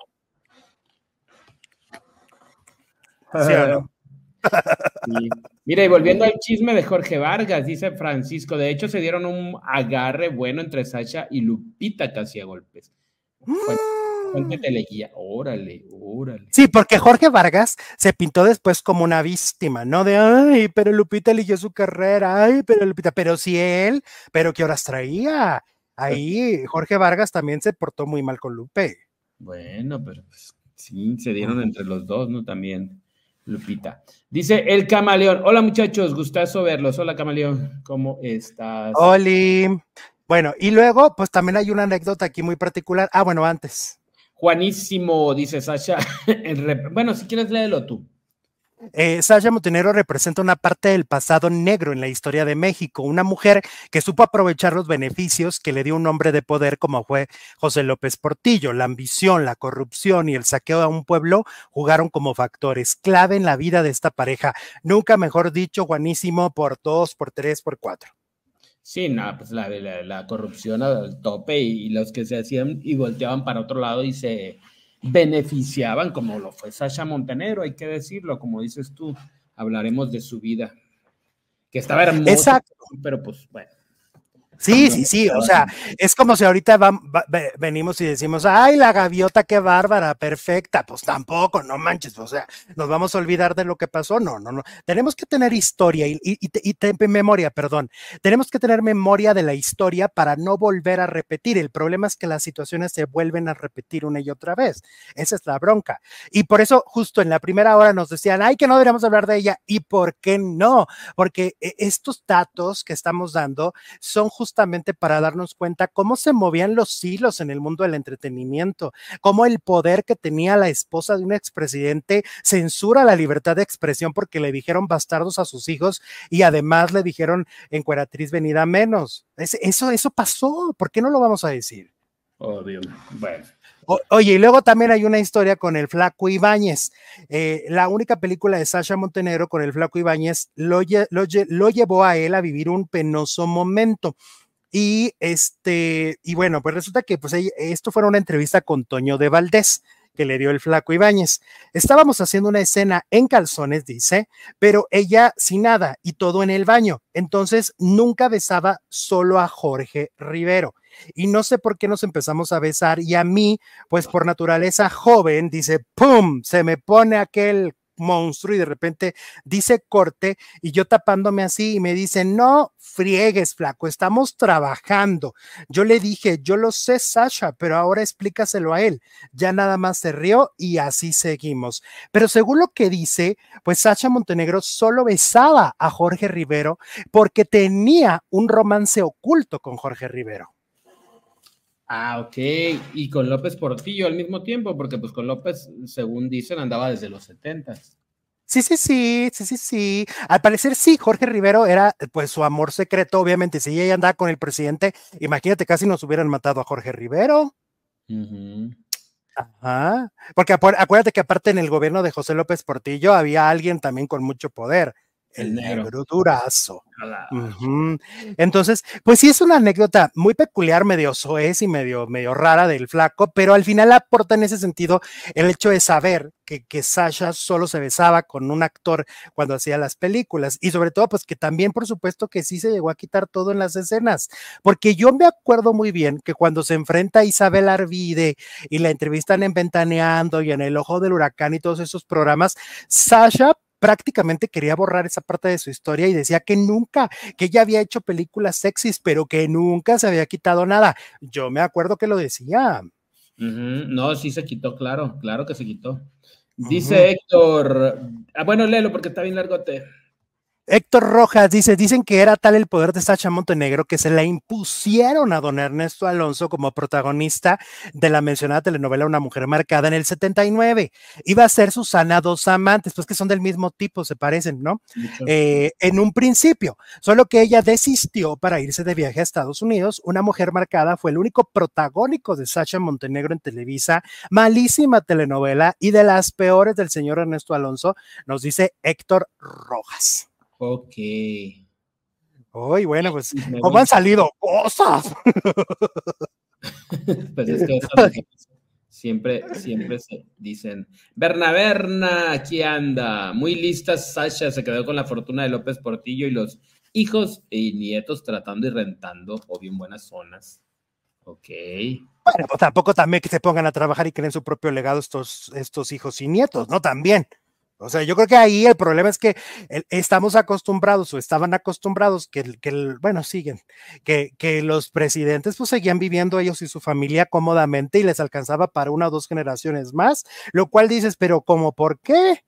¿sí o no? Sí. Mira, y volviendo al chisme de Jorge Vargas, dice Francisco, de hecho se dieron un agarre bueno entre Sasha y Lupita casi a golpes. Fuente Teleguía, órale. Sí, porque Jorge Vargas se pintó después como una víctima, ¿no? De, ay, pero Lupita eligió su carrera, ay, pero Lupita, pero sí él, pero ¿qué horas traía? Ahí Jorge Vargas también se portó muy mal con Lupe. Bueno, pero pues, sí, se dieron entre los dos, ¿no? También Lupita. Dice El Camaleón, hola muchachos, gustazo verlos. Hola Camaleón, ¿cómo estás? Oli. Bueno, y luego, pues también hay una anécdota aquí muy particular. Ah, bueno, antes. Juanísimo, dice Sasha. Bueno, si quieres léelo tú. Sasha Montenegro representa una parte del pasado negro en la historia de México, una mujer que supo aprovechar los beneficios que le dio un hombre de poder como fue José López Portillo. La ambición, la corrupción y el saqueo a un pueblo jugaron como factores clave en la vida de esta pareja. Nunca mejor dicho, Juanísimo, por 2, por 3, por 4. Sí, no, pues la corrupción al tope y los que se hacían y volteaban para otro lado y se beneficiaban, como lo fue Sasha Montenegro, hay que decirlo, como dices tú, hablaremos de su vida, que estaba hermosa. Exacto. Pero pues bueno. Sí, o sea, es como si ahorita venimos y decimos, ay, la gaviota, qué bárbara, perfecta, pues tampoco, no manches, o sea, nos vamos a olvidar de lo que pasó, no, tenemos que tener historia memoria, tenemos que tener memoria de la historia para no volver a repetir. El problema es que las situaciones se vuelven a repetir una y otra vez, esa es la bronca, y por eso justo en la primera hora nos decían, ay, que no deberíamos hablar de ella, ¿y por qué no? Porque estos datos que estamos dando son justamente para darnos cuenta cómo se movían los hilos en el mundo del entretenimiento, cómo el poder que tenía la esposa de un expresidente censura la libertad de expresión porque le dijeron bastardos a sus hijos y además le dijeron encueratriz venida menos. Eso pasó, ¿por qué no lo vamos a decir? Obvio, bueno. Oye, y luego también hay una historia con el Flaco Ibáñez. La única película de Sasha Montenegro con el Flaco Ibáñez lo llevó a él a vivir un penoso momento. Y bueno, pues resulta que pues esto fue una entrevista con Toño de Valdés que le dio el Flaco Ibáñez. Estábamos haciendo una escena en calzones, dice, pero ella sin nada y todo en el baño. Entonces nunca besaba solo a Jorge Rivero. Y no sé por qué nos empezamos a besar y a mí, pues por naturaleza joven, dice, ¡pum! Se me pone aquel monstruo y de repente dice corte y yo tapándome así y me dice, no friegues, Flaco, estamos trabajando. Yo le dije, yo lo sé, Sasha, pero ahora explícaselo a él. Ya nada más se rió y así seguimos. Pero según lo que dice, pues Sasha Montenegro solo besaba a Jorge Rivero porque tenía un romance oculto con Jorge Rivero. Ah, ok, y con López Portillo al mismo tiempo, porque pues con López, según dicen, andaba desde los 70s. Sí. Al parecer sí, Jorge Rivero era pues su amor secreto, obviamente, si ella andaba con el presidente, imagínate, casi nos hubieran matado a Jorge Rivero. Uh-huh. Ajá, porque acuérdate que aparte en el gobierno de José López Portillo había alguien también con mucho poder. El negro durazo. Uh-huh. Entonces, pues sí es una anécdota muy peculiar, medio soez y medio rara del Flaco, pero al final aporta en ese sentido el hecho de saber que Sasha solo se besaba con un actor cuando hacía las películas y sobre todo pues que también por supuesto que sí se llegó a quitar todo en las escenas, porque yo me acuerdo muy bien que cuando se enfrenta a Isabel Arvide y la entrevistan en Ventaneando y en El Ojo del Huracán y todos esos programas, Sasha prácticamente quería borrar esa parte de su historia y decía que ella había hecho películas sexys, pero que nunca se había quitado nada. Yo me acuerdo que lo decía. Uh-huh. No, sí se quitó, claro que se quitó. Dice Héctor, bueno, léelo porque está bien largote. Héctor Rojas dicen que era tal el poder de Sasha Montenegro que se la impusieron a don Ernesto Alonso como protagonista de la mencionada telenovela Una mujer marcada en el 79. Iba a ser Susana Dos Amantes, pues que son del mismo tipo, se parecen, ¿no? En un principio, solo que ella desistió para irse de viaje a Estados Unidos. Una mujer marcada fue el único protagónico de Sasha Montenegro en Televisa, malísima telenovela y de las peores del señor Ernesto Alonso, nos dice Héctor Rojas. Ok. Uy, bueno, pues, ¿cómo han salido cosas? Pues es que siempre se dicen. Berna, aquí anda. Muy lista Sasha, se quedó con la fortuna de López Portillo y los hijos y nietos tratando y rentando, obvio en buenas zonas. Ok. Bueno, pues tampoco también que se pongan a trabajar y creen su propio legado estos hijos y nietos, ¿no? También. O sea, yo creo que ahí el problema es que estamos acostumbrados o estaban acostumbrados bueno, siguen, que los presidentes pues seguían viviendo ellos y su familia cómodamente y les alcanzaba para 1 o 2 generaciones más, lo cual dices, pero ¿cómo por qué?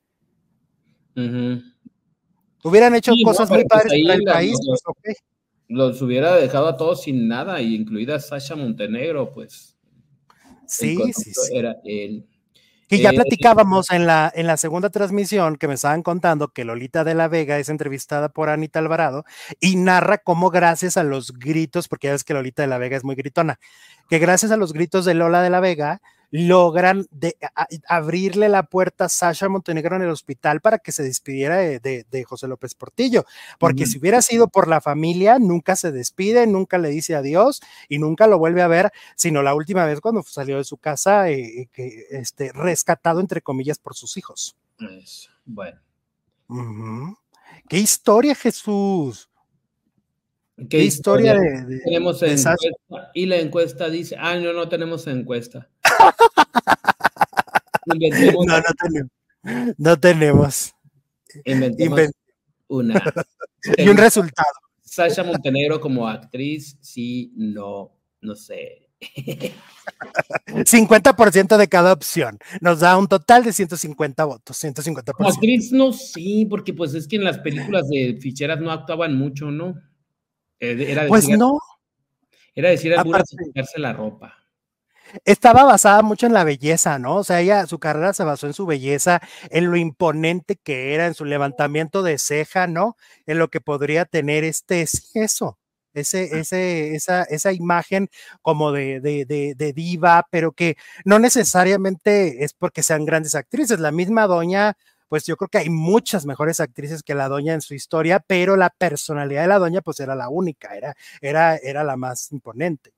Hubieran hecho cosas muy padres pues para el país. Okay. Los hubiera dejado a todos sin nada, y incluida Sasha Montenegro, pues. Sí. Era él. Que ya platicábamos en la segunda transmisión que me estaban contando que Lolita de la Vega es entrevistada por Anita Alvarado y narra cómo gracias a los gritos, porque ya ves que Lolita de la Vega es muy gritona, que gracias a los gritos de Lola de la Vega logran abrirle la puerta a Sasha Montenegro en el hospital para que se despidiera de José López Portillo, porque si hubiera sido por la familia, nunca se despide, nunca le dice adiós y nunca lo vuelve a ver, sino la última vez cuando salió de su casa, rescatado entre comillas por sus hijos. Eso, bueno. ¡Qué historia, Jesús! ¿Qué historia tenemos en encuesta? Y la encuesta dice, no tenemos encuesta. No tenemos. Inventemos una. Y un resultado. Sasha Montenegro como actriz, sí, no sé. 50% de cada opción. Nos da un total de 150 votos, 150%. Como actriz no sé, porque pues es que en las películas de ficheras no actuaban mucho, ¿no? Era decir algunas y quitarse la ropa. Estaba basada mucho en la belleza, ¿no? O sea, su carrera se basó en su belleza, en lo imponente que era, en su levantamiento de ceja, ¿no? En lo que podría tener esa imagen como de diva, pero que no necesariamente es porque sean grandes actrices. La misma doña, pues yo creo que hay muchas mejores actrices que la doña en su historia, pero la personalidad de la doña pues era la única, era la más imponente.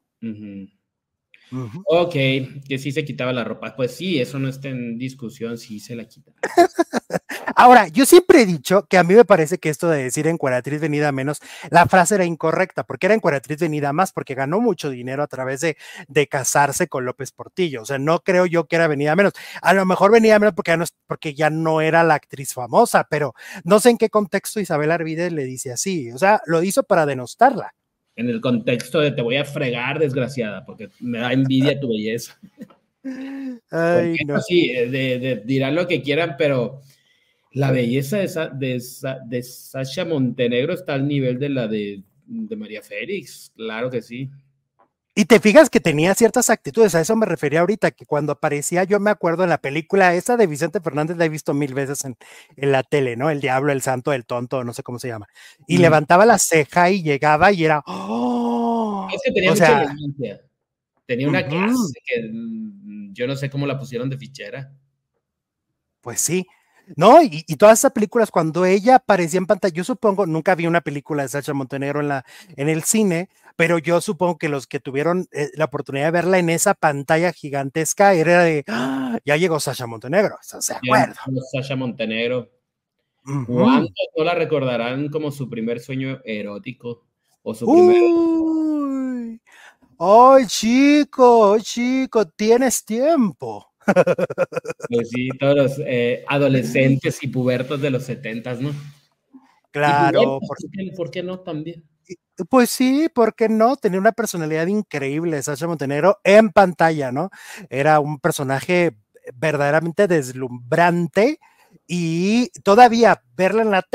Ok, que sí se quitaba la ropa. Pues sí, eso no está en discusión, sí se la quita. Ahora, yo siempre he dicho que a mí me parece que esto de decir encueratriz venida menos, la frase era incorrecta, porque era encueratriz venida más, porque ganó mucho dinero a través de casarse con López Portillo. O sea, no creo yo que era venida menos. A lo mejor venida menos porque ya no era la actriz famosa, pero no sé en qué contexto Isabel Arvides le dice así. O sea, lo hizo para denostarla. En el contexto de te voy a fregar, desgraciada, porque me da envidia tu belleza. Ay, no. Sí, dirán lo que quieran, pero la belleza de Sasha Montenegro está al nivel de la de María Félix, claro que sí. Y te fijas que tenía ciertas actitudes, a eso me refería ahorita, que cuando aparecía, yo me acuerdo en la película esa de Vicente Fernández, la he visto 1000 veces en la tele, ¿no? El diablo, el santo, el tonto, no sé cómo se llama. Y levantaba la ceja y llegaba y era, ¡oh! Es que tenía mucha elegancia. Tenía una clase que yo no sé cómo la pusieron de fichera. Pues sí. No, y todas esas películas, cuando ella aparecía en pantalla, yo supongo, nunca vi una película de Sasha Montenegro en el cine, pero yo supongo que los que tuvieron la oportunidad de verla en esa pantalla gigantesca era de, ya llegó Sasha Montenegro, ¿se acuerdan? Sasha Montenegro. ¿Cuántos no la recordarán como su primer sueño erótico? O su primer... ¡Ay, chico, tienes tiempo! Pues sí, todos los adolescentes y pubertos de los 70s, ¿no? Claro. ¿Por qué no también? Pues sí, ¿por qué no? Tenía una personalidad increíble Sasha Montenegro en pantalla, ¿no? Era un personaje verdaderamente deslumbrante y todavía verla en la tele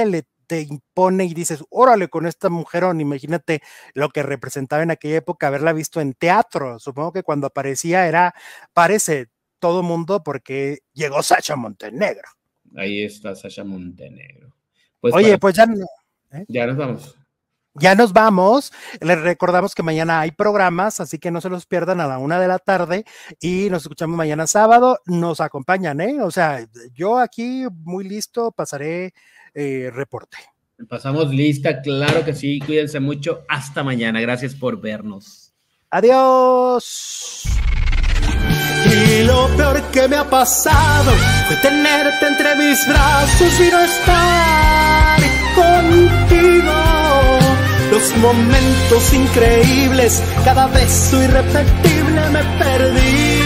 te impone y dices, órale con esta mujerón, imagínate lo que representaba en aquella época, haberla visto en teatro, supongo que cuando aparecía parece todo mundo porque llegó Sasha Montenegro. Ahí está Sasha Montenegro. Pues oye, pues ya... Ya nos vamos. Ya nos vamos, les recordamos que mañana hay programas, así que no se los pierdan a la 1:00 p.m. y nos escuchamos mañana sábado, nos acompañan, o sea, yo aquí muy listo, pasaré reporte. Pasamos lista, claro que sí, cuídense mucho, hasta mañana, gracias por vernos. Adiós. Y lo peor que me ha pasado fue tenerte entre mis brazos y no estar contigo. Los momentos increíbles, cada beso irrepetible me perdí.